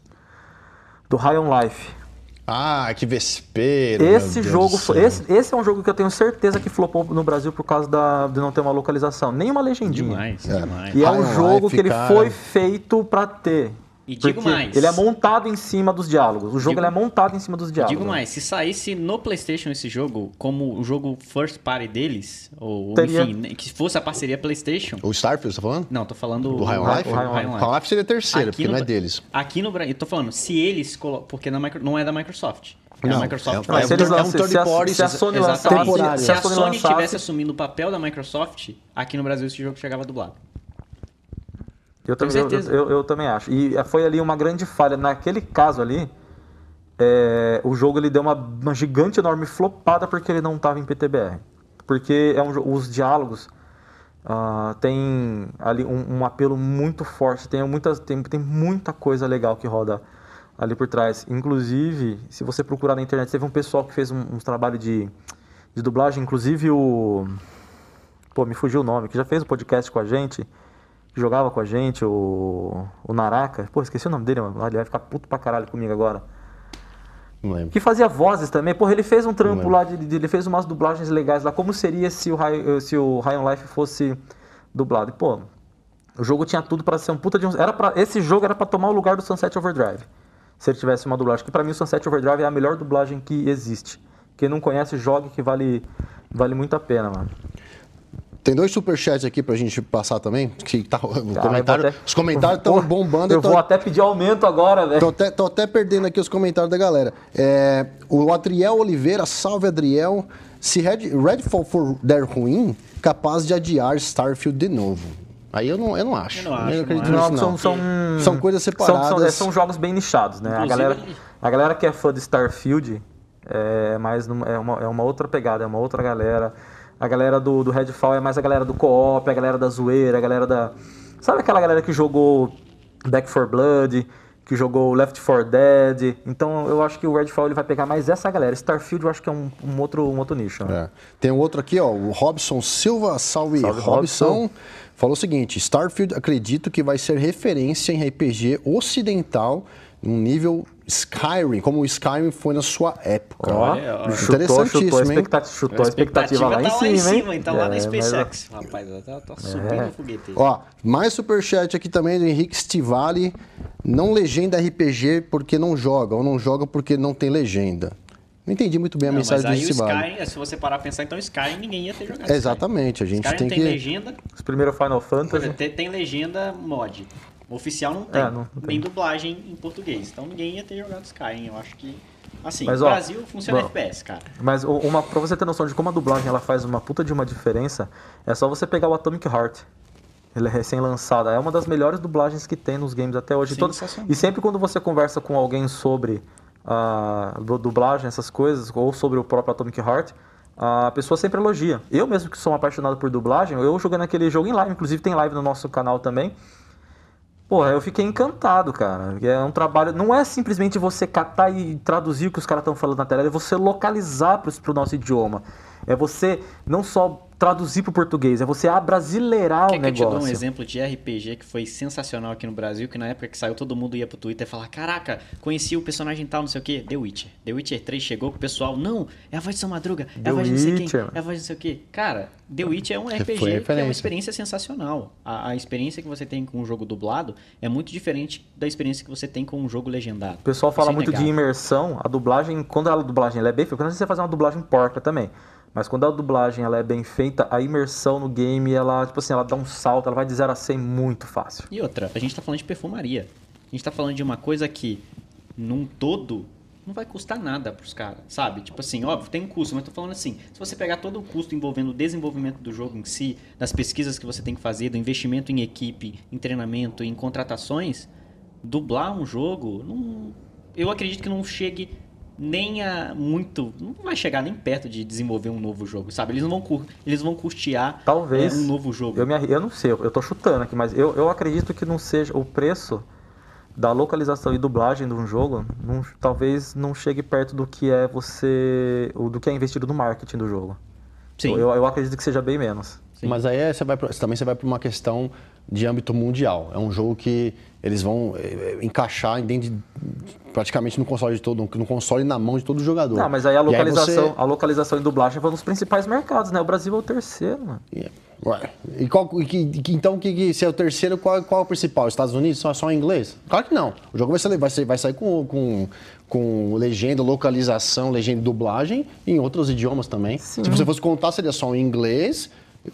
do High on Life. Ah, que vespeiro. Esse meu Deus jogo, do foi, céu. esse, esse é um jogo que eu tenho certeza que flopou no Brasil por causa da, de não ter uma localização, nem uma legendinha. Demais, É. demais. E é High um on jogo Life, que ele cara. foi feito pra ter. E digo Porque mais. ele é montado em cima dos diálogos. O jogo Digo- ele é montado em cima dos E diálogos. digo mais, se saísse no PlayStation esse jogo, como o jogo first party deles, ou Teria. enfim, né, que fosse a parceria PlayStation. O Starfield, você tá falando? Não, tô falando Do High on High- Life? o High on High on Life seria terceiro, Aqui porque no não é Bra- deles. Aqui no Brasil, eu tô falando, se eles colocam. Porque na micro- não é da Microsoft. É Não, a Microsoft. é- Mas é se um eles third- é um lançassem- third se a- party, se a Sony Exatamente. lançasse, temporário. se Se a a Sony Sony lançasse, tivesse assumindo o papel da Microsoft, aqui no Brasil esse jogo chegava dublado. Eu Com também, eu, certeza. eu, eu também acho. E foi ali uma grande falha. Naquele caso ali, é, o jogo ele deu uma, uma gigante, enorme flopada porque ele não estava em P T B R. Porque é um, jo- os diálogos ah, tem ali um, um apelo muito forte. Tem, muitas, tem, tem muita coisa legal que roda ali por trás. Inclusive, se você procurar na internet, teve um pessoal que fez um, uns trabalhos de, de dublagem. Inclusive o... Pô, me fugiu o nome. Que já fez um podcast com a gente... que jogava com a gente, o, o Naraka. Pô, esqueci o nome dele, mano. Ele vai ficar puto pra caralho comigo agora. Não lembro. Que fazia vozes também. Porra, ele fez um trampo lembro. lá, de, de- ele fez umas dublagens legais lá. Como seria se o High, se o High on Life fosse dublado? E, pô, o jogo tinha tudo pra ser um puta de um... Era pra, esse jogo era pra tomar o lugar do Sunset Overdrive. Se ele tivesse uma dublagem. Que pra mim o Sunset Overdrive é a melhor dublagem que existe. Quem não conhece, jogue que vale, vale muito a pena, mano. Tem dois superchats aqui pra gente passar também. Que tá, o Cara, comentário, eu vou até- os comentários estão Pô, bombando. Eu tô, vou até pedir aumento agora, velho. tô até, tô até perdendo aqui os comentários da galera. É, o Adriel Oliveira, salve Adriel. Se Red, Redfall for der ruim, capaz de adiar Starfield de novo. Aí eu não, eu não acho. Eu não acho, acredito não nisso, Não, não. são, são, São coisas são, separadas. são, são jogos bem nichados, né? A Inclusive, galera, a galera que é fã de Starfield é, mais numa- é, uma, é uma outra pegada, é uma outra galera. A galera do, do Redfall é mais a galera do co-op, a galera da zoeira, a galera da... Sabe aquela galera que jogou Back four Blood, que jogou Left four Dead? Então eu acho que o Redfall ele vai pegar mais essa galera. Starfield eu acho que é um, um outro, um outro nicho. Né? É. Tem um outro aqui, ó, o Robson Silva, salve, Salve, Robson. Robson. Falou o seguinte: Starfield acredito que vai ser referência em R P G ocidental, num nível Skyrim, como o Skyrim foi na sua época. Ó, Olha, ó. chutou, Interessantíssimo, chutou, a hein? expectativa, chutou a expectativa lá em tá cima, lá em hein? cima, então lá na É, mas- SpaceX. Rapaz, eu tô, tô subindo o foguete. Ó, mais superchat aqui também do Henrique Stivali. Não legenda R P G porque não joga, ou não joga porque não tem legenda. Não entendi muito bem a Não, mas mensagem do aí o Stivali. Skyrim, se você parar a pensar, então Skyrim ninguém ia ter jogado. Exatamente, a gente Skyrim tem tem que... legenda, Os primeiros Final Fantasy. tem, tem legenda mod. Oficial não tem, É, não- não tem. nem dublagem em português. Então ninguém ia ter jogado Skyrim. Eu acho que Assim, mas, no ó, Brasil funciona bom, F P S, cara. Mas uma, pra você ter noção de como a dublagem ela faz uma puta de uma diferença, é só você pegar o Atomic Heart. Ele é recém-lançado. É uma das melhores dublagens que tem nos games até hoje. Todo... E sempre quando você conversa com alguém sobre a uh, dublagem, essas coisas, ou sobre o próprio Atomic Heart, a pessoa sempre elogia. Eu mesmo que sou um apaixonado por dublagem, eu jogando aquele jogo em live, inclusive tem live no nosso canal também. Porra, eu fiquei encantado, cara. É um trabalho... Não é simplesmente você catar e traduzir o que os caras estão falando na tela, é você localizar pro, pro nosso idioma. É você não só traduzir pro português, é você abrasileirar o negócio. Quer que eu te dou um exemplo de R P G que foi sensacional aqui no Brasil, que na época que saiu todo mundo ia pro Twitter e falar, caraca, conheci o personagem tal, não sei o quê, The Witcher. The Witcher três chegou com o pessoal, não, é a voz de São Madruga, é a voz de não sei quem, é a voz de não sei o quê. Cara, The Witcher é um R P G que é uma experiência sensacional. A, a experiência que você tem com um jogo dublado é muito diferente da experiência que você tem com um jogo legendado. O pessoal fala muito de imersão, a dublagem, quando a dublagem ela é bem feita, quando você fazer uma dublagem porca também. Mas quando a dublagem ela é bem feita, a imersão no game, ela, tipo assim, ela dá um salto, ela vai de zero a cem muito fácil. E outra, a gente tá falando de perfumaria. A gente tá falando de uma coisa que, num todo, não vai custar nada pros caras, sabe? Tipo assim, óbvio, tem um custo, mas tô falando assim, se você pegar todo o custo envolvendo o desenvolvimento do jogo em si, das pesquisas que você tem que fazer, do investimento em equipe, em treinamento, em contratações, dublar um jogo, não, eu acredito que não chegue... nem a muito... Não vai chegar nem perto de desenvolver um novo jogo, sabe? Eles não vão, eles vão custear Talvez, é, um novo jogo. Eu, me, eu não sei, eu tô chutando aqui, mas eu, eu acredito que não seja... O preço da localização e dublagem de um jogo, não, talvez não chegue perto do que é você... do que é investido no marketing do jogo. Sim. Eu, eu acredito que seja bem menos. Sim. Mas aí você vai, também você vai para uma questão de âmbito mundial. É um jogo que eles vão é, encaixar dentro de, praticamente no console de todo, no console na mão de todo jogador. Não, mas aí a localização, aí você... a localização e dublagem foi nos principais mercados, né? O Brasil é o terceiro, mano. Yeah. Ué. E qual, que, que, então, que, que, se é o terceiro, qual, qual é o principal? Estados Unidos? Só, só em inglês? Claro que não. O jogo vai, ser, vai, ser, vai sair com, com, com legenda, localização, legenda e dublagem em outros idiomas também. Sim. Se você fosse contar, seria só em inglês.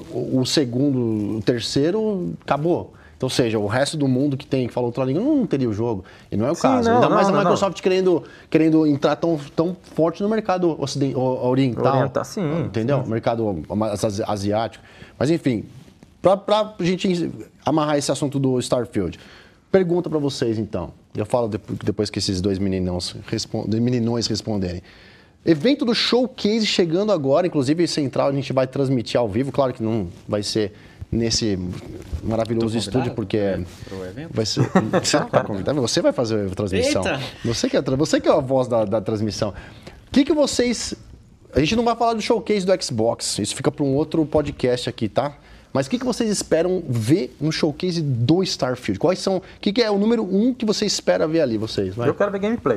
O segundo, o terceiro, acabou. Então, ou seja, o resto do mundo que tem, que fala outra língua, não teria o jogo. E não é o Sim, caso. Não, Ainda não, mais não, a Microsoft não. Querendo, querendo entrar tão, tão forte no mercado ocident, oriental. Oriental, sim. Entendeu? Sim. Mercado asiático. Mas, enfim, pra, pra gente amarrar esse assunto do Starfield, pergunta pra vocês, então. Eu falo depois que esses dois meninões, respond, meninões responderem. Evento do Showcase chegando agora, inclusive central a gente vai transmitir ao vivo, claro que não vai ser nesse maravilhoso estúdio, porque é, vai ser, você não tá convidado, você vai fazer a transmissão. Eita. Você que é, você que é a voz da, da transmissão. O que, que vocês... A gente não vai falar do Showcase do Xbox, isso fica para um outro podcast aqui, tá? Mas o que, que vocês esperam ver no Showcase do Starfield? Quais são... O que, que é o número um que você espera ver ali, vocês? Vai. Eu quero ver gameplay.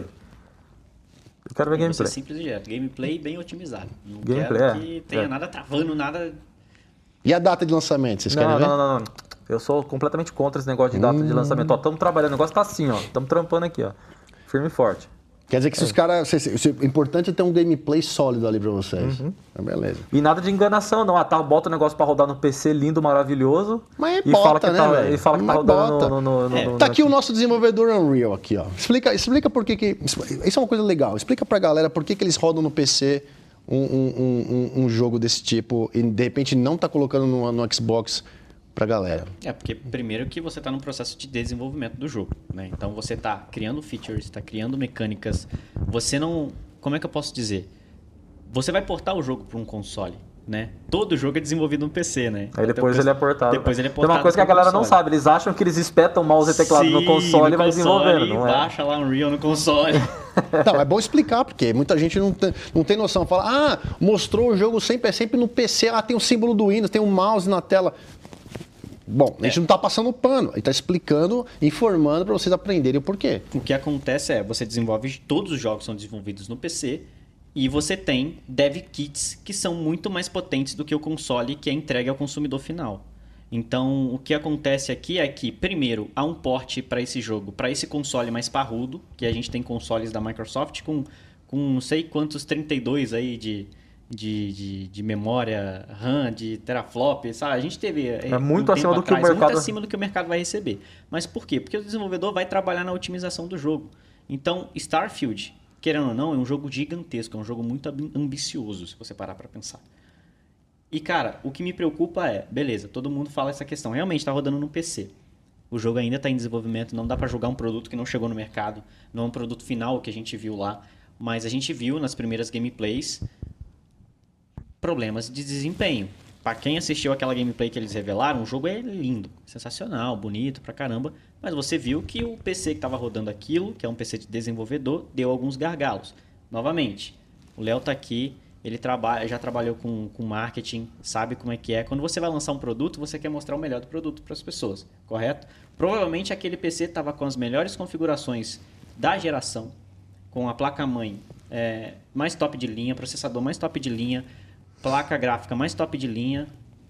Eu quero ver gameplay. gameplay. Simples e direto. Gameplay bem otimizado. Não gameplay, quero é, que tenha é. nada travando, nada... E a data de lançamento, vocês não, querem não, ver? Não, não, não. Eu sou completamente contra esse negócio de data hum. de lançamento. Ó, estamos trabalhando, o negócio tá assim, ó. Estamos trampando aqui, ó. Firme e forte. Quer dizer que se é. os caras... O importante é ter um gameplay sólido ali pra vocês. Uhum. Beleza. E nada de enganação, não. Ah, tá, bota o negócio pra rodar no P C lindo, maravilhoso. Mas é e bota, fala que né, tá, velho? E fala que Mas tá rodando bota. no... no, no, é. no tá aqui no... o nosso desenvolvedor Unreal aqui, ó. Explica, explica por que que... Isso é uma coisa legal. Explica pra galera por que que eles rodam no P C um, um, um, um jogo desse tipo e de repente não tá colocando no, no Xbox pra galera. É, porque primeiro que você tá no processo de desenvolvimento do jogo, né? Então você tá criando features, tá criando mecânicas. Você não... Como é que eu posso dizer? Você vai portar o jogo para um console, né? Todo jogo é desenvolvido no P C, né? Aí depois ele é portado. Depois ele é portado. Tem uma coisa que a galera não sabe, eles acham que eles espetam mouse e teclado Sim, no console no e vai desenvolvendo, não é? Baixa lá um Unreal no console. Não, é bom explicar, porque muita gente não tem, não tem noção. Fala, ah, mostrou o jogo sempre, é sempre no P C, ah, tem o símbolo do Windows, tem um mouse na tela. Bom, a gente é. não está passando pano, a gente está explicando, informando para vocês aprenderem o porquê. O que acontece é, você desenvolve, todos os jogos são desenvolvidos no P C e você tem dev kits que são muito mais potentes do que o console que é entregue ao consumidor final. Então, o que acontece aqui é que, primeiro, há um porte para esse jogo, para esse console mais parrudo, que a gente tem consoles da Microsoft com, com não sei quantos trinta e dois aí de... De, de, de memória RAM, de teraflop, sabe? A gente teve... É muito um acima do atrás, que o mercado... muito acima do que o mercado vai receber. Mas por quê? Porque o desenvolvedor vai trabalhar na otimização do jogo. Então, Starfield, querendo ou não, é um jogo gigantesco, é um jogo muito ambicioso, se você parar pra pensar. E, cara, o que me preocupa é, beleza, todo mundo fala essa questão, realmente tá rodando no P C. O jogo ainda tá em desenvolvimento, não dá pra jogar um produto que não chegou no mercado, não é um produto final que a gente viu lá, mas a gente viu nas primeiras gameplays problemas de desempenho. Pra quem assistiu aquela gameplay que eles revelaram, o jogo é lindo, sensacional, bonito pra caramba, mas você viu que o P C que estava rodando aquilo, que é um P C de desenvolvedor, deu alguns gargalos. Novamente, o Léo tá aqui, ele trabalha, já trabalhou com, com marketing, sabe como é que é. Quando você vai lançar um produto, você quer mostrar o melhor do produto para as pessoas, correto? Provavelmente aquele P C estava com as melhores configurações da geração, com a placa-mãe é, mais top de linha, processador mais top de linha, placa gráfica mais top de linha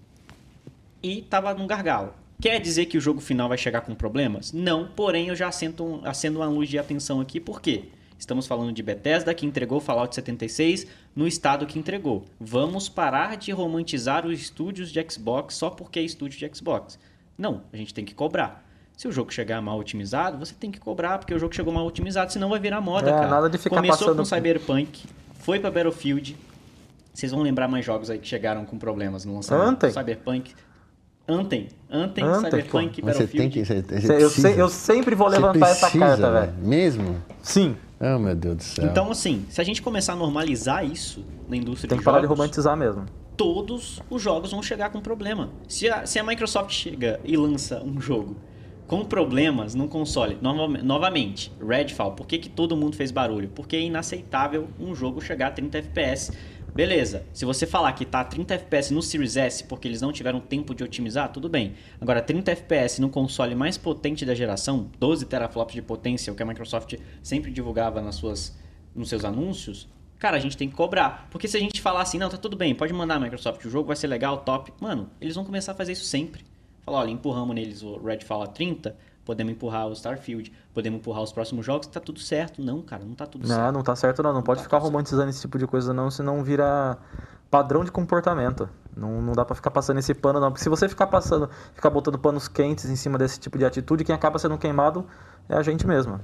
e estava num gargalo. Quer dizer que o jogo final vai chegar com problemas? Não, porém eu já acendo, um, acendo uma luz de atenção aqui, por quê? Estamos falando de Bethesda, que entregou Fallout setenta e seis no estado que entregou. Vamos parar de romantizar os estúdios de Xbox só porque é estúdio de Xbox. Não, a gente tem que cobrar. Se o jogo chegar mal otimizado, você tem que cobrar, porque o jogo chegou mal otimizado, senão vai virar moda, é, cara. Nada de ficar Começou passando... com Cyberpunk, foi pra Battlefield. Vocês vão lembrar mais jogos aí que chegaram com problemas no lançamento. Anthem. Cyberpunk. Anthem. Anthem, Anthem, Cyberpunk, Mas Battlefield. você tem que... Você, você Eu, se, eu sempre vou levantar precisa, essa carta, velho. Mesmo? Sim. Oh, meu Deus do céu. Então, assim, se a gente começar a normalizar isso na indústria Tem de que parar jogos, de romantizar mesmo. todos os jogos vão chegar com problema. Se a, se a Microsoft chega e lança um jogo com problemas no console, nova, novamente, Redfall, por que, que todo mundo fez barulho? Porque é inaceitável um jogo chegar a trinta F P S. Beleza, se você falar que tá a trinta F P S no Series S porque eles não tiveram tempo de otimizar, tudo bem. Agora, trinta F P S no console mais potente da geração, doze teraflops de potência, o que a Microsoft sempre divulgava nas suas, nos seus anúncios, cara, a gente tem que cobrar. Porque se a gente falar assim, não, tá tudo bem, pode mandar a Microsoft, o jogo vai ser legal, top. Mano, eles vão começar a fazer isso sempre. Falar, olha, empurramos neles o Redfall a trinta, podemos empurrar o Starfield, podemos empurrar os próximos jogos, tá tudo certo. Não, cara, não tá tudo não, certo. Não, tá certo não. Não, não pode tá ficar romantizando certo. Esse tipo de coisa não, senão vira padrão de comportamento. Não, não dá pra ficar passando esse pano não. Porque se você ficar passando, ficar botando panos quentes em cima desse tipo de atitude, quem acaba sendo queimado é a gente mesmo.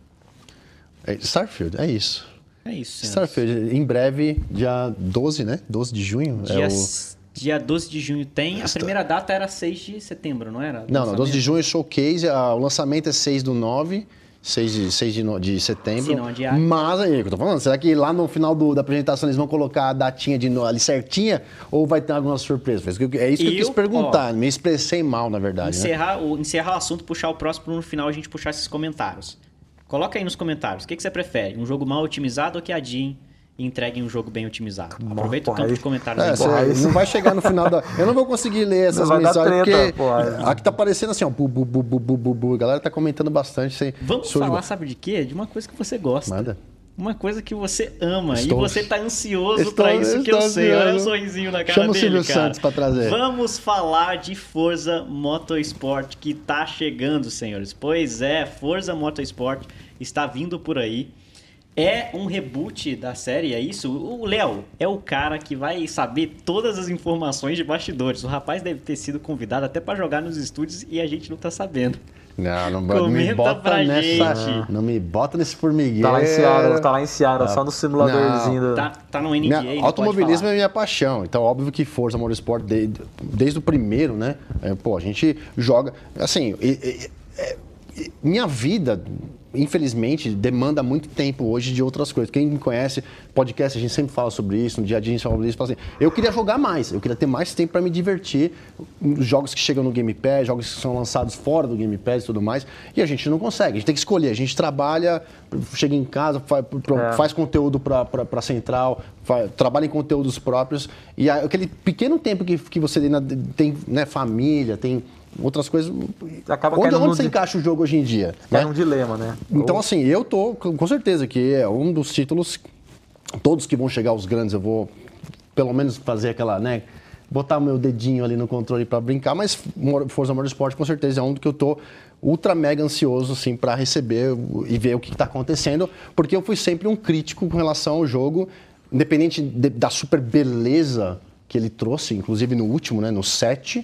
É, Starfield, é isso. É isso, senhores. Starfield, em breve, dia doze, né? doze de junho. Dia, é o... dia doze de junho tem. A primeira data era seis de setembro, não era? Não, não, doze de junho showcase, a, o lançamento é seis do nove, seis de, seis de, no, de setembro. Se não adiar. Mas aí, o que eu tô falando, será que lá no final do, da apresentação eles vão colocar a datinha de, ali certinha ou vai ter alguma surpresa? É isso que eu, eu quis perguntar, ó, me expressei mal, na verdade. Encerrar, né? o, encerrar o assunto, puxar o próximo no final, a gente puxar esses comentários. Coloca aí nos comentários, o que, que você prefere? Um jogo mal otimizado ou que adiem e entreguem um jogo bem otimizado? Aproveita o campo de comentários. É, aí. Porra, não vai chegar no final da... Eu não vou conseguir ler essas mensagens, porque porra. aqui tá aparecendo assim, ó, bu, bu, bu, bu, bu, bu, bu. A galera tá comentando bastante. Sem... Vamos Sobre... falar, sabe de quê? De uma coisa que você gosta. Manda. Uma coisa que você ama Estou... e você tá ansioso estou... pra isso que eu estou sei. ansioso. Olha o sorrisinho na cara Chama dele, o Silvio cara. Santos pra trazer. Vamos falar de Forza Motorsport que tá chegando, senhores. Pois é, Forza Motorsport está vindo por aí. É um reboot da série, é isso? O Léo é o cara que vai saber todas as informações de bastidores. O rapaz deve ter sido convidado até pra jogar nos estúdios e a gente não tá sabendo. Não, não, Comenta não me bota pra nessa. gente. Não me bota nesse formigueiro. Tá lá em Seattle, tá lá em Seattle, ah, só no simuladorzinho. Do... Tá, tá no N B A. Minha, automobilismo é minha paixão. Então, óbvio que Forza Motorsport, desde, desde o primeiro, né? É, pô, a gente joga. Assim, é, é, é, minha vida, infelizmente, demanda muito tempo hoje de outras coisas. Quem me conhece, podcast, a gente sempre fala sobre isso, no dia a dia a gente fala sobre isso, fala assim, eu queria jogar mais, eu queria ter mais tempo para me divertir, jogos que chegam no Game Pass, jogos que são lançados fora do Game Pass e tudo mais, e a gente não consegue, a gente tem que escolher, a gente trabalha, chega em casa, faz, é. faz conteúdo para a central, faz, trabalha em conteúdos próprios, e aquele pequeno tempo que, que você tem, né, família, tem... outras coisas. Acaba onde onde você di... encaixa o jogo hoje em dia? É né? um dilema, né? Então, Ou... assim, eu tô com certeza que é um dos títulos, todos que vão chegar aos grandes, eu vou pelo menos fazer aquela, né? Botar meu dedinho ali no controle para brincar, mas Forza Motorsport com certeza é um do que eu tô ultra mega ansioso, assim, para receber e ver o que está acontecendo, porque eu fui sempre um crítico com relação ao jogo, independente de, da super beleza que ele trouxe, inclusive no último, né? No sete.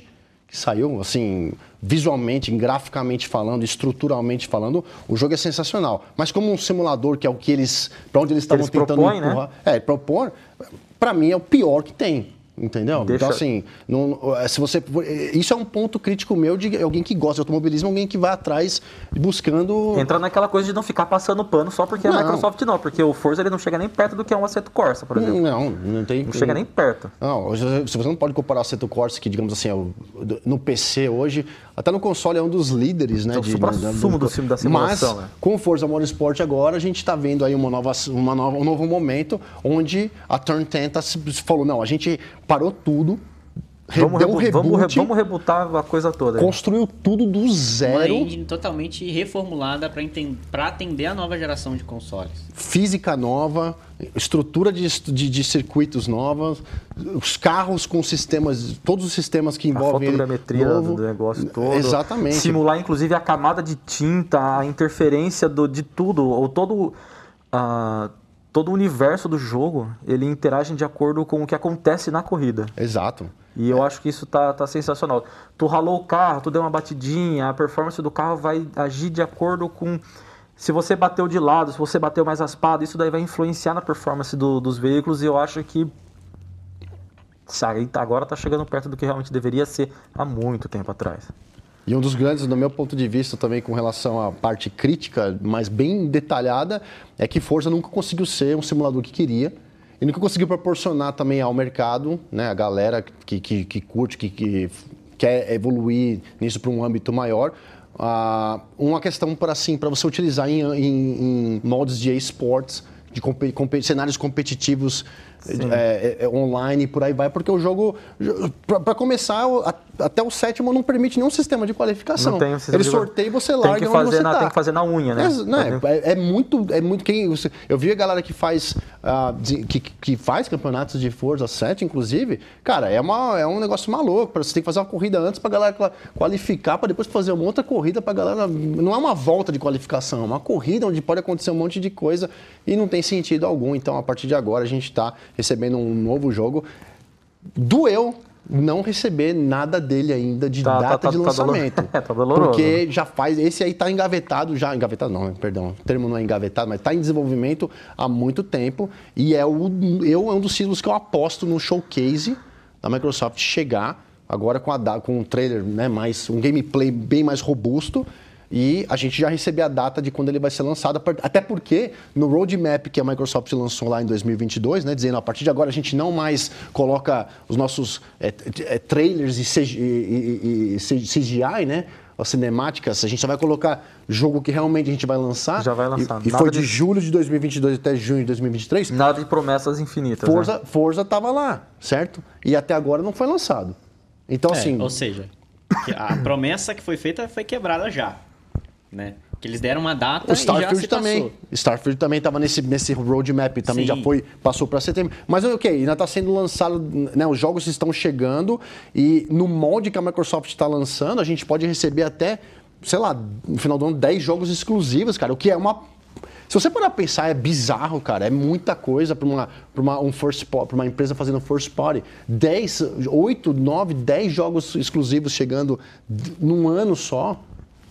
que saiu, assim, visualmente, graficamente falando, estruturalmente falando, o jogo é sensacional. Mas como um simulador, que é o que eles, para onde eles estavam tentando propõem, empurrar, né? é, propor, para mim é o pior que tem. Entendeu? Deixa... Então, assim, não, se você, isso é um ponto crítico meu de alguém que gosta de automobilismo, alguém que vai atrás buscando... Entra naquela coisa de não ficar passando pano só porque não. a Microsoft não, porque o Forza ele não chega nem perto do que é um Assetto Corsa, por exemplo. Não, não tem... Não chega nem perto. Não, se você não pode comparar o Assetto Corsa, que, digamos assim, é o, no P C hoje, até no console é um dos líderes, né? É o de, supra-sumo do filme da simulação, mas, né? com o Forza Motorsport agora, a gente está vendo aí uma nova, uma nova, um novo momento onde a Turn dez tá, falou, não, a gente parou tudo, Vamos, deu um rebu reboot, vamos, vamos rebutar a coisa toda. Construiu tudo do zero. Uma engine totalmente reformulada para atender a nova geração de consoles. Física nova, estrutura de, de, de circuitos novas, os carros com sistemas, todos os sistemas que envolvem... A fotogrametria novo, do negócio todo. Exatamente. Simular, inclusive, a camada de tinta, a interferência do, de tudo, ou todo... Uh, todo o universo do jogo, ele interage de acordo com o que acontece na corrida. Exato. E eu acho que isso tá, tá sensacional. Tu ralou o carro, tu deu uma batidinha, a performance do carro vai agir de acordo com... Se você bateu de lado, se você bateu mais raspado, isso daí vai influenciar na performance do, dos veículos, e eu acho que agora tá chegando perto do que realmente deveria ser há muito tempo atrás. E um dos grandes, do meu ponto de vista, também com relação à parte crítica, mas bem detalhada, é que Forza nunca conseguiu ser um simulador que queria. E nunca conseguiu proporcionar também ao mercado, né, a galera que, que, que curte, que, que quer evoluir nisso para um âmbito maior, uh, uma questão para assim, para você utilizar em, em, em modos de esportes, de comp comp cenários competitivos é, é, online e por aí vai, porque o jogo, para começar, a, até o sétimo não permite nenhum sistema de qualificação. Não tem um sistema Ele de... sorteia e você larga tem que onde fazer você na, tá. Tem que fazer na unha, né? É, né? é, é muito, é muito quem, eu vi a galera que faz, uh, de, que, que faz campeonatos de Forza sete, inclusive, cara, é, uma, é um negócio maluco, você tem que fazer uma corrida antes pra galera qualificar, para depois fazer uma outra corrida pra galera, não é uma volta de qualificação, é uma corrida onde pode acontecer um monte de coisa e não tem sentido algum. Então, a partir de agora, a gente está recebendo um novo jogo. Doeu não receber nada dele ainda de tá, data tá, de tá, lançamento. Tá, tá doloroso. Porque já faz... Esse aí tá engavetado já... Engavetado não, perdão. O termo não é engavetado, mas tá em desenvolvimento há muito tempo. E é, o, eu, é um dos títulos que eu aposto no showcase da Microsoft chegar agora com, a, com um trailer, né, mais, um gameplay bem mais robusto. E a gente já recebeu a data de quando ele vai ser lançado, até porque no roadmap que a Microsoft lançou lá em dois mil e vinte e dois, né, dizendo a partir de agora a gente não mais coloca os nossos é, é, trailers e, C G, e, e, e C G I, né, as cinemáticas, a gente só vai colocar jogo que realmente a gente vai lançar. Já vai lançar. E, e foi de, de julho de dois mil e vinte e dois até junho de dois mil e vinte e três. Nada de promessas infinitas. Forza, né? Forza tava lá, certo? E até agora não foi lançado. Então, é, assim... Ou seja, a promessa que foi feita foi quebrada já. Né? Que eles deram uma data o e já Starfield se também. passou. Starfield também estava nesse, nesse roadmap, também Sim. já foi, passou para setembro. Mas ok, ainda está sendo lançado, né, os jogos estão chegando e no molde que a Microsoft está lançando, a gente pode receber até, sei lá, no final do ano, dez jogos exclusivos, cara, o que é uma... Se você parar a pensar, é bizarro, cara. É muita coisa para uma, pra uma, um first pra uma empresa fazendo first party. dez, oito, nove, dez jogos exclusivos chegando num ano só.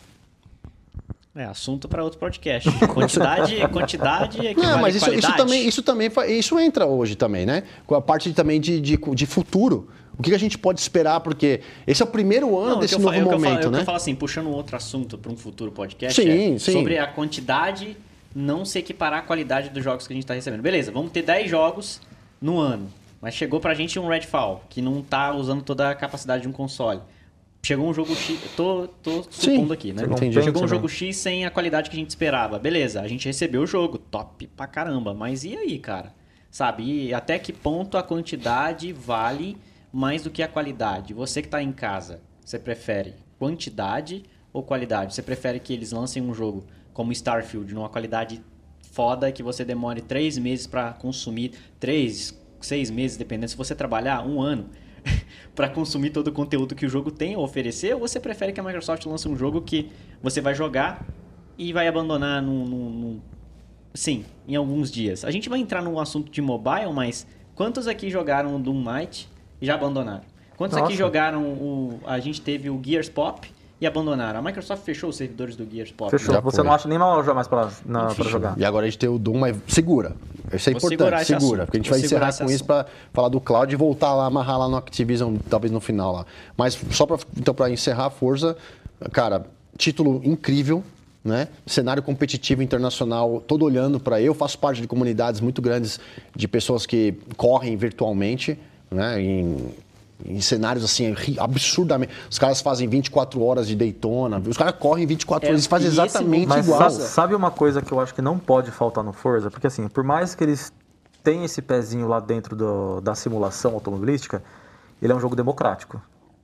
É, assunto para outro podcast. Quantidade, quantidade é que Não, vale mas isso, qualidade. isso também, isso também isso entra hoje também, né? Com a parte também de, de, de futuro. O que a gente pode esperar? Porque esse é o primeiro ano Não, desse eu novo falo, eu momento, falo, né? Eu falo assim, puxando um outro assunto para um futuro podcast, sim, é sim. sobre a quantidade não se equiparar à qualidade dos jogos que a gente está recebendo. Beleza, vamos ter dez jogos no ano, mas chegou pra gente um Redfall, que não tá usando toda a capacidade de um console. Chegou um jogo X, tô, tô supondo Sim, aqui, né? entendi. Chegou um Também. jogo X sem a qualidade que a gente esperava. Beleza, a gente recebeu o jogo, top pra caramba. Mas e aí, cara? Sabe, e até que ponto a quantidade vale mais do que a qualidade? Você que tá em casa, você prefere quantidade ou qualidade? Você prefere que eles lancem um jogo como Starfield, numa qualidade foda, que você demore três meses pra consumir, três, seis meses, dependendo, se você trabalhar um ano... para consumir todo o conteúdo que o jogo tem a oferecer, ou você prefere que a Microsoft lance um jogo que você vai jogar e vai abandonar num, num, num... sim, em alguns dias. A gente vai entrar num assunto de mobile, mas quantos aqui jogaram o Doom Might e já abandonaram? Quantos Nossa. aqui jogaram o... A gente teve o Gears Pop e abandonaram. A Microsoft fechou os servidores do Gears Pop. Fechou. Já Você foi. não acha nem mal mais pra, na, pra jogar. E agora a gente tem o Doom, mas segura. Isso é Vou segurar importante, esse segura. assunto. Porque a gente Vou vai encerrar segurar com esse isso para falar do cloud e voltar lá, amarrar lá no Activision, talvez no final lá. Mas só para então, para encerrar a Forza, cara, título incrível, né? Cenário competitivo internacional, todo olhando para eu, faço parte de comunidades muito grandes de pessoas que correm virtualmente, né? Em, em cenários assim, absurdamente. Os caras fazem vinte e quatro horas de Daytona, os caras correm vinte e quatro É, horas, eles fazem e esse exatamente Mas igual. sabe, sabe uma coisa que eu acho que não pode faltar no Forza? Porque assim, por mais que eles tenham esse pezinho lá dentro do, da simulação automobilística, ele é um jogo democrático.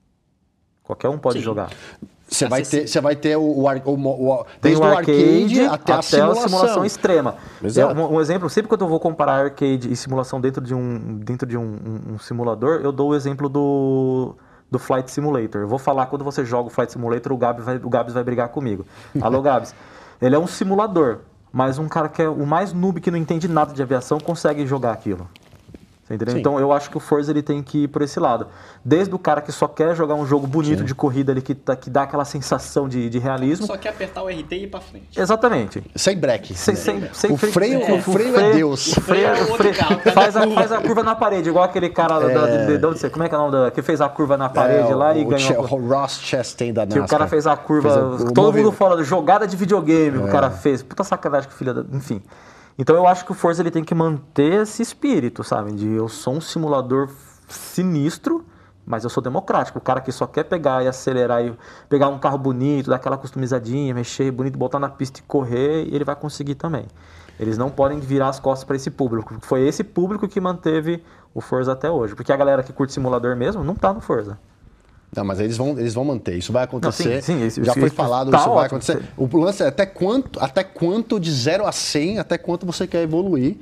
Qualquer um pode Sim. jogar. Você vai ter, você vai ter o, o, ar- o, o Tem desde o o arcade, até, a simulação, simulação extrema. Exato. É um, um exemplo, sempre que eu vou comparar arcade e simulação dentro de um, dentro de um, um, um simulador, eu dou o exemplo do, do Flight Simulator. Eu vou falar quando você joga o Flight Simulator, o Gabs vai, o Gabs vai brigar comigo. Alô, Gabs. Ele é um simulador, mas um cara que é o mais noob, que não entende nada de aviação, consegue jogar aquilo. Você entendeu? Sim. Então eu acho que o Forza ele tem que ir por esse lado. Desde o cara que só quer jogar um jogo bonito Sim. de corrida ali, que, tá- que dá aquela sensação de, de realismo. Só quer apertar o R T e ir pra frente. Exatamente. Sem break. Sem, sem, sem O freio, é, o freio é Deus. O freio, é o outro freio carro, tá faz, na a, curva. faz a curva na parede, igual aquele cara da, da, de, de onde você, como é que é o nome da, que fez a curva na parede É, lá e o, ganhou. Che- a- o Ross Chastain da Que NASCAR. o cara fez a curva, Fez a- o todo movi- mundo falando, jogada de videogame que o cara fez. Puta sacanagem que filha da... Enfim. Então eu acho que o Forza ele tem que manter esse espírito, sabe? De eu sou um simulador sinistro, mas eu sou democrático. O cara que só quer pegar e acelerar e pegar um carro bonito, dar aquela customizadinha, mexer bonito, botar na pista e correr, ele vai conseguir também. Eles não podem virar as costas para esse público. Foi esse público que manteve o Forza até hoje. Porque a galera que curte simulador mesmo não tá no Forza. Não, mas eles vão, eles vão manter, isso vai acontecer. Não, sim, sim, isso- Já isso- foi isso falado, tá isso vai ótimo. acontecer. O lance é até quanto, até quanto de zero a cem, até quanto você quer evoluir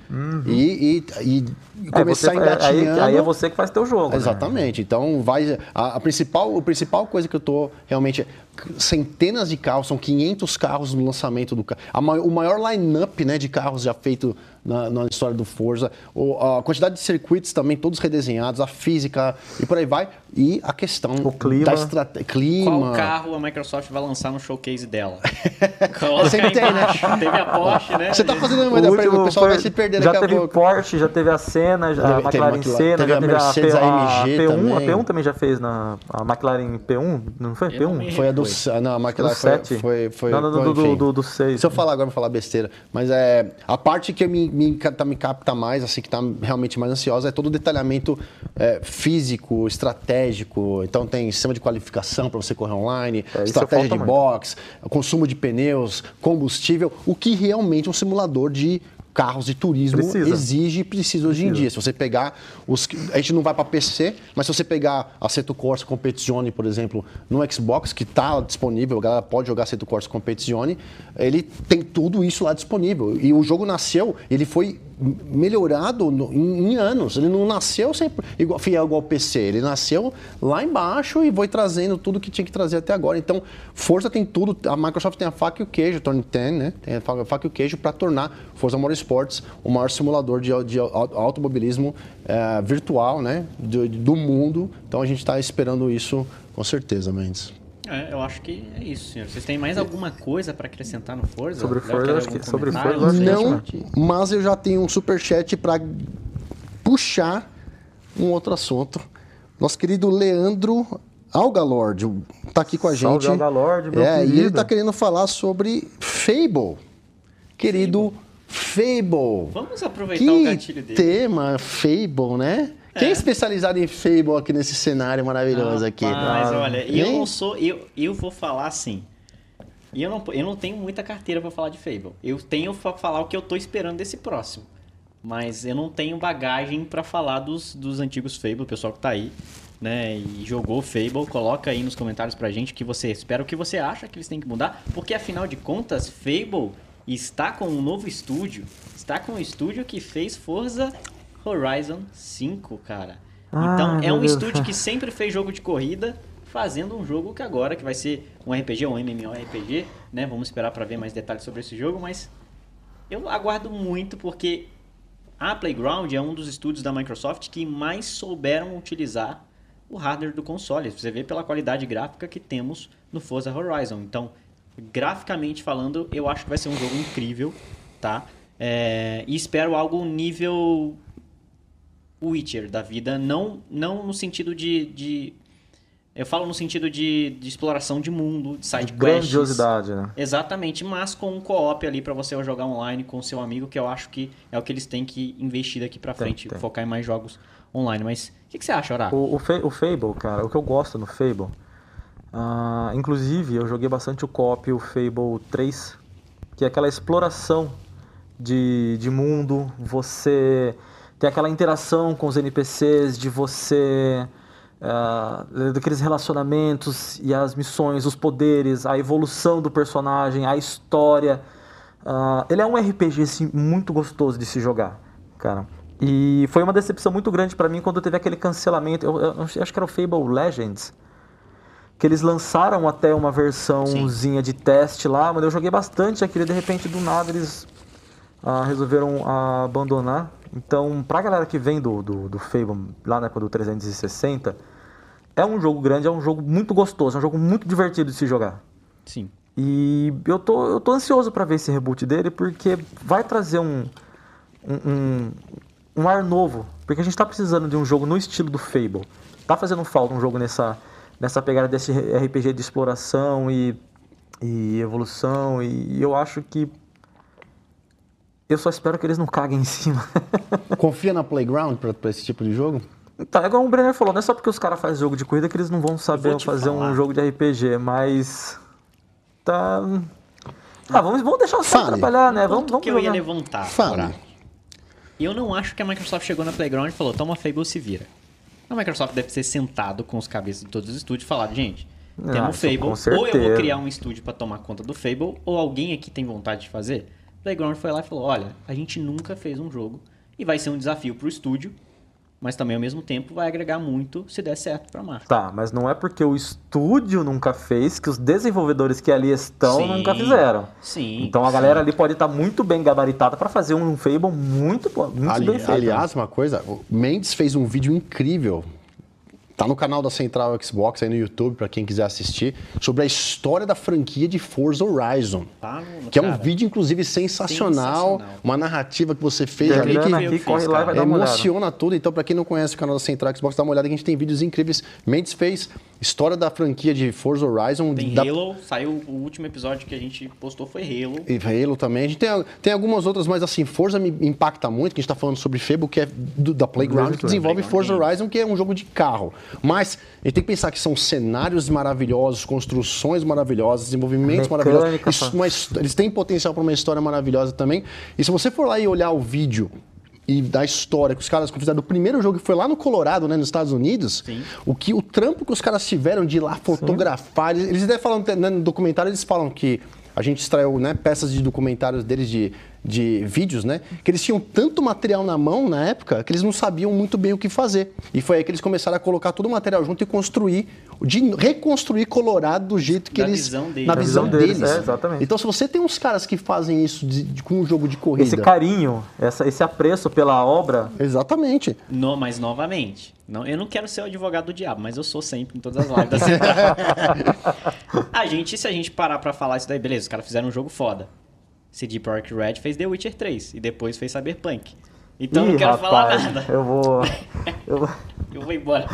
e, e, e começar É, você- engatinhando. aí, aí é você que faz teu jogo. né? Exatamente. Então, vai, a, a principal, a principal coisa que eu tô realmente... Centenas de carros, são quinhentos carros no lançamento do carro. A ma- o maior line-up, né, de carros já feito na, na história do Forza. O- a quantidade de circuitos também, todos redesenhados, a física e por aí vai. E a questão O clima. da estratégia. Clima. Qual carro a Microsoft vai lançar no showcase dela? Coloca Sempre aí tem, né? embaixo. Teve a Porsche, né? Você tá fazendo uma O ideia, último o pessoal foi- vai se perder já daqui a teve pouco. Porsche, já teve a Senna, já- a Teve- teve McLaren McLaren, Senna, teve já a teve Mercedes a, A M G P um, também. a P um também já fez na a McLaren P um, não foi? Eu P não um? me Foi a do... Foi. ah, Não, a Do McLaren foi, sete. foi, foi... Não, não, bom, do, do, enfim. do, do seis. Se eu falar agora, eu vou falar besteira. Mas é a parte que me, me, tá, me capta mais, assim, que está realmente mais ansiosa, é todo o detalhamento é, físico, estratégico. Então tem sistema de qualificação para você correr online, É, isso estratégia de falta muito. box, consumo de pneus, combustível, o que realmente um simulador de carros de turismo Precisa. exige e precisa hoje em dia. Se você pegar os... A gente não vai para P C, mas se você pegar Assetto Corsa Competizione, por exemplo, no Xbox, que está disponível, a galera pode jogar Assetto Corsa Competizione, ele tem tudo isso lá disponível. E o jogo nasceu, ele foi melhorado no- em, em anos. Ele não nasceu sempre igual, fiel igual ao P C. Ele nasceu lá embaixo e foi trazendo tudo que tinha que trazer até agora. Então, Forza tem tudo. A Microsoft tem a faca e o queijo, Turn dez, né? Tem a faca, a faca e o queijo para tornar Forza Motorsports o maior simulador de, de au- automobilismo eh, virtual, né? Do, do mundo. Então, a gente está esperando isso com certeza, Mendes. É, eu acho que é isso, senhor. Vocês têm mais alguma coisa para acrescentar no Forza? Sobre o Léo, Forza, quer eu acho algum que- sobre o comentário? Forza, eu acho Não, que- mas eu já tenho um superchat para puxar um outro assunto. Nosso querido Leandro Algalord está aqui com a Salve, gente. Algalord, meu é, e querido. ele está querendo falar sobre Fable. Querido Fable. Vamos aproveitar o Que gatilho dele. tema Fable, né? Quem é especializado em Fable aqui nesse cenário maravilhoso aqui? Mas Ah, olha, eu hein? não sou. Eu, eu vou falar assim. E eu não, eu não tenho muita carteira para falar de Fable. Eu tenho para falar o que eu tô esperando desse próximo. Mas eu não tenho bagagem para falar dos, dos antigos Fable, o pessoal que tá aí, né? E jogou Fable. Coloca aí nos comentários pra gente o que você espera, o que você acha que eles têm que mudar. Porque afinal de contas, Fable está com um novo estúdio. Está com um estúdio que fez Forza Horizon cinco, cara. Ah, Então, é meu um Deus. estúdio que sempre fez jogo de corrida, fazendo um jogo que agora, que vai ser um R P G, um MMORPG, né? Vamos esperar para ver mais detalhes sobre esse jogo, mas eu aguardo muito porque a Playground é um dos estúdios da Microsoft que mais souberam utilizar o hardware do console. Você vê pela qualidade gráfica que temos no Forza Horizon. Então, graficamente falando, eu acho que vai ser um jogo incrível, tá? É, e espero algo nível Witcher da vida, não, não no sentido de, de... Eu falo no sentido de, de exploração de mundo, de side quests. Grandiosidade, né? Exatamente, mas com um co-op ali para você jogar online com o seu amigo, que eu acho que é o que eles têm que investir daqui para frente, tem. focar em mais jogos online. Mas o que, que você acha, Orá? O, o, o Fable, cara, o que eu gosto no Fable, uh, inclusive eu joguei bastante o co-op, o Fable três, que é aquela exploração de, de mundo, você tem aquela interação com os N P Cs, de você... Uh, daqueles relacionamentos e as missões, os poderes, a evolução do personagem, a história. Uh, ele é um R P G assim, muito gostoso de se jogar, cara. E foi uma decepção muito grande pra mim quando teve aquele cancelamento. Eu, eu, eu acho que era o Fable Legends, que eles lançaram até uma versãozinha Sim. de teste lá, mas eu joguei bastante aquilo e de repente do nada eles uh, resolveram uh, abandonar. Então, pra galera que vem do, do, do Fable, lá na época do trezentos e sessenta, é um jogo grande, é um jogo muito gostoso, é um jogo muito divertido de se jogar. Sim. E eu tô, eu tô ansioso pra ver esse reboot dele, porque vai trazer um, um, um, um ar novo. Porque a gente tá precisando de um jogo no estilo do Fable. Tá fazendo falta um jogo nessa, nessa pegada desse R P G de exploração e, e evolução, e eu acho que eu só espero que eles não caguem em cima. Confia na Playground pra, pra esse tipo de jogo? Tá, igual o Brenner falou, não é só porque os caras fazem jogo de corrida que eles não vão saber fazer falar. um jogo de R P G, mas... Tá... Ah, vamos, vamos deixar os caras trabalhar, né? Vamos, vamos que eu ia levantar. Fala. Eu não acho que a Microsoft chegou na Playground e falou, toma Fable, se vira. A Microsoft deve ter sentado com os cabeças de todos os estúdios e falado, gente, Ah, temos isso com Fable, ou eu vou certeza. criar um estúdio pra tomar conta do Fable, ou alguém aqui tem vontade de fazer. Playground foi lá e falou, olha, a gente nunca fez um jogo e vai ser um desafio pro estúdio, mas também ao mesmo tempo vai agregar muito se der certo pra marca. Tá, mas não é porque o estúdio nunca fez que os desenvolvedores que ali estão Sim, nunca fizeram. Sim. Então a sim. galera ali pode estar muito bem gabaritada pra fazer um Fable muito, muito Ali, bem feito. aliás, uma coisa, o Mendes fez um vídeo incrível. Tá no canal da Central Xbox aí no YouTube, pra quem quiser assistir, sobre a história da franquia de Forza Horizon. Tá, no, Que é cara, um vídeo, inclusive, sensacional, sensacional. Uma narrativa que você fez ali Terminando que aqui, fiz, corre lá cara. e vai dar uma olhada. emociona tudo. Então, pra quem não conhece o canal da Central Xbox, dá uma olhada que a gente tem vídeos incríveis. Mendes fez história da franquia de Forza Horizon. Tem da... Halo, saiu o último episódio que a gente postou foi Halo. E Halo também. A gente tem, tem algumas outras, mas assim, Forza me impacta muito, que a gente tá falando sobre Fable, que é do, da Playground, que desenvolve Playground Forza Games. Horizon, que é um jogo de carro. Mas a gente tem que pensar que são cenários maravilhosos, construções maravilhosas, desenvolvimentos Mecânica, maravilhosos. Isso, uma his- eles têm potencial para uma história maravilhosa também. E se você for lá e olhar o vídeo e da história que os caras fizeram do primeiro jogo, que foi lá no Colorado, né, nos Estados Unidos, Sim. o que o trampo que os caras tiveram de ir lá fotografar, eles, eles até falam, né, no documentário, eles falam que a gente extraiu, né, peças de documentários deles de, de vídeos, né, que eles tinham tanto material na mão na época que eles não sabiam muito bem o que fazer. E foi aí que eles começaram a colocar todo o material junto e construir, de reconstruir Colorado do jeito que Da eles... visão deles. Na Da visão visão deles, deles. é, exatamente. Então, se você tem uns caras que fazem isso de- de- com um jogo de corrida... Esse carinho, essa, esse apreço pela obra, Exatamente. No, mas novamente, não, eu não quero ser o advogado do diabo, mas eu sou sempre em todas as lives da Central. A gente, se a gente parar pra falar isso daí, beleza, os caras fizeram um jogo foda. C D Projekt Red fez The Witcher três e depois fez Cyberpunk. Então Ih, não quero rapaz, falar nada. Eu vou. Eu vou... Eu vou embora.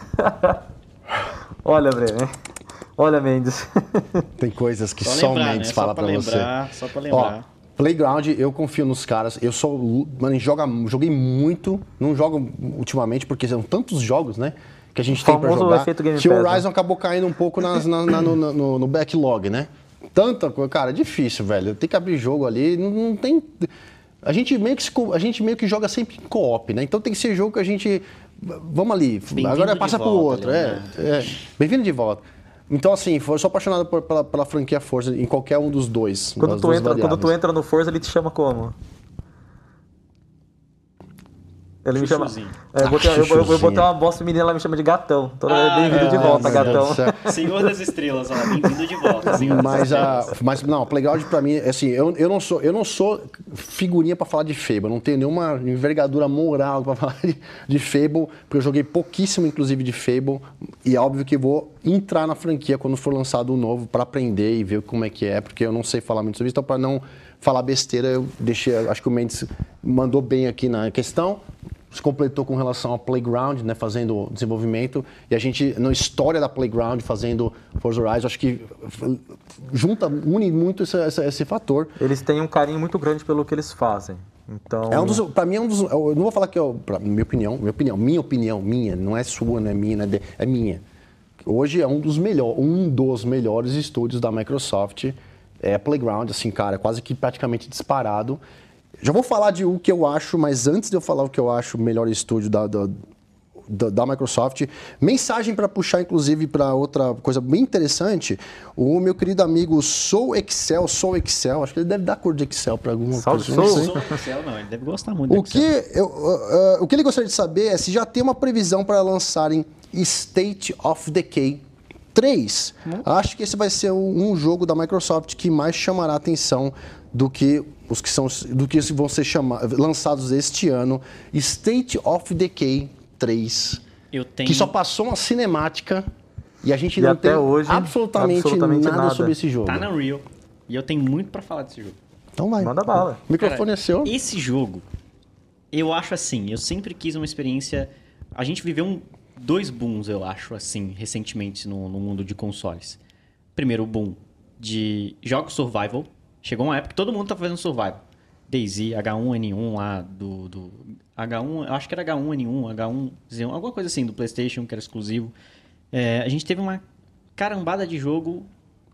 Olha, Brenner. Olha, Mendes. Tem coisas que Só só, lembrar, o Mendes né? fala Só pra pra lembrar, você. só pra Ó, lembrar. Playground, eu confio nos caras. Eu sou. Mano, joga, joguei muito. Não jogo ultimamente, porque são tantos jogos, né? Que a gente tem pra Famoso jogar. efeito Game Que o Pass, né? Horizon acabou caindo um pouco nas- na- na- no, no- no backlog, né? Tanta coisa. Cara, é difícil, velho. Tem que abrir jogo ali. Não, não tem. A gente, meio que, se co- a gente meio que joga sempre em co-op, né? Então tem que ser jogo que a gente. Vamos ali. Bem-vindo agora de passa pro volta, outro. É, Leonardo. é. Bem-vindo de volta. Então, assim, eu sou apaixonado por- pela, pela franquia Forza em qualquer um dos dois. Quando das tu, duas entra, quando tu variáveis. entra no Forza, ele te chama como? Ele me chama. É, eu, botei, eu, eu, eu botei uma bosta menina, ela me chama de gatão. Então, ah, bem-vindo é, de volta, é, gatão. Senhor das Estrelas, ó, bem-vindo de volta. Senhor mas, a, mas não, Playground pra mim, assim, eu, eu, não sou, eu não sou figurinha pra falar de Fable. Eu não tenho nenhuma envergadura moral pra falar de, de Fable, porque eu joguei pouquíssimo, inclusive, de Fable. E é óbvio que vou entrar na franquia quando for lançado o novo pra aprender e ver como é que é, porque eu não sei falar muito sobre isso, então pra não falar besteira, eu deixei, acho que o Mendes mandou bem aqui na questão, se completou com relação ao Playground, né, fazendo desenvolvimento, e a gente, na história da Playground, fazendo Forza Horizon, acho que junta, une muito esse, esse, esse fator. Eles têm um carinho muito grande pelo que eles fazem. Então... É um dos, pra mim é um dos, eu não vou falar que é, pra minha opinião, minha opinião, minha opinião, minha, não é sua, não é minha, não é, de, é minha. Hoje é um dos melhores, um dos melhores estúdios da Microsoft. É Playground, assim, cara, quase que praticamente disparado. Já vou falar de o que eu acho, mas antes de eu falar o que eu acho o melhor estúdio da, da, da, da Microsoft, mensagem para puxar, inclusive, para outra coisa bem interessante. O meu querido amigo Sou Excel, Sou Excel, acho que ele deve dar cor de Excel para alguma Salve, pessoa. Sou. Sou Excel, não, ele deve gostar muito o que eu, uh, uh, O que ele gostaria de saber é se já tem uma previsão para lançarem State of Decay três. Hum. Acho que esse vai ser um, um jogo da Microsoft que mais chamará a atenção do que os que são do que vão ser chama, lançados este ano. State of Decay três. Eu tenho... Que só passou uma cinemática e a gente e não até tem hoje, absolutamente, absolutamente nada, nada sobre esse jogo. Tá na Unreal. E eu tenho muito pra falar desse jogo. Então vai. Manda bala. O microfone Cara, é seu. Esse jogo, eu acho assim, eu sempre quis uma experiência... A gente viveu um dois booms, eu acho, assim, recentemente no, no mundo de consoles. Primeiro, o boom de jogos survival. Chegou uma época que todo mundo tá fazendo survival. DayZ, H um N um lá do, do... H um, eu acho que era H um N um, H um Z um, alguma coisa assim do PlayStation, que era exclusivo. É, a gente teve uma carambada de jogo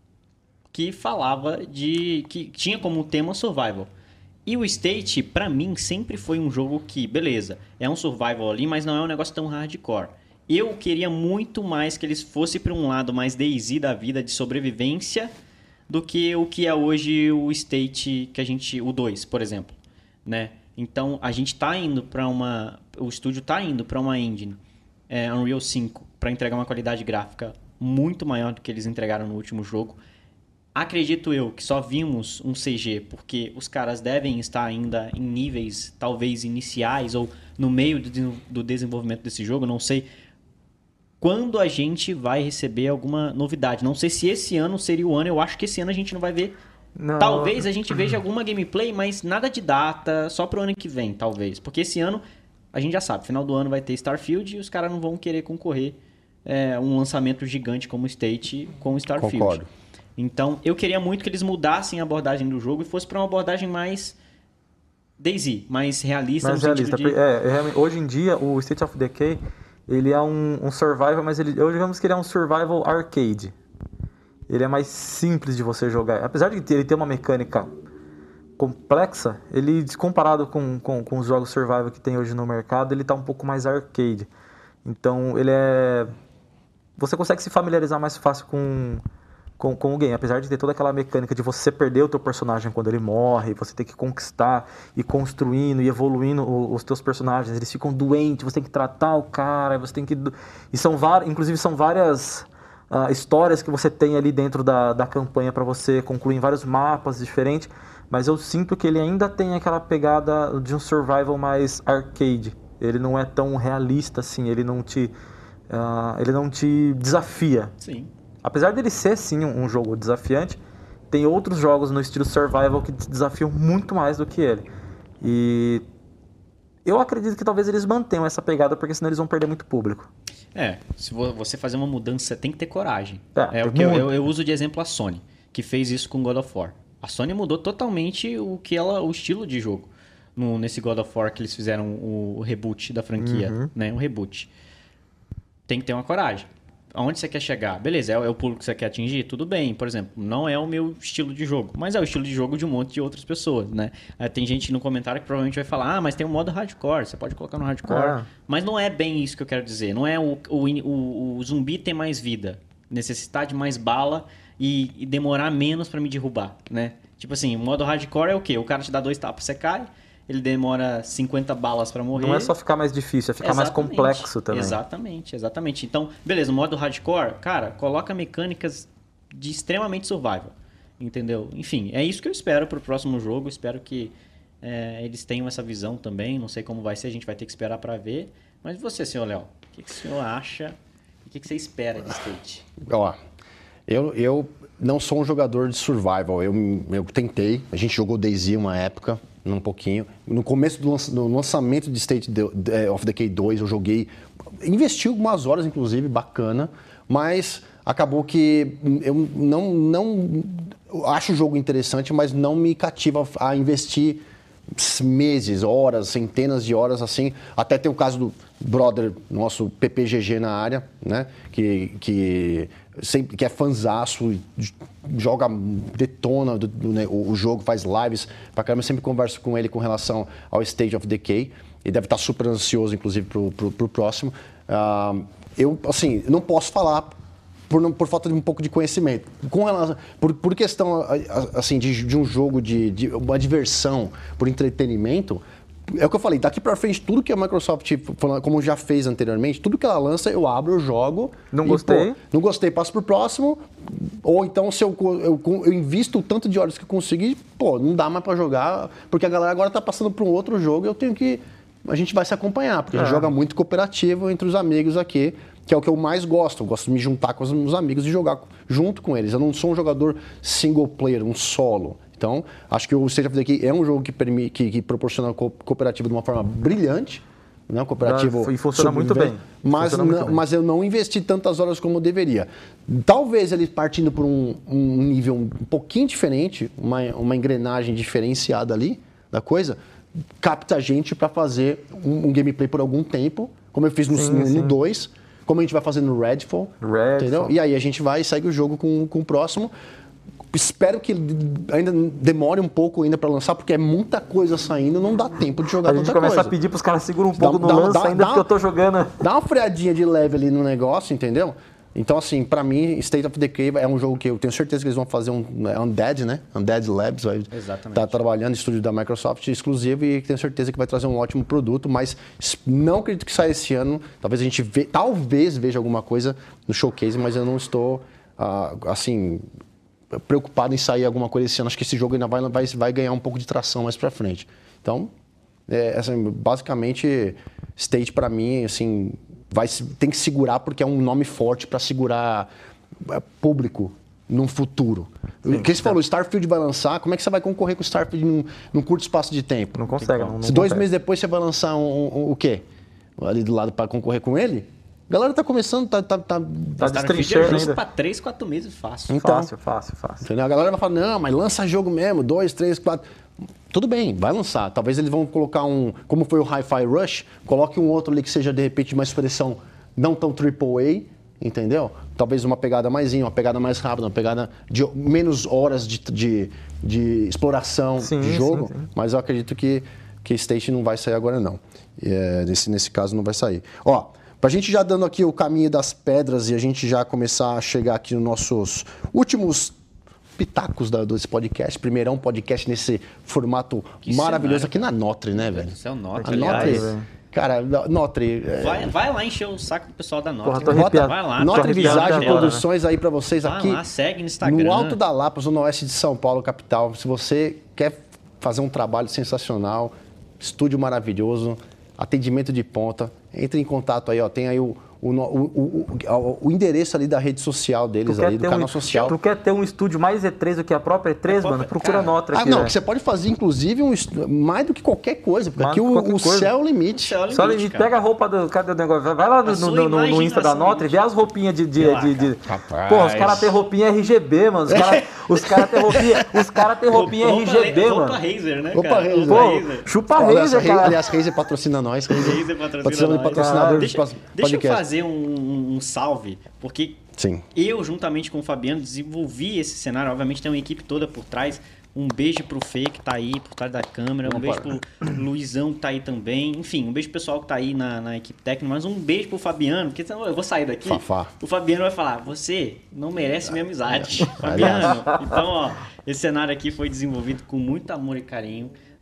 que falava de... que tinha como tema survival. E o State, pra mim, sempre foi um jogo que, beleza, é um survival ali, mas não é um negócio tão hardcore. Eu queria muito mais que eles fossem para um lado mais DayZ da vida, de sobrevivência, do que o que é hoje o State que a gente... o dois, por exemplo, né? Então, a gente tá indo para uma... o estúdio tá indo para uma engine, é, Unreal cinco, para entregar uma qualidade gráfica muito maior do que eles entregaram no último jogo. Acredito eu que só vimos um C G porque os caras devem estar ainda em níveis talvez iniciais ou no meio do desenvolvimento desse jogo, não sei quando a gente vai receber alguma novidade. Não sei se esse ano seria o ano, eu acho que esse ano a gente não vai ver. Não. Talvez a gente veja alguma gameplay, mas nada de data, só pro ano que vem, talvez. Porque esse ano, a gente já sabe, final do ano vai ter Starfield e os caras não vão querer concorrer é, um lançamento gigante como o State com o Starfield. Concordo. Então, eu queria muito que eles mudassem a abordagem do jogo e fosse para uma abordagem mais DayZ, mais realista. Mais no realista. De... É, hoje em dia, o State of Decay, ele é um, um survival, mas ele, eu digamos que ele é um survival arcade. Ele é mais simples de você jogar. Apesar de ele ter uma mecânica complexa, ele, comparado com, com, com os jogos survival que tem hoje no mercado, ele está um pouco mais arcade. Então, ele é... Você consegue se familiarizar mais fácil com... Com, com o game, apesar de ter toda aquela mecânica de você perder o teu personagem quando ele morre, você tem que conquistar e construindo e evoluindo os, os teus personagens, eles ficam doentes, você tem que tratar o cara, você tem que... E são várias, inclusive são várias uh, histórias que você tem ali dentro da, da campanha para você concluir em vários mapas diferentes, mas eu sinto que ele ainda tem aquela pegada de um survival mais arcade, ele não é tão realista assim, ele não te, uh, ele não te desafia. Sim. Apesar dele ser, sim, um jogo desafiante, tem outros jogos no estilo survival que te desafiam muito mais do que ele. E eu acredito que talvez eles mantenham essa pegada, porque senão eles vão perder muito público. É, se você fazer uma mudança, você tem que ter coragem. É, é o que eu, eu, eu uso de exemplo a Sony, que fez isso com God of War. A Sony mudou totalmente o, que ela, o estilo de jogo no, nesse God of War que eles fizeram o, o reboot da franquia, uhum. né? Um reboot. Tem que ter uma coragem. Aonde você quer chegar? Beleza, é, é o público que você quer atingir? Tudo bem. Por exemplo, não é o meu estilo de jogo, mas é o estilo de jogo de um monte de outras pessoas, né? Aí tem gente no comentário que provavelmente vai falar, ah, mas tem um modo hardcore, você pode colocar no hardcore. Ah. Mas não é bem isso que eu quero dizer. Não é o, o, o, o zumbi ter mais vida, necessitar de mais bala e, e demorar menos pra me derrubar, né? Tipo assim, o modo hardcore é o quê? O cara te dá dois tapas, você cai, ele demora cinquenta balas pra morrer. Não é só ficar mais difícil, é ficar exatamente, mais complexo também. Exatamente, exatamente. Então, beleza, no modo hardcore, cara, coloca mecânicas de extremamente survival, entendeu? Enfim, é isso que eu espero pro próximo jogo, espero que é, eles tenham essa visão também, não sei como vai ser, a gente vai ter que esperar pra ver. Mas você, senhor Léo, o que, que o senhor acha, o que, que você espera de State? Ó, eu, eu não sou um jogador de survival, eu, eu tentei, a gente jogou DayZ uma época, um pouquinho. No começo do, lança, do lançamento de State of Decay dois, eu joguei, investi algumas horas, inclusive, bacana, mas acabou que eu não, não eu acho o jogo interessante, mas não me cativa a investir meses, horas, centenas de horas, assim. Até tem o caso do brother, nosso P P G G na área, né? Que, que, sempre, que é fanzaço, joga, detona do, do, né, o, o jogo, faz lives pra caramba. Eu sempre converso com ele com relação ao State of Decay. Ele deve estar super ansioso, inclusive, pro, pro, pro próximo. Uh, eu, assim, não posso falar Por, por falta de um pouco de conhecimento. Com relação, por, por questão assim, de, de um jogo, de, de uma diversão, por entretenimento, é o que eu falei, daqui pra frente, tudo que a Microsoft, como já fez anteriormente, tudo que ela lança, eu abro, eu jogo. Não e, gostei. Pô, não gostei, passo pro próximo. Ou então, se eu, eu, eu invisto o tanto de horas que eu conseguir, pô, não dá mais pra jogar, porque a galera agora tá passando pra um outro jogo e eu tenho que... A gente vai se acompanhar, porque é. a gente joga muito cooperativo entre os amigos aqui, que é o que eu mais gosto. Eu gosto de me juntar com os meus amigos e jogar junto com eles. Eu não sou um jogador single player, um solo. Então, acho que o State of Decay é um jogo que, permite, que, que proporciona co cooperativo de uma forma brilhante. Né? Cooperativo e funciona muito bem. Mas, funciona muito não, bem. mas eu não investi tantas horas como eu deveria. Talvez ele partindo por um, um nível um pouquinho diferente, uma, uma engrenagem diferenciada ali da coisa, capta a gente para fazer um, um gameplay por algum tempo, como eu fiz no dois. Como a gente vai fazer no Redfall, Redfall. Entendeu? E aí a gente vai e segue o jogo com, com o próximo. Espero que ainda demore um pouco ainda para lançar, porque é muita coisa saindo, não dá tempo de jogar tanta coisa. A gente começa coisa. a pedir pros caras segurar um pouco dá, no dá, lança dá, ainda, dá, porque eu tô jogando. Dá uma freadinha de leve ali no negócio, entendeu? Então, assim, pra mim, State of Decay é um jogo que eu tenho certeza que eles vão fazer um é Undead, né? Undead Labs vai Exatamente. Tá trabalhando, estúdio da Microsoft exclusivo, e tenho certeza que vai trazer um ótimo produto, mas não acredito que saia esse ano. Talvez a gente ve, talvez veja alguma coisa no showcase, mas eu não estou, uh, assim, preocupado em sair alguma coisa esse ano. Acho que esse jogo ainda vai, vai, vai ganhar um pouco de tração mais pra frente. Então, é, assim, basicamente, State pra mim, assim... Vai, tem que segurar, porque é um nome forte para segurar público num futuro. Sim, o que você tá. falou, Starfield vai lançar, como é que você vai concorrer com o Starfield num, num curto espaço de tempo? Não consegue. Não, não Se dois consegue. meses depois você vai lançar um, um, um, o quê? Ali do lado para concorrer com ele? A galera tá começando, tá... Tá, tá, tá destrinchando ainda. Para três, quatro meses fácil. Então, fácil, fácil, fácil. Entendeu? A galera vai falar, não, mas lança jogo mesmo, dois, três, quatro... Tudo bem, vai lançar. Talvez eles vão colocar um... Como foi o Hi-Fi Rush, coloque um outro ali que seja, de repente, uma expressão não tão triple A, entendeu? Talvez uma pegada mais uma pegada mais rápida, uma pegada de menos horas de, de, de exploração sim, de jogo. Sim, sim. Mas eu acredito que, que State não vai sair agora, não. É, nesse, nesse caso, não vai sair. Ó, pra gente já dando aqui o caminho das pedras e a gente já começar a chegar aqui nos nossos últimos... pitacos da, desse podcast, primeirão podcast nesse formato que maravilhoso cenário, aqui na Notre, né, velho? Isso é o Notre, a Notre, cara, Notre... Vai, é... vai lá encher o saco do pessoal da Notre. Porra, vai lá. Notre Visage Produções aí pra vocês vai aqui. Lá, segue no Instagram. No Alto da Lapa, zona oeste de São Paulo, capital. Se você quer fazer um trabalho sensacional, estúdio maravilhoso, atendimento de ponta, entre em contato aí, ó, tem aí o O, o, o, o endereço ali da rede social deles, ali, do canal um, social. Tu quer ter um estúdio mais E três do que a própria E três, a mano? Própria, procura cara, Notre aqui. Ah, não, né? que você pode fazer, inclusive, um, mais do que qualquer coisa, porque mais aqui o, o céu é o limite. O céu é o limite, Só limite. Pega a roupa do... Cadê o negócio? Vai lá no, no, no, no Insta da Notre e vê as roupinhas de... de, lá, de, de... Rapaz. Pô, os caras têm roupinha R G B, mano. Os caras os cara têm roupinha, os cara têm roupinha roupa, R G B, roupa mano. Roupa Razer, né, Roupa cara? Razer. Pô, Razer. chupa Razer, cara. Aliás, Razer patrocina nós. Razer patrocina nós. Patrocinador deixa, podcast. Deixa eu fazer um, um salve, porque Sim. eu, juntamente com o Fabiano, desenvolvi esse cenário. Obviamente tem uma equipe toda por trás. Um beijo pro Fê, que tá aí por trás da câmera. Um beijo pro Luizão, que tá aí também. Enfim, um beijo pro pessoal que tá aí na, na equipe técnica. Mas um beijo pro Fabiano, porque senão eu vou sair daqui. Fafá. O Fabiano vai falar, você não merece minha amizade. Fabiano. Então, ó, esse cenário aqui foi desenvolvido com muito amor e carinho.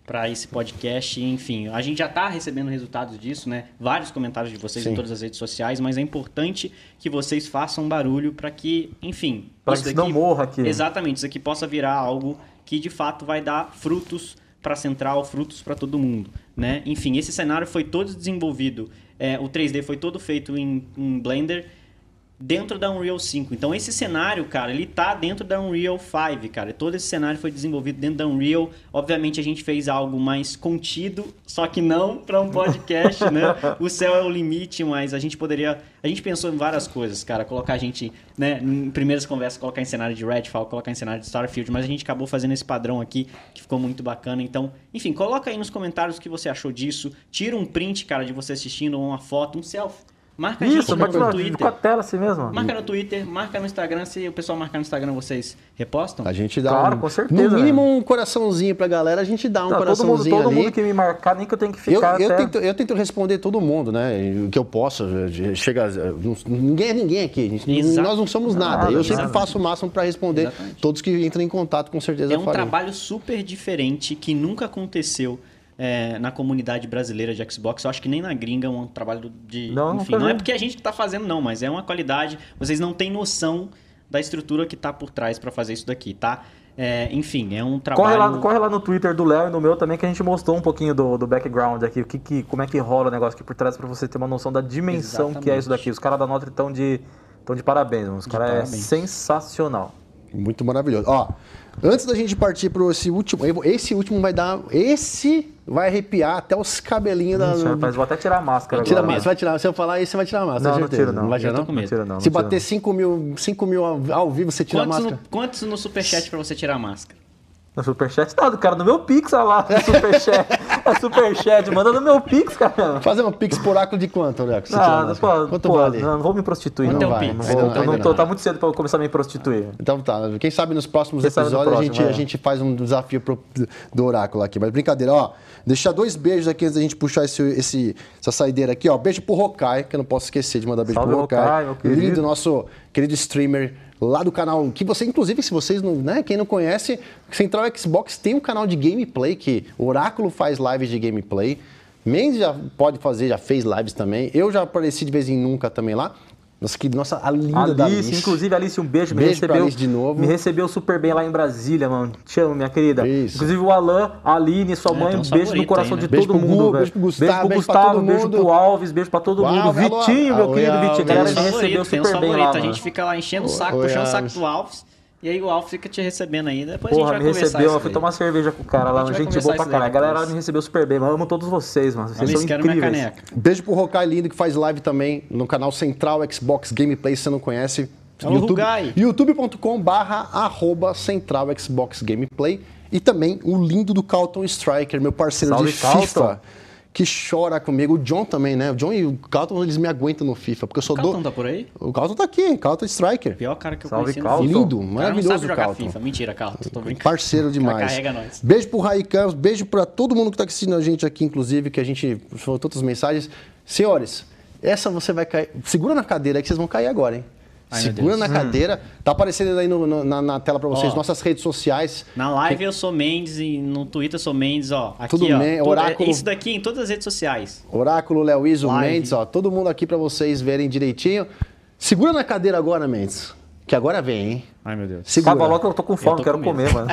para esse podcast, enfim, a gente já está recebendo resultados disso, né? Vários comentários de vocês Sim. em todas as redes sociais, mas é importante que vocês façam barulho para que, enfim, para que isso não morra aqui. Exatamente, isso aqui possa virar algo que de fato vai dar frutos para a Central, frutos para todo mundo, né? Enfim, esse cenário foi todo desenvolvido, é, o três D foi todo feito em, em Blender dentro da Unreal cinco. Então esse cenário, cara, ele tá dentro da Unreal cinco, cara. Todo esse cenário foi desenvolvido dentro da Unreal. Obviamente a gente fez algo mais contido, só que não para um podcast, né? O céu é o limite, mas a gente poderia... A gente pensou em várias coisas, cara. Colocar a gente, né, em primeiras conversas, colocar em cenário de Redfall, colocar em cenário de Starfield, mas a gente acabou fazendo esse padrão aqui, que ficou muito bacana. Então, enfim, coloca aí nos comentários o que você achou disso. Tira um print, cara, de você assistindo, uma foto, um selfie. Marca Isso, a gente no Twitter. Com a tela assim mesmo. Marca no Twitter, marca no Instagram. Se o pessoal marcar no Instagram, vocês repostam? A gente dá claro, um, com certeza. No mínimo um coraçãozinho pra galera, a gente dá um Não, coraçãozinho todo mundo, todo ali. mundo que me marcar, nem que eu tenho que ficar eu, eu, até... tento, eu tento responder todo mundo, né? O que eu posso. Chega, ninguém é ninguém aqui. Gente, nós não somos nada. nada eu sempre nada. faço o máximo pra responder. Exatamente. Todos que entram em contato, com certeza É um farei. trabalho super diferente que nunca aconteceu É, na comunidade brasileira de Xbox. Eu acho que nem na gringa é um trabalho de... Não, enfim, não, não é porque a gente está fazendo, não, mas é uma qualidade. Vocês não têm noção da estrutura que está por trás para fazer isso daqui, tá? É, enfim, é um trabalho... Corre lá, corre lá no Twitter do Léo e no meu também, que a gente mostrou um pouquinho do, do background aqui, o que, que, como é que rola o negócio aqui por trás, para você ter uma noção da dimensão Exatamente. que é isso daqui. Os caras da Notre estão de, tão de parabéns, os caras é sensacional. Muito maravilhoso. Ó, antes da gente partir para esse último, esse último vai dar, esse vai arrepiar até os cabelinhos Ixi, da... Rapaz, vou até tirar a máscara tira agora. A, você vai tirar, se eu falar isso, você vai tirar a máscara, não, não tiro não. Não vai tirar não? Não tiro, não, Se não bater cinco mil, cinco mil ao vivo, você tira quantos a máscara? No, quantos no superchat para você tirar a máscara? No Superchat nada, cara, no meu Pix, olha lá, no Superchat. É Superchat, manda no meu Pix, cara. Fazer um Pix por oráculo de quanto, Leco? Ah, pô, quanto pô, vale? Não, não vou me prostituir. Quanto não, é o vai, Pix? não, vou, Ainda não, eu não ainda tô, não. tá muito cedo pra eu começar a me prostituir. Então tá, quem sabe nos próximos Quem sabe no episódios próximo, a, gente, é. a gente faz um desafio pro, do oráculo aqui. Mas brincadeira, ó. Deixar dois beijos aqui antes da gente puxar esse, esse, essa saideira aqui, ó. Beijo pro Rokai, que eu não posso esquecer de mandar beijo Salve, pro Rokai. Rokai, meu querido. Lindo, nosso querido streamer lá do canal, que você, inclusive, se vocês não, né, quem não conhece, Central Xbox tem um canal de gameplay que o Oráculo faz lives de gameplay. Mendes já pode fazer, já fez lives também. Eu já apareci de vez em nunca também lá. Nossa, que, nossa, a linda Alice, da Alice. Inclusive, Alice, um beijo. Beijo me recebeu, pra Alice de novo. Me recebeu super bem lá em Brasília, mano. Te amo, minha querida. Isso. Inclusive o Alan, a Aline, sua É, mãe, tem um um beijo no favorito coração aí, né? de Beijo todo pro mundo, Gu, velho. beijo pro Gustavo, beijo pro beijo pra Gustavo, todo beijo mundo. pro Alves, beijo pra todo Uau, mundo. alô, Vitinho, meu alô, querido Alves. Vitinho. A galera me Tem os recebeu favoritos, tem os super bem lá, favoritos. A mano. gente fica lá enchendo o saco, Oi, puxando o saco Alves. do Alves. E aí o Alves fica te recebendo aí. Depois Porra, a gente me vai conversar recebeu, isso eu fui daí. tomar cerveja com o cara lá, A gente vai gente boa conversar pra isso caralho. A daí galera depois. me recebeu super bem, mano. Eu amo todos vocês, mano. Vocês Alice, são quero minha incríveis. caneca. Beijo pro Rokai lindo que faz live também no canal Central Xbox Gameplay, se você não conhece. Alô, YouTube, Rugai. youtube ponto com barra arroba Central Xbox Gameplay. E também o lindo do Carlton Striker, meu parceiro Salve, de Carlton. FIFA, que chora comigo. O John também, né? O John e o Carlton, eles me aguentam no FIFA, porque eu sou O Carlton do... tá por aí? O Carlton tá aqui, Carlton Striker. Pior cara que eu Salve, conheci no Carlton. FIFA. Lindo, O cara não maravilhoso sabe o jogar Carlton. FIFA. Mentira, Carlton. Tô brincando. Parceiro demais. Carrega nós. Beijo pro Raí Campos, beijo pra todo mundo que tá assistindo a gente aqui, inclusive, que a gente falou todas as mensagens. Senhores, essa você vai cair. Segura na cadeira aí que vocês vão cair agora, hein? Ai, meu Segura Deus. na cadeira. Tá aparecendo aí no- no- na, na tela pra vocês, Ó. nossas redes sociais. Na live eu sou Mendes e no Twitter eu sou Mendes, ó. Aqui, Tudo ó. Men- Tudo- Oráculo- é Isso daqui em todas as redes sociais. Oráculo, Léo Iso, Live. Mendes, ó. Todo mundo aqui pra vocês verem direitinho. Segura na cadeira agora, Mendes. Que agora vem, hein? Ai, meu Deus. Segura. Acaba logo que eu tô com fome, tô quero com comer, mano.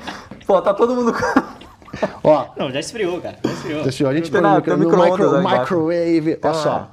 Pô, tá todo mundo... Ó, Não, já esfriou, cara. Já esfriou. deixa eu- a gente Tem põe nada, no, tem no micro-ondas micro, aí embaixo. microwave. Olha Ah. só.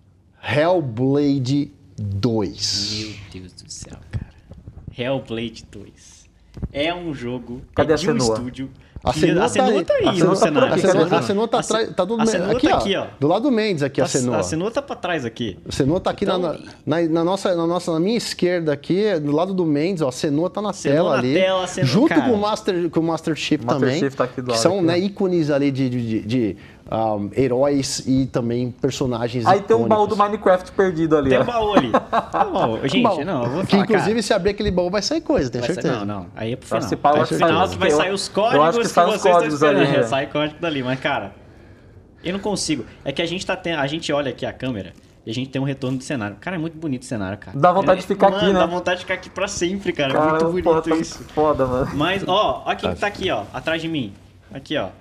Hellblade dois. Meu Deus do céu, cara. Hellblade dois. É um jogo Cadê é a de um Senua? estúdio. A que- Senua a Senua tá tá aí. aí A Senua no tá por cenário. aqui, A Senua, cadê a Senua tá A atrás. Tá do, a Senua aqui, tá ó, aqui, ó. Do lado do Mendes aqui, a, A, Senua. a Senua tá pra trás aqui. A Senua tá aqui Então, na, na, na nossa, na nossa, na minha esquerda aqui, do lado do Mendes, ó. A Senua tá na Senua tela na ali. tela, Senua- junto cara. com o Master, com o Master Chief Master também. Chief tá aqui do que lado, são aqui, né, ó. ícones ali de, de, de, de, um, heróis e também personagens Aí tem um baú do icônicos. Minecraft perdido ali, Tem ó. um baú ali. Tem um baú. Gente, Baú. não, eu vou Que falar, inclusive, cara, se abrir aquele baú, vai sair coisa, tenho vai ser- certeza. Não, não. Aí é pro Pra final. se pá, eu Aí acho pro que final sai- que vai eu- sair os eu códigos acho que que, sai os vocês estão códigos ali, esperando. né? É, sai código dali, mas cara, eu não consigo. É que a gente tá tendo, a gente olha aqui a câmera e a gente tem um retorno do cenário. Cara, é muito bonito o cenário, cara. Dá vontade de ficar Mano, aqui, né? Dá vontade de ficar aqui pra sempre, cara. Cara, muito bonito porra, tá isso. foda, mano. Mas, ó, ó quem tá aqui, ó, atrás de mim. Aqui, ó.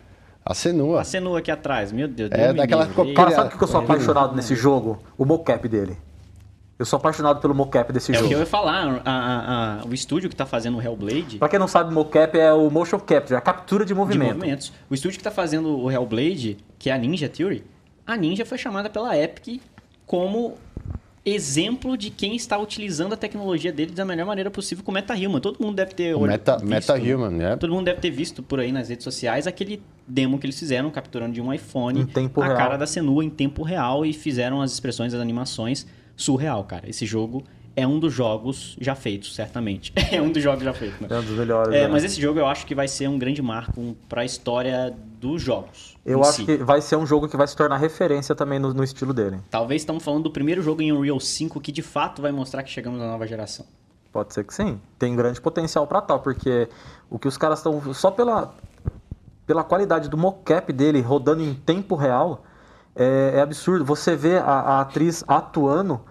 A Senua. A Senua aqui atrás, meu Deus. É, daquela... Cara, sabe o que eu sou apaixonado nesse jogo? O mocap dele. Eu sou apaixonado pelo mocap desse é jogo. É o que eu ia falar, a, a, a, o estúdio que tá fazendo o Hellblade... Pra quem não sabe, mocap é o motion capture, a captura de movimento. De movimentos. O estúdio que tá fazendo o Hellblade, que é a Ninja Theory, a Ninja foi chamada pela Epic como exemplo de quem está utilizando a tecnologia dele da melhor maneira possível com o MetaHuman. Todo mundo deve ter Meta, visto, MetaHuman, né? Todo mundo deve ter visto por aí nas redes sociais aquele demo que eles fizeram, capturando de um iPhone em tempo a real. cara da Senua em tempo real e fizeram as expressões, as animações surreal, cara. Esse jogo é um dos jogos já feitos, certamente. É um dos jogos já feitos, né? É um dos melhores. É, né? mas esse jogo eu acho que vai ser um grande marco para a história dos jogos. Eu acho si. que vai ser um jogo que vai se tornar referência também no, no estilo dele. Talvez estamos falando do primeiro jogo em Unreal cinco que de fato vai mostrar que chegamos na nova geração. Pode ser que sim. Tem grande potencial para tal, porque o que os caras estão... Só pela, pela qualidade do mocap dele rodando em tempo real, é, é absurdo. Você vê a, a atriz atuando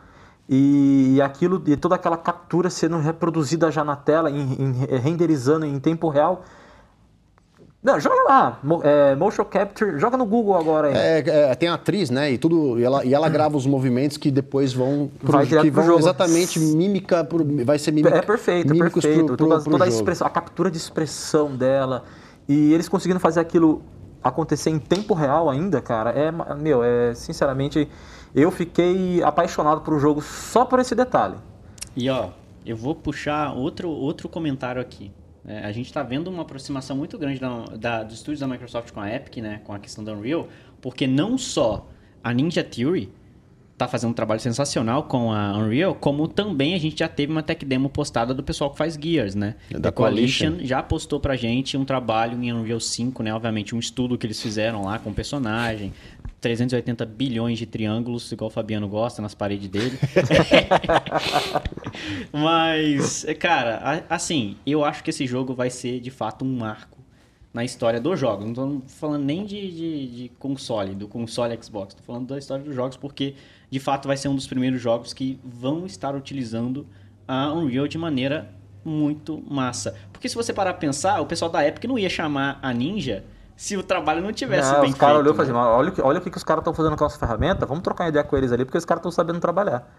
e, e aquilo e toda aquela captura sendo reproduzida já na tela, em, em, renderizando em tempo real. Não, joga lá, é, motion capture, joga no Google agora aí. É, é, tem a atriz, né? E tudo, e ela, e ela grava os movimentos que depois vão, pro, vai que vão jogo. exatamente mímica, pro, vai ser mímica. É perfeito, é perfeito. Pro, pro, toda pro toda a, jogo. expressão, a captura de expressão dela e eles conseguindo fazer aquilo acontecer em tempo real ainda, cara, é, meu, é, sinceramente, eu fiquei apaixonado por o jogo só por esse detalhe. E ó, eu vou puxar outro, outro comentário aqui. É, a gente está vendo uma aproximação muito grande da, da, dos estúdios da Microsoft com a Epic, né, com a questão da Unreal, porque não só a Ninja Theory está fazendo um trabalho sensacional com a Unreal, como também a gente já teve uma tech demo postada do pessoal que faz Gears, né? Da The Coalition. Coalition Já postou pra gente um trabalho em Unreal cinco, né? Obviamente um estudo que eles fizeram lá com o personagem, trezentos e oitenta bilhões de triângulos, igual o Fabiano gosta, nas paredes dele. Mas, cara, assim, eu acho que esse jogo vai ser, de fato, um marco na história dos jogos. Não estou falando nem de, de, de console, do console Xbox. Estou falando da história dos jogos, porque, de fato, vai ser um dos primeiros jogos que vão estar utilizando a Unreal de maneira muito massa. Porque se você parar pra pensar, o pessoal da Epic não ia chamar a Ninja se o trabalho não tivesse não, bem os cara feito. Olhou e né? falou assim, olha, olha o que os caras estão fazendo com as ferramentas, vamos trocar uma ideia com eles ali, porque os caras estão sabendo trabalhar.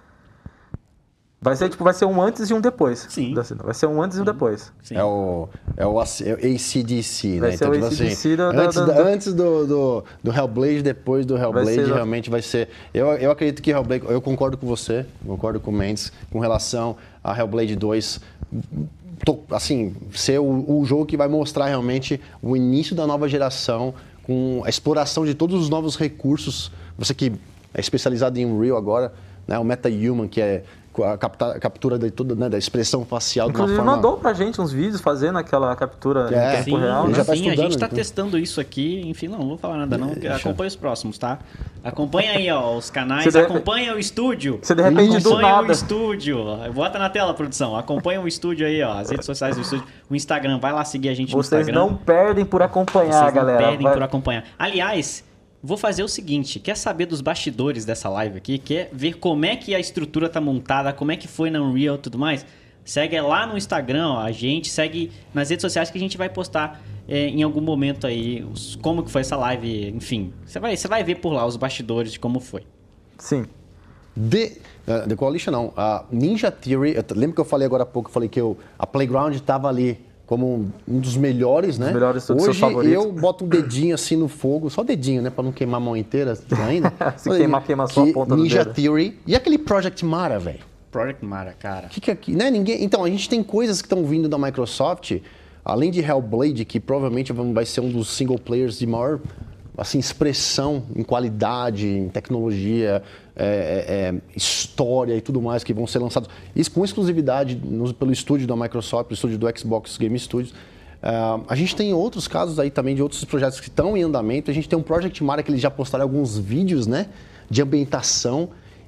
Vai ser, tipo, vai ser um antes e um depois. Sim. Vai ser um antes e um depois. Sim. É o, é o A C D C, Vai né? ser Então, o tipo A C D C assim, da- da- antes, da- da- da- antes do, do, do Hellblade, depois do Hellblade, ser- realmente vai ser... Eu, eu acredito que Hellblade... Eu concordo com você, concordo com o Mendes, com relação a Hellblade dois... Tô, assim, ser o, o jogo que vai mostrar realmente o início da nova geração, com a exploração de todos os novos recursos. Você que é especializado em Unreal agora, né? O MetaHuman, que é a capta, a captura de toda, né, da expressão facial Inclusive, de uma forma... mandou pra gente uns vídeos fazendo aquela captura É, em tempo Sim, real, ele né? já tá sim, a estudando, gente está então. testando isso aqui. Enfim, não, não vou falar nada não. Deixa. Acompanha os próximos, tá? Acompanha aí, ó, os canais. Você de repente- Acompanha o estúdio. Você de repente do Acompanha o nada... estúdio. Bota na tela, produção. Acompanha o estúdio aí, ó. As redes sociais do estúdio. O Instagram. Vai lá seguir a gente Vocês no Instagram. não perdem por acompanhar, Vocês não galera. perdem Vai- por acompanhar. Aliás, vou fazer o seguinte. Quer saber dos bastidores dessa live aqui? Quer ver como é que a estrutura tá montada? Como é que foi na Unreal e tudo mais? Segue lá no Instagram, ó, a gente. Segue nas redes sociais que a gente vai postar é, em algum momento aí os, como que foi essa live. Enfim, você vai, você vai ver por lá os bastidores de como foi. Sim. The, uh, The Coalition não, a Ninja Theory, eu t- lembra que eu falei agora há pouco, eu falei que eu, a Playground estava ali como um, um dos melhores, né? melhores, dos seus Hoje favoritos. eu boto um dedinho assim no fogo, só dedinho, né? Pra não queimar a mão inteira ainda. Se queimar, queima só a Que ponta do Ninja dedo. Theory e aquele Project Mara, velho. Project Mara, cara. O que, que é aqui? Né? Ninguém... Então, a gente tem coisas que estão vindo da Microsoft, além de Hellblade, que provavelmente vai ser um dos single players de maior assim, expressão em qualidade, em tecnologia, é, é, é, história e tudo mais que vão ser lançados. Isso com exclusividade no, pelo estúdio da Microsoft, o estúdio do Xbox Game Studios. Uh, a gente tem outros casos aí também de outros projetos que estão em andamento. A gente tem um Project Mara que eles já postaram alguns vídeos, né, de ambientação.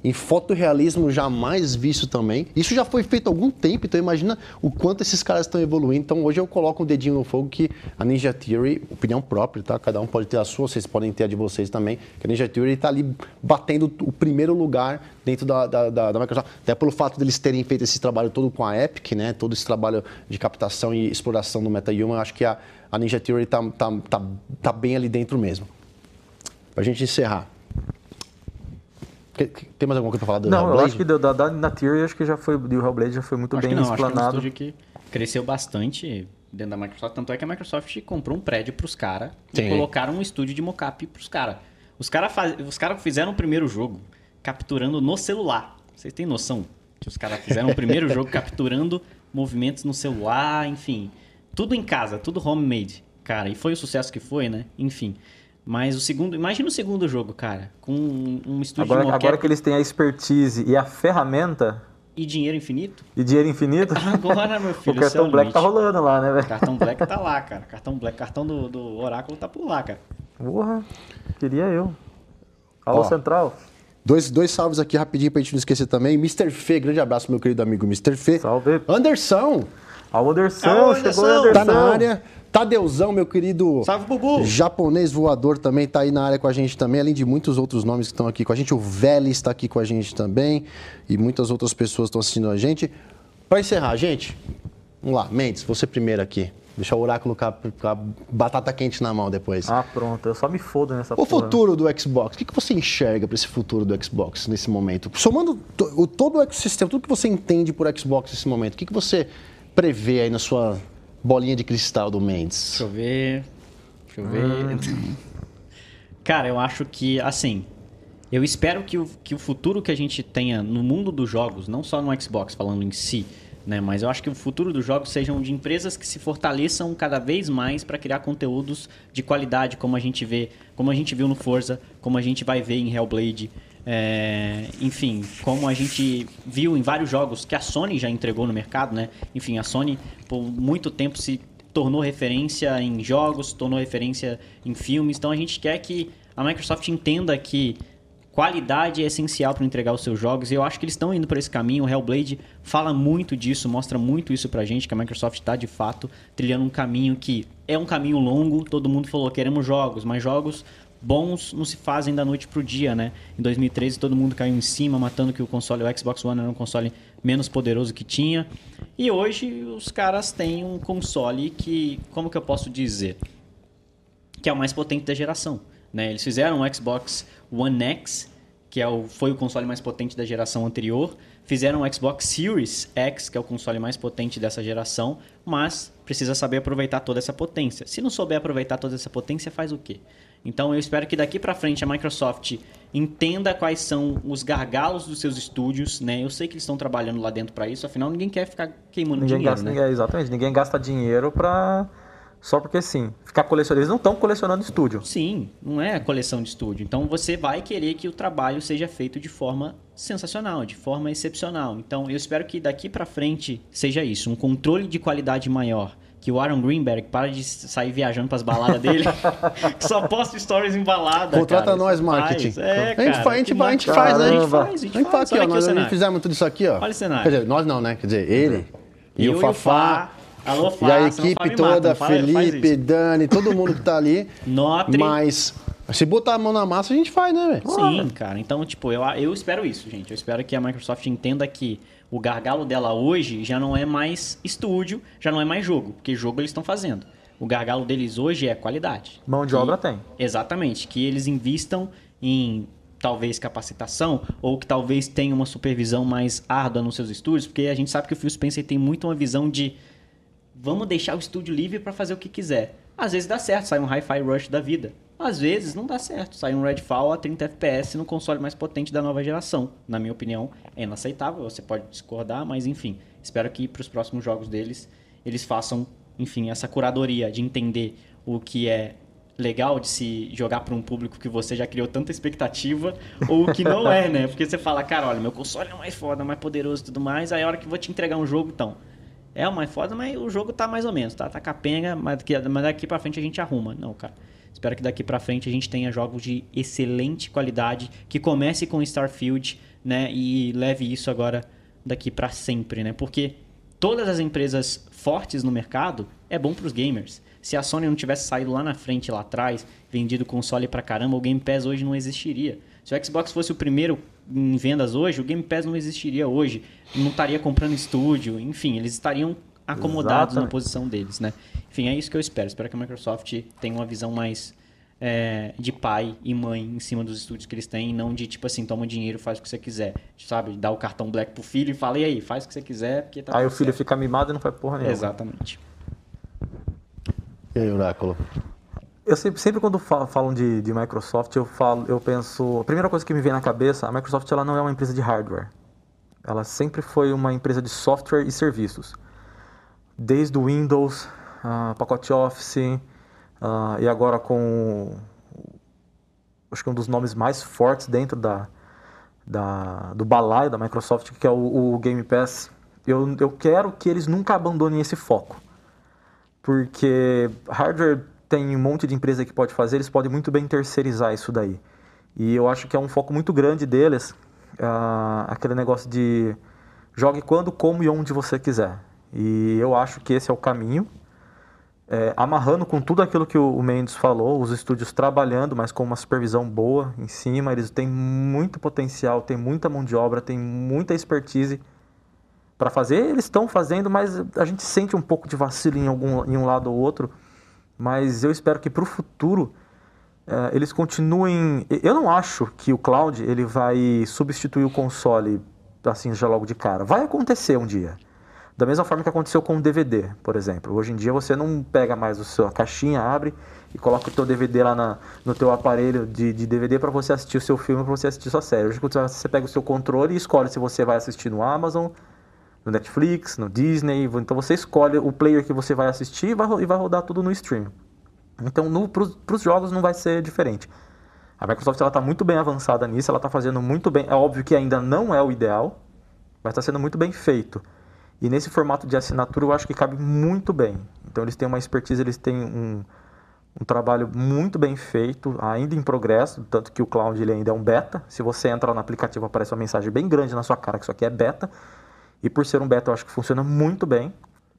em fotorrealismo jamais visto também. Isso já foi feito há algum tempo, então imagina o quanto esses caras estão evoluindo. Então hoje eu coloco um dedinho no fogo que a Ninja Theory, opinião própria, tá? Cada um pode ter a sua, vocês podem ter a de vocês também, que a Ninja Theory está ali batendo o primeiro lugar dentro da, da, da, da Microsoft, até pelo fato deles terem feito esse trabalho todo com a Epic, né? Todo esse trabalho de captação e exploração do MetaHuman, acho que a, a Ninja Theory está tá, tá, tá bem ali dentro mesmo. Pra gente encerrar. Tem mais alguma coisa pra falar do não, Hellblade? Não, eu acho que da, da, na Theory, acho que já foi, do Hellblade já foi muito acho bem que não, explanado. Acho que é um estúdio que cresceu bastante dentro da Microsoft, tanto é que a Microsoft comprou um prédio pros caras e colocaram um estúdio de mocap pros caras. Os caras faz... os cara fizeram o primeiro jogo capturando no celular. Vocês têm noção que os caras fizeram o primeiro jogo capturando movimentos no celular, enfim. Tudo em casa, tudo homemade, cara. E foi o sucesso que foi, né? Enfim. Mas o segundo... Imagina o segundo jogo, cara. Com um estúdio agora, de mocap... Agora que eles têm a expertise e a ferramenta... E dinheiro infinito? E dinheiro infinito? Agora, meu filho, o cartão é um Black limite. tá rolando lá, né, velho? Cartão Black tá lá, cara. Cartão Black, cartão do, do Oráculo tá por lá, cara. Porra, queria eu. Alô, Ó, Central. Dois, dois salves aqui rapidinho pra gente não esquecer também. mister Fê, grande abraço, meu querido amigo mister Fê. Salve. Anderson. Alô, Anderson. Alô, Chegou Anderson. Anderson. Tá na área. Tadeuzão, meu querido. Salve, Bubu. Japonês voador também tá aí na área com a gente também, além de muitos outros nomes que estão aqui com a gente. O Vélez está aqui com a gente também. E muitas outras pessoas estão assistindo a gente. Para encerrar, gente, vamos lá. Mendes, você primeiro aqui. Deixa o oráculo com a, com a batata quente na mão depois. Ah, pronto. Eu só me fodo nessa O porra. futuro do Xbox, o que que você enxerga para esse futuro do Xbox nesse momento? Somando to- o, todo o ecossistema, tudo que você entende por Xbox nesse momento, o que que você prevê aí na sua bolinha de cristal do Mendes? Deixa eu ver. Deixa eu ver. Cara, eu acho que, assim... Eu espero que o, que o futuro que a gente tenha no mundo dos jogos, não só no Xbox, falando em si, né? Mas eu acho que o futuro dos jogos sejam de empresas que se fortaleçam cada vez mais para criar conteúdos de qualidade, como a gente vê, como a gente viu no Forza, como a gente vai ver em Hellblade, é, enfim, como a gente viu em vários jogos que a Sony já entregou no mercado, né? Enfim, a Sony por muito tempo se tornou referência em jogos, tornou referência em filmes, então a gente quer que a Microsoft entenda que qualidade é essencial para entregar os seus jogos e eu acho que eles estão indo por esse caminho. O Hellblade fala muito disso, mostra muito isso pra gente, que a Microsoft está de fato trilhando um caminho que é um caminho longo. Todo mundo falou, queremos jogos, mas jogos bons não se fazem da noite pro dia, né? Em dois mil e treze todo mundo caiu em cima, matando que o console, o Xbox One era um console menos poderoso que tinha. E hoje os caras têm um console que, como que eu posso dizer? Que é o mais potente da geração. Né? Eles fizeram o Xbox One X, que é o, foi o console mais potente da geração anterior. Fizeram o Xbox Series X, que é o console mais potente dessa geração, mas precisa saber aproveitar toda essa potência. Se não souber aproveitar toda essa potência, faz o quê? Então eu espero que daqui para frente a Microsoft entenda quais são os gargalos dos seus estúdios, né? Eu sei que eles estão trabalhando lá dentro para isso, afinal ninguém quer ficar queimando ninguém dinheiro, gasta, né? ninguém, exatamente, ninguém gasta dinheiro pra... Só porque sim, ficar colecionando. Eles não estão colecionando estúdio. Sim, não é coleção de estúdio. Então você vai querer que o trabalho seja feito de forma sensacional, de forma excepcional. Então eu espero que daqui pra frente seja isso, um controle de qualidade maior. Que o Aaron Greenberg para de sair viajando pras baladas dele, que só posta stories em balada. Contrata cara. nós, Isso marketing. faz. É, a gente cara, faz, a gente, que vai, a gente bacana. faz, né? A gente faz, a gente A gente faz faz. aqui, Olha ó. aqui o Nós cenário. fizemos tudo isso aqui, ó. Olha o cenário. Quer dizer, nós não, né? Quer dizer, ele e Eu o Fafá. Alô, Fá, E a senão o Fá equipe me toda, mata, fala- faz Felipe, isso. Dani, todo mundo que tá ali. Notri. Mas se botar a mão na massa, a gente faz, né, velho? Sim, cara. Então, tipo, eu, eu espero isso, gente. Eu espero que a Microsoft entenda que o gargalo dela hoje já não é mais estúdio, já não é mais jogo, porque jogo eles estão fazendo. O gargalo deles hoje é qualidade. Mão de Que- obra tem. Exatamente. Que eles invistam em talvez capacitação ou que talvez tenha uma supervisão mais árdua nos seus estúdios, porque a gente sabe que o Phil Spencer tem muito uma visão de vamos deixar o estúdio livre para fazer o que quiser. Às vezes dá certo, sai um Hi-Fi Rush da vida. Às vezes não dá certo, sai um Redfall a trinta F P S no console mais potente da nova geração. Na minha opinião, é inaceitável, você pode discordar, mas enfim, espero que para os próximos jogos deles, eles façam, enfim, essa curadoria de entender o que é legal de se jogar para um público que você já criou tanta expectativa ou o que não é, né? Porque você fala, cara, olha, meu console é mais foda, mais poderoso e tudo mais, aí a hora que eu vou te entregar um jogo, então... É o mais foda, mas o jogo tá mais ou menos, tá? Tá capenga, mas daqui, mas daqui pra frente a gente arruma. Não, cara. Espero que daqui para frente a gente tenha jogos de excelente qualidade, que comece com Starfield, né, e leve isso agora daqui para sempre, né? Porque todas as empresas fortes no mercado é bom para os gamers. Se a Sony não tivesse saído lá na frente, lá atrás, vendido console pra caramba, o Game Pass hoje não existiria. Se o Xbox fosse o primeiro em vendas hoje, o Game Pass não existiria hoje. Não estaria comprando estúdio, enfim, eles estariam acomodados Exatamente. Na posição deles, né? Enfim, é isso que eu espero. Espero que a Microsoft tenha uma visão mais é, de pai e mãe em cima dos estúdios que eles têm, e não de tipo assim, toma dinheiro, faz o que você quiser. Sabe? Dá o cartão Black pro filho e fala, e aí, faz o que você quiser, porque tá Aí o certo. filho fica mimado e não faz porra nenhuma. Exatamente. E aí, Oráculo? Eu sempre, sempre quando falam falo de, de Microsoft, eu, falo, eu penso... A primeira coisa que me vem na cabeça, a Microsoft ela não é uma empresa de hardware. Ela sempre foi uma empresa de software e serviços. Desde o Windows, uh, pacote Office, uh, e agora com... Acho que um dos nomes mais fortes dentro da, da, do balaio da Microsoft, que é o, o Game Pass. Eu, eu quero que eles nunca abandonem esse foco. Porque hardware tem um monte de empresa que pode fazer, eles podem muito bem terceirizar isso daí. E eu acho que é um foco muito grande deles, uh, aquele negócio de jogue quando, como e onde você quiser. E eu acho que esse é o caminho, é, amarrando com tudo aquilo que o Mendes falou, os estúdios trabalhando, mas com uma supervisão boa em cima, eles têm muito potencial, têm muita mão de obra, têm muita expertise para fazer, eles estão fazendo, mas a gente sente um pouco de vacilo em, algum, em um lado ou outro, mas eu espero que para o futuro uh, eles continuem... Eu não acho que o cloud ele vai substituir o console assim já logo de cara. Vai acontecer um dia. Da mesma forma que aconteceu com o D V D, por exemplo. Hoje em dia você não pega mais a sua caixinha, abre e coloca o teu D V D lá na, no teu aparelho de, de D V D para você assistir o seu filme, para você assistir sua série. Hoje você pega o seu controle e escolhe se você vai assistir no Amazon, no Netflix, no Disney. Então você escolhe o player que você vai assistir e vai, e vai rodar tudo no stream. Então para os jogos não vai ser diferente. A Microsoft está muito bem avançada nisso, ela está fazendo muito bem. É óbvio que ainda não é o ideal, mas está sendo muito bem feito. E nesse formato de assinatura eu acho que cabe muito bem. Então eles têm uma expertise, eles têm um, um trabalho muito bem feito, ainda em progresso, tanto que o cloud ele ainda é um beta. Se você entrar no aplicativo aparece uma mensagem bem grande na sua cara que isso aqui é beta. E por ser um beta eu acho que funciona muito bem.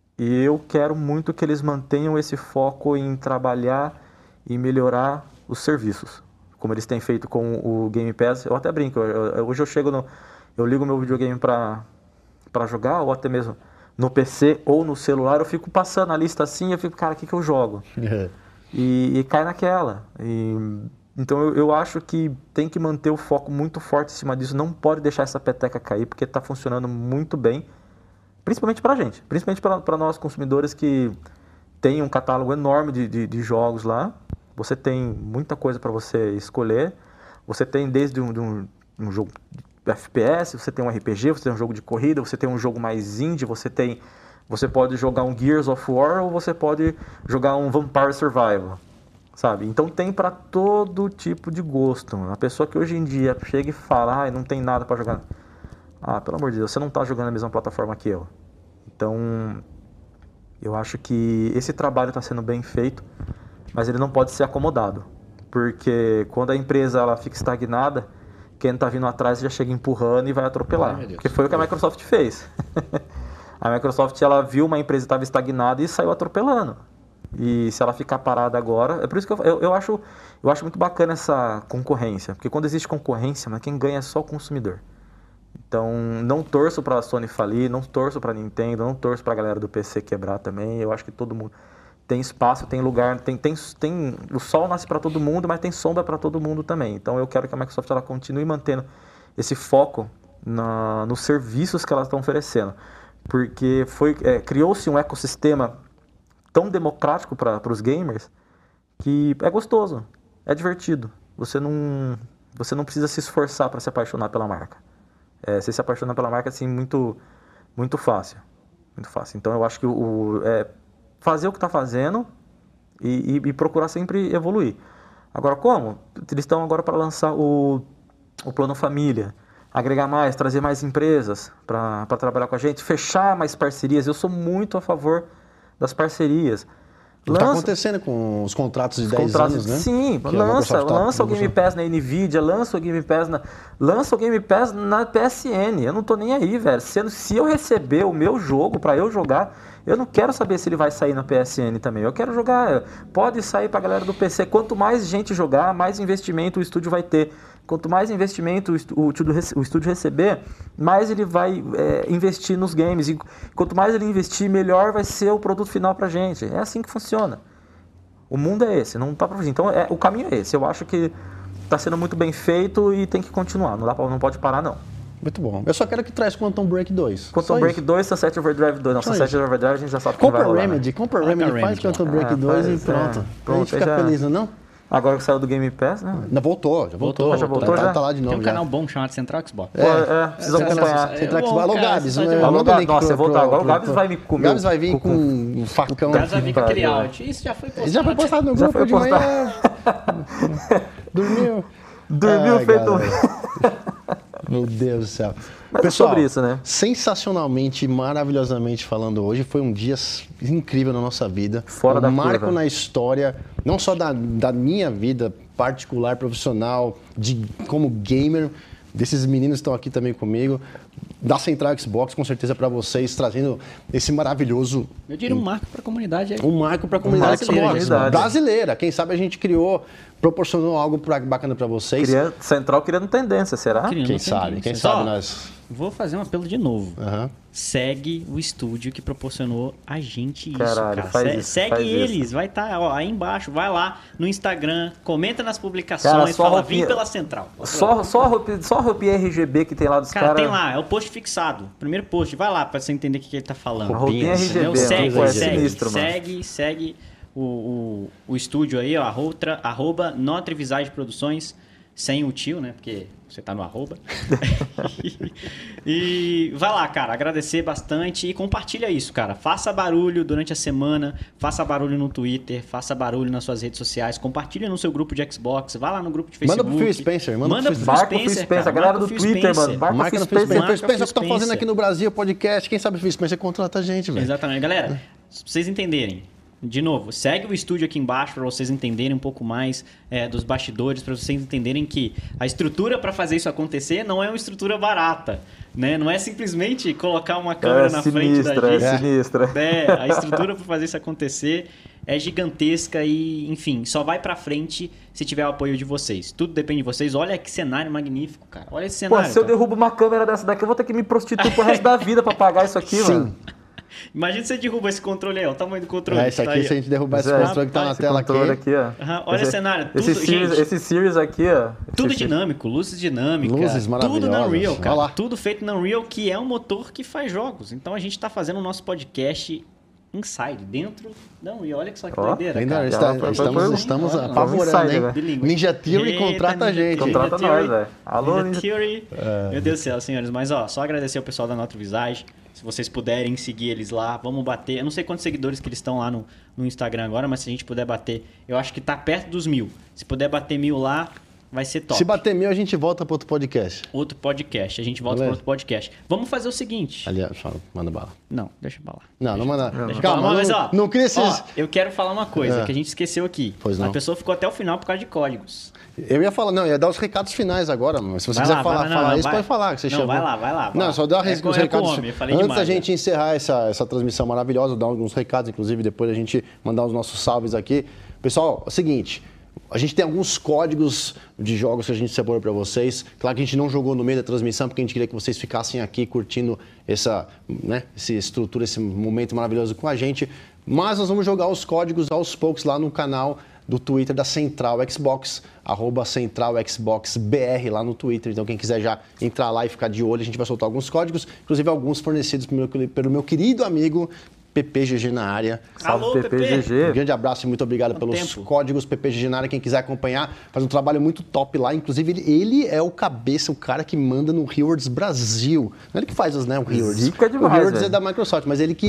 E eu quero muito que eles mantenham esse foco em trabalhar e melhorar os serviços. Como eles têm feito com o Game Pass. Eu até brinco, eu, eu, hoje eu chego no... Eu ligo meu videogame para... para jogar, ou até mesmo no P C ou no celular, eu fico passando a lista assim, eu fico, cara, o que, que eu jogo? É. E, e cai naquela. E, então eu, eu acho que tem que manter o foco muito forte em cima disso, não pode deixar essa peteca cair, porque está funcionando muito bem, principalmente para a gente, principalmente para nós consumidores que tem um catálogo enorme de, de, de jogos lá, você tem muita coisa para você escolher, você tem desde um, de um, um jogo F P S, você tem um R P G, você tem um jogo de corrida, você tem um jogo mais indie, você tem, você pode jogar um Gears of War ou você pode jogar um Vampire Survival, sabe? Então tem para todo tipo de gosto. A pessoa que hoje em dia chega e fala, ah, não tem nada para jogar. Ah, pelo amor de Deus, você não está jogando na mesma plataforma que eu. Então, eu acho que esse trabalho está sendo bem feito, mas ele não pode ser acomodado, porque quando a empresa ela fica estagnada, quem está vindo atrás já chega empurrando e vai atropelar. Ai, porque foi o que a Microsoft fez. A Microsoft ela viu uma empresa que estava estagnada e saiu atropelando. E se ela ficar parada agora... É por isso que eu, eu, eu, acho, eu acho muito bacana essa concorrência. Porque quando existe concorrência, mas quem ganha é só o consumidor. Então, não torço para a Sony falir, não torço para a Nintendo, não torço para a galera do P C quebrar também. Eu acho que todo mundo... Tem espaço, tem lugar, tem, tem, tem, o sol nasce para todo mundo, mas tem sombra para todo mundo também. Então eu quero que a Microsoft ela continue mantendo esse foco na, nos serviços que elas estão oferecendo. Porque foi, é, criou-se um ecossistema tão democrático para os gamers que é gostoso, é divertido. Você não, você não precisa se esforçar para se apaixonar pela marca. É, você se apaixona pela marca assim, muito, muito fácil. Muito fácil. Então eu acho que o... o é, fazer o que está fazendo e, e, e procurar sempre evoluir. Agora, como? Eles estão agora para lançar o, o plano família, agregar mais, trazer mais empresas para trabalhar com a gente, fechar mais parcerias. Eu sou muito a favor das parcerias. O que está acontecendo com os contratos de os dez contratos, anos, né? Sim, que lança, tá, lança o Game Pass na Nvidia, lança o Game Pass na, lança o Game Pass na P S N. Eu não tô nem aí, velho. Se, se eu receber o meu jogo para eu jogar, eu não quero saber se ele vai sair na P S N também. Eu quero jogar, pode sair pra galera do P C. Quanto mais gente jogar, mais investimento o estúdio vai ter. Quanto mais investimento o estúdio receber, mais ele vai é, investir nos games. E quanto mais ele investir, melhor vai ser o produto final pra gente. É assim que funciona. O mundo é esse, não tá pra fugir. Então é, o caminho é esse. Eu acho que tá sendo muito bem feito e tem que continuar. Não, dá pra, não pode parar, não. Muito bom. Eu só quero que traz Quantum Break dois. Quantum Break dois, Sunset Overdrive dois. Não, Sunset Overdrive a gente já sabe que vai rolar. Remedy, compra o Remedy, faz Quantum Break dois e pronto. É, pronto. A gente fica já... feliz, não? Agora que saiu do Game Pass, né? Não, voltou, já voltou. voltou já voltou, tá, já? Tá lá de novo. Tem um já. canal bom chamado Central Xbox. É, é, é precisa acompanhar. Central Xbox. Alô, Gabs. Alô, Gabs. Nossa, eu vou voltar. Agora o Gabs vai me comer. Gabs vai vir com um facão. O Gabs vai vir com aquele out. Isso já foi postado. Já foi postado no grupo de manhã. Dormiu. Dormiu feito... Meu Deus do céu. Mas Pessoal, é sobre isso, né? Sensacionalmente, maravilhosamente falando hoje, foi um dia incrível na nossa vida. Fora um da marco curva. na história, não só da, da minha vida particular, profissional, de como gamer, desses meninos que estão aqui também comigo, da Central Xbox, com certeza para vocês, trazendo esse maravilhoso... Eu diria um marco para a comunidade. Um marco para a comunidade brasileira, brasileira. brasileira. Quem sabe a gente criou, proporcionou algo pra, bacana para vocês. Queria, Central criando tendência, será? Quem Criando tendência. sabe, quem sabe Ó, nós... Vou fazer um apelo de novo. Uhum. Segue o estúdio que proporcionou a gente isso, Caralho, cara. faz Se, isso, segue faz eles, isso. vai estar tá, aí embaixo, vai lá no Instagram, comenta nas publicações, Cara, só fala, roupinha- vim pela Central. Só, só, a roupinha, só a roupinha R G B que tem lá dos Cara, caras. tem lá, é o post fixado. Primeiro post, vai lá pra você entender o que, que ele tá falando. A roupinha R G B, Entendeu? Segue, mano, é segue, sinistro, mano. segue, segue o, o, o estúdio aí, ó, arroba, arroba Notre Visage Produções, sem o tio, né? Porque você tá no arroba. E vai lá, cara, agradecer bastante e compartilha isso, cara. Faça barulho durante a semana, faça barulho no Twitter, faça barulho nas suas redes sociais, compartilha no seu grupo de Xbox, vai lá no grupo de Facebook. Manda pro Phil Spencer, manda, manda pro Phil pro Marca o Phil Phil Spencer, Spencer, cara. a galera Marca do o Phil Twitter, Spencer. mano. Marca o Marca Phil no Phil Spencer. Spencer. Phil Spencer Phil que tá fazendo Spencer. aqui no Brasil podcast. Quem sabe o Phil Spencer contrata a gente, velho. Exatamente. Galera, pra vocês entenderem, de novo, segue o estúdio aqui embaixo para vocês entenderem um pouco mais é, dos bastidores, para vocês entenderem que a estrutura para fazer isso acontecer não é uma estrutura barata, né? Não é simplesmente colocar uma câmera É na sinistra, frente da gente. é sinistra. É, a estrutura para fazer isso acontecer é gigantesca e, enfim, só vai para frente se tiver o apoio de vocês. Tudo depende de vocês. Olha que cenário magnífico, cara. Olha esse Pô, cenário. se eu cara. derrubo uma câmera dessa daqui, eu vou ter que me prostituir pro resto da vida pra pagar isso aqui, Sim. mano. Imagina você derruba esse controle aí, ó, o tamanho do controle. É, isso que tá aqui, aí, se a gente derrubar esse Pois é. controle que tá na Rapaz, tela Controle aqui. aqui, ó. Aham, olha Esse- o cenário, tudo, esse Series, gente. esse Series aqui, ó. Tudo Esse- dinâmico, luzes dinâmicas, Luzes tudo maravilhosas. na Unreal, Olha cara. lá. Tudo feito na Unreal, que é um motor que faz jogos. Então a gente tá fazendo o nosso podcast inside, dentro da Unreal. Olha que só que Ó, doideira, Ainda cara. está- Já foi- estamos foi- estamos foi- apavorando, foi um hein? insider, Bilíngue. Ninja Theory Eita, contrata a Ninja gente. Theory. Contrata Ninja nós, Theory. velho. Alô, Ninja Ninja- Theory. Meu Deus do céu, senhores. Mas, ó, só agradecer ao pessoal da Notre Visage. Se vocês puderem seguir eles lá, vamos bater. Eu não sei quantos seguidores que eles estão lá no, no Instagram agora, mas se a gente puder bater, eu acho que tá perto dos mil. Se puder bater mil lá, vai ser top. Se bater mil, a gente volta para outro podcast. Outro podcast. A gente volta Beleza. para outro podcast. Vamos fazer o seguinte. Aliás, fala, manda bala. Não, deixa pra lá. Não, não manda. Deixa Calma, pra lá, mas, não, ó, não cria esses... ó, eu quero falar uma coisa É. que a gente esqueceu aqui. Pois não. A pessoa ficou até o final por causa de códigos. Eu ia falar, não, ia dar os recados finais agora, mas se você Vai quiser lá, falar, vai lá, não, falar não, isso, vai. pode falar. Que você Não, chamou. vai lá, vai lá, vai Não, lá. só dá É os com- é com recados. homem, eu falei Antes demais, da gente né? encerrar essa, essa transmissão maravilhosa, dar alguns recados, inclusive depois a gente mandar os nossos salves aqui. Pessoal, é o seguinte, a gente tem alguns códigos de jogos que a gente separou para vocês. Claro que a gente não jogou no meio da transmissão, porque a gente queria que vocês ficassem aqui curtindo essa, né, essa estrutura, esse momento maravilhoso com a gente. Mas nós vamos jogar os códigos aos poucos lá no canal do Twitter da Central Xbox, arroba Central Xbox B R lá no Twitter. Então quem quiser já entrar lá e ficar de olho, a gente vai soltar alguns códigos, inclusive alguns fornecidos pelo meu, pelo meu querido amigo P P G G na área. Salve, Alô, P P G G. Um grande abraço e muito obrigado Quanto pelos tempo? códigos P P G G na área. Quem quiser acompanhar, faz um trabalho muito top lá. Inclusive, ele, ele é o cabeça, o cara que manda no Rewards Brasil. Não é ele que faz os, né, o Rewards. Zica demais, o Rewards velho. é da Microsoft, mas ele que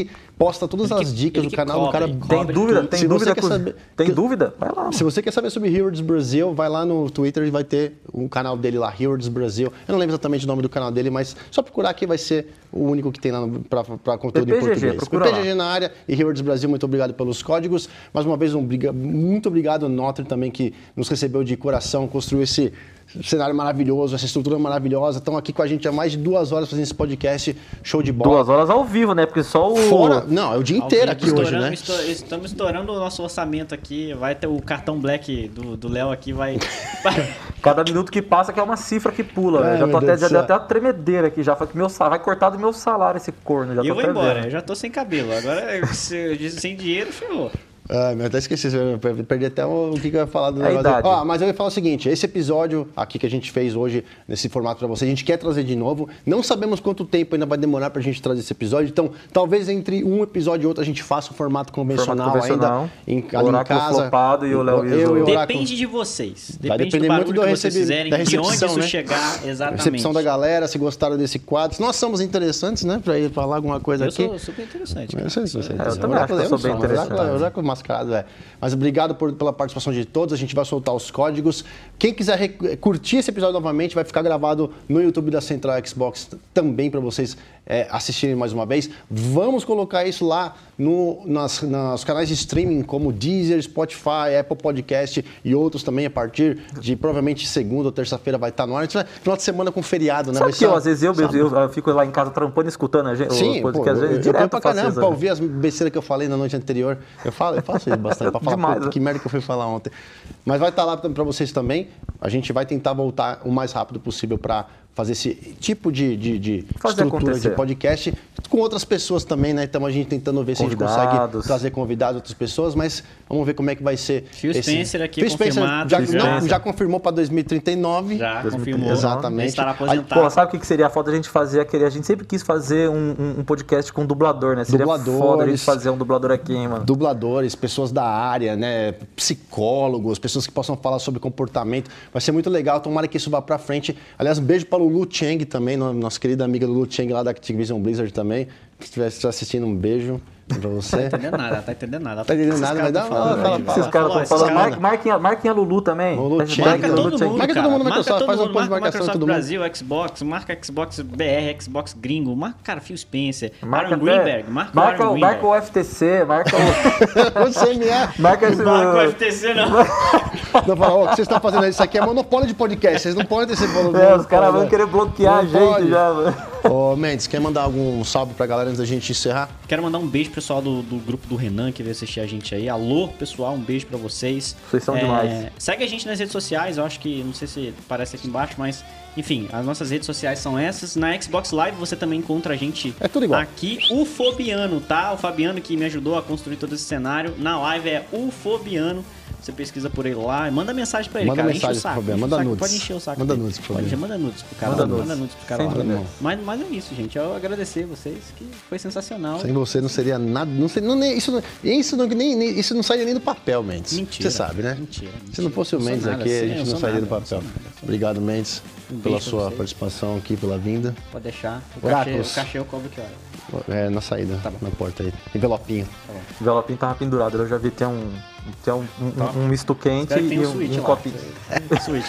posta todas Ele as que- dicas ele do que canal cobre, do cara. cobre Tem dúvida? tudo. Tem Se você dúvida? quer com- saber- Tem que- dúvida? Vai lá. Se você quer saber sobre Heroes Brasil, vai lá no Twitter e vai ter um canal dele lá, Heroes Brasil. Eu não lembro exatamente o nome do canal dele, mas só procurar aqui vai ser o único que tem lá para conteúdo P P G G, em português. procura P P G G lá. na área e Heroes Brasil, muito obrigado pelos códigos. Mais uma vez, um, briga- muito obrigado ao Notre também, que nos recebeu de coração, construiu esse cenário maravilhoso, essa estrutura maravilhosa. Estão aqui com a gente há mais de duas horas fazendo esse podcast, show de bola. Duas horas ao vivo, né? Porque só o... Fora, não, é o dia Ao inteiro vivo, aqui hoje, estourando- né? esto- Estamos estourando o nosso orçamento aqui. Vai ter o cartão Black do do Léo aqui, vai. vai- Cada minuto que passa que é uma cifra que pula. Ai, né? Já tô meu até, Deus já do deu céu. até uma tremedeira aqui já. Falei que meu salário, vai cortar do meu salário esse corno. Já E tô eu vou até embora, vendo. eu já tô sem cabelo. Agora, se- sem dinheiro, ferrou. Ah, mas até esqueci, eu perdi até o, o que, que eu ia falar do É a negócio. idade. Ó, mas eu ia falar o seguinte, esse episódio aqui que a gente fez hoje, nesse formato pra vocês, a gente quer trazer de novo. Não sabemos quanto tempo ainda vai demorar pra gente trazer esse episódio, então talvez entre um episódio e outro a gente faça o formato convencional, Formato convencional. ainda em, O ali em Oráculo casa. flopado e o Léo Eu Wilson. e o Oráculo. Depende de vocês. Vai Depende depender do muito barulho do que vocês recebi- fizerem, da de onde recepção, isso né? chegar exatamente. Recepção da galera, se gostaram desse quadro. Se nós somos interessantes, né, pra ir falar alguma coisa Eu aqui. sou super interessante. Eu cara. sei se você é eu interessante. também acho que eu sou bem Oráculo- interessante. Oráculo- Oráculo mascarado, é. Mas obrigado por- pela participação de todos. A gente vai soltar os códigos. Quem quiser rec- curtir esse episódio novamente, vai ficar gravado no YouTube da Central Xbox também para vocês é, assistirem mais uma vez. Vamos colocar isso lá no, nas, nos canais de streaming como Deezer, Spotify, Apple Podcast e outros também a partir de provavelmente segunda ou terça-feira vai estar no ar. A gente vai- Final de semana com feriado, né? Sabe Vai que eu, ser- às vezes, eu, sábado. eu, eu fico lá em casa trampando, escutando a gente, Sim, o pô, podcast, eu, eu, eu direto tenho pra faço caramba isso, pra né? ouvir as besteiras que eu falei na noite anterior. Eu falo, eu faço isso bastante, pra falar, Demais, pô, né? que merda que eu fui falar ontem. Mas vai estar lá pra vocês também. A gente vai tentar voltar o mais rápido possível pra fazer esse tipo de, de, de Fazer estrutura acontecer. de podcast com outras pessoas também, né? Então a gente tentando ver se a gente consegue Convidados. trazer convidados, outras pessoas, mas vamos ver como é que vai ser. Phil Spencer aqui Phil Spencer confirmado, já, Phil não, Spencer. já confirmou pra dois mil e trinta e nove. Já dois mil e trinta. confirmou. Exatamente. Ele estará Aí, aposentado. Pô, sabe o que que seria a foda a gente fazer aquele? A gente sempre quis fazer um, um- um podcast com dublador, né? Seria foda a gente Dubladores. fazer um dublador aqui, hein, mano. Dubladores, pessoas da área, né, psicólogos, pessoas que possam falar sobre comportamento. Vai ser muito legal, tomara que isso vá pra frente. Aliás, um beijo para o Lulu Cheng também, no- nossa querida amiga Lulu Cheng lá da Activision Blizzard também. Se estiver assistindo, um beijo pra você. Tá entendendo nada, tá entendendo nada. Tá entendendo Esses nada, caras mas dá tão uma- falando fala- aí, fala- Esses caras Fala, estão esses falando. caras- Mar- Marquem, a- marquem a Lulu também. Lulu Marca Cheng. Marca Lulu todo Cheng. mundo, Marca cara. todo mundo, Marca Microsoft, todo faz um mundo. ponto de Marca marcação de Microsoft todo mundo. Brasil, Xbox, marca Xbox B R, Xbox Gringo, marca, cara, Phil Spencer, Marca Aaron Greenberg, marca, o marca, Aaron o- marca Greenberg. o F T C, marca o. O C M E. Marca esse. Marca o F T C não. Não, fala, ó, o que vocês estão fazendo aí? Isso aqui é monopólio de podcast. Vocês não podem ter esse monopólio. É, os caras vão querer bloquear a Não gente pode. já, mano. Ô, Mendes, quer mandar algum salve pra galera antes da gente encerrar? Quero mandar um beijo pro pessoal do, do grupo do Renan que veio assistir a gente aí. Alô, pessoal, um beijo pra vocês. Vocês são demais. Segue a gente nas redes sociais, eu acho que, não sei se aparece aqui embaixo, mas enfim, as nossas redes sociais são essas. Na Xbox Live você também encontra a gente É tudo igual. aqui. O Fobiano, tá? O Fabiano que me ajudou a construir todo esse cenário. Na live é o Fobiano. Você pesquisa por ele lá, manda mensagem pra ele, Manda cara. mensagem enche o pro saco. Fabiano, enche o manda saco, nudes. Pode encher o saco. Manda dele. nudes pro Pode, Fabiano. manda nudes pro cara Manda lá. nudes. Manda nudes pro cara Sem lá. problema. Mas, mas é isso, gente. Eu agradecer vocês, que foi sensacional. Sem você não seria nada. Não seria, não, nem, isso, não, isso, não, nem, nem- isso não sairia nem do papel, Mendes. Mentira. Você sabe, né? Mentira, Se mentira. não fosse o Não sou Mendes nada, aqui, sim, a eu gente não sou sairia nada, do eu sou papel. nada. Obrigado, Mendes, Um pela beijo pra sua vocês. participação aqui, pela vinda. Pode deixar. O cachê, Oráculos. o cachê eu cobro que hora. É, na saída, Tá bom. na porta aí. Envelopinho. O envelopinho tava pendurado, eu já vi tem um, tem um, um, um misto quente Espero que e tenha um, um switch um lá. copinho. Switch.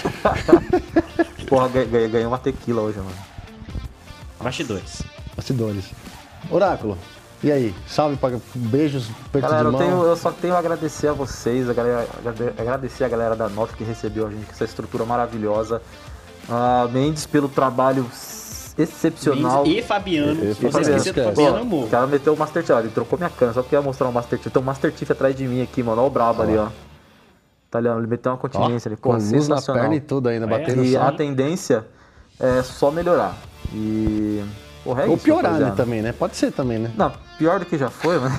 Porra, ganhei, ganhei- ganhei uma tequila hoje, mano. Bastidores. Bastidores. Oráculo, e aí? Salve, pra, beijos, aperto Galera, de eu, mão. tenho, eu só tenho a agradecer a vocês, a galera, agrade- agradecer a galera da Nota que recebeu a gente com essa estrutura maravilhosa. A Mendes pelo trabalho excepcional. Mendes e Fabiano. E Se você Fabiano, esquecer do esquece. Fabiano, Pô, eu morro. o cara meteu o Master Chief, ó, ele trocou minha câmera, só porque ia mostrar o Master Chief. Tem um Master Chief atrás de mim aqui, mano, ó o brabo ali, ó. Tá ali, ó, ele meteu uma Ó, continência ali, pô, com luz na sensacional. perna e tudo ainda, É, batendo E só. a tendência é só melhorar. E. Porra, é Ou isso, piorar, né, rapaziada. também, né? Pode ser também, né? Não, pior do que já foi, mano.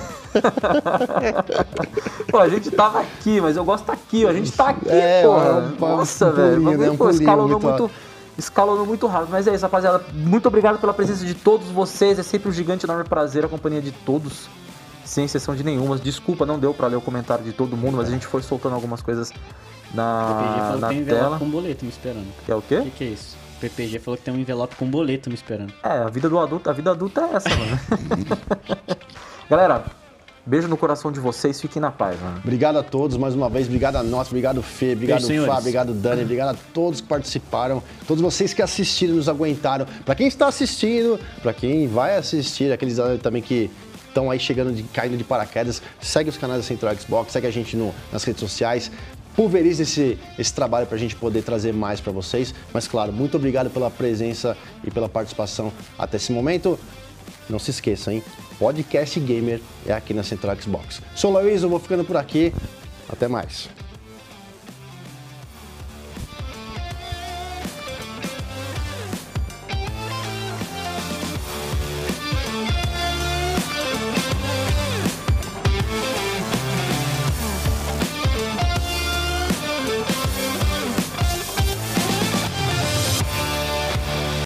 Pô, a gente tava aqui, mas eu gosto de tá aqui, ó. A gente tá aqui, É, porra. é um- Nossa, um velho. pulinho, Mas, né? Um pô, pulinho escalonou muito muito, alto. escalonou muito rápido. Mas é isso, rapaziada. Muito obrigado pela presença de todos vocês. É sempre um gigante enorme prazer a companhia de todos, sem exceção de nenhuma. Desculpa, não deu pra ler o comentário de todo mundo, mas a gente foi soltando algumas coisas O P P G na, falou na que tem um envelope tela. com boleto me esperando. Que é o O quê? que, que é isso? O P P G falou que tem um envelope com boleto me esperando. É, a vida do adulto, a vida adulta é essa, mano. Galera, beijo no coração de vocês, fiquem na paz, mano. Obrigado a todos mais uma vez, obrigado a nós, obrigado Fê, obrigado beijo, Fá, obrigado Dani, obrigado a todos que participaram, todos vocês que assistiram, nos aguentaram. Pra quem está assistindo, pra quem vai assistir, aqueles também que estão aí chegando, de, caindo de paraquedas, segue os canais da Central Xbox, segue a gente no, nas redes sociais, pulverize esse, esse trabalho pra gente poder trazer mais pra vocês. Mas claro, muito obrigado pela presença e pela participação até esse momento. Não se esqueçam, hein? Podcast Gamer é aqui na Central Xbox. Sou o Luiz, eu vou ficando por aqui. Até mais.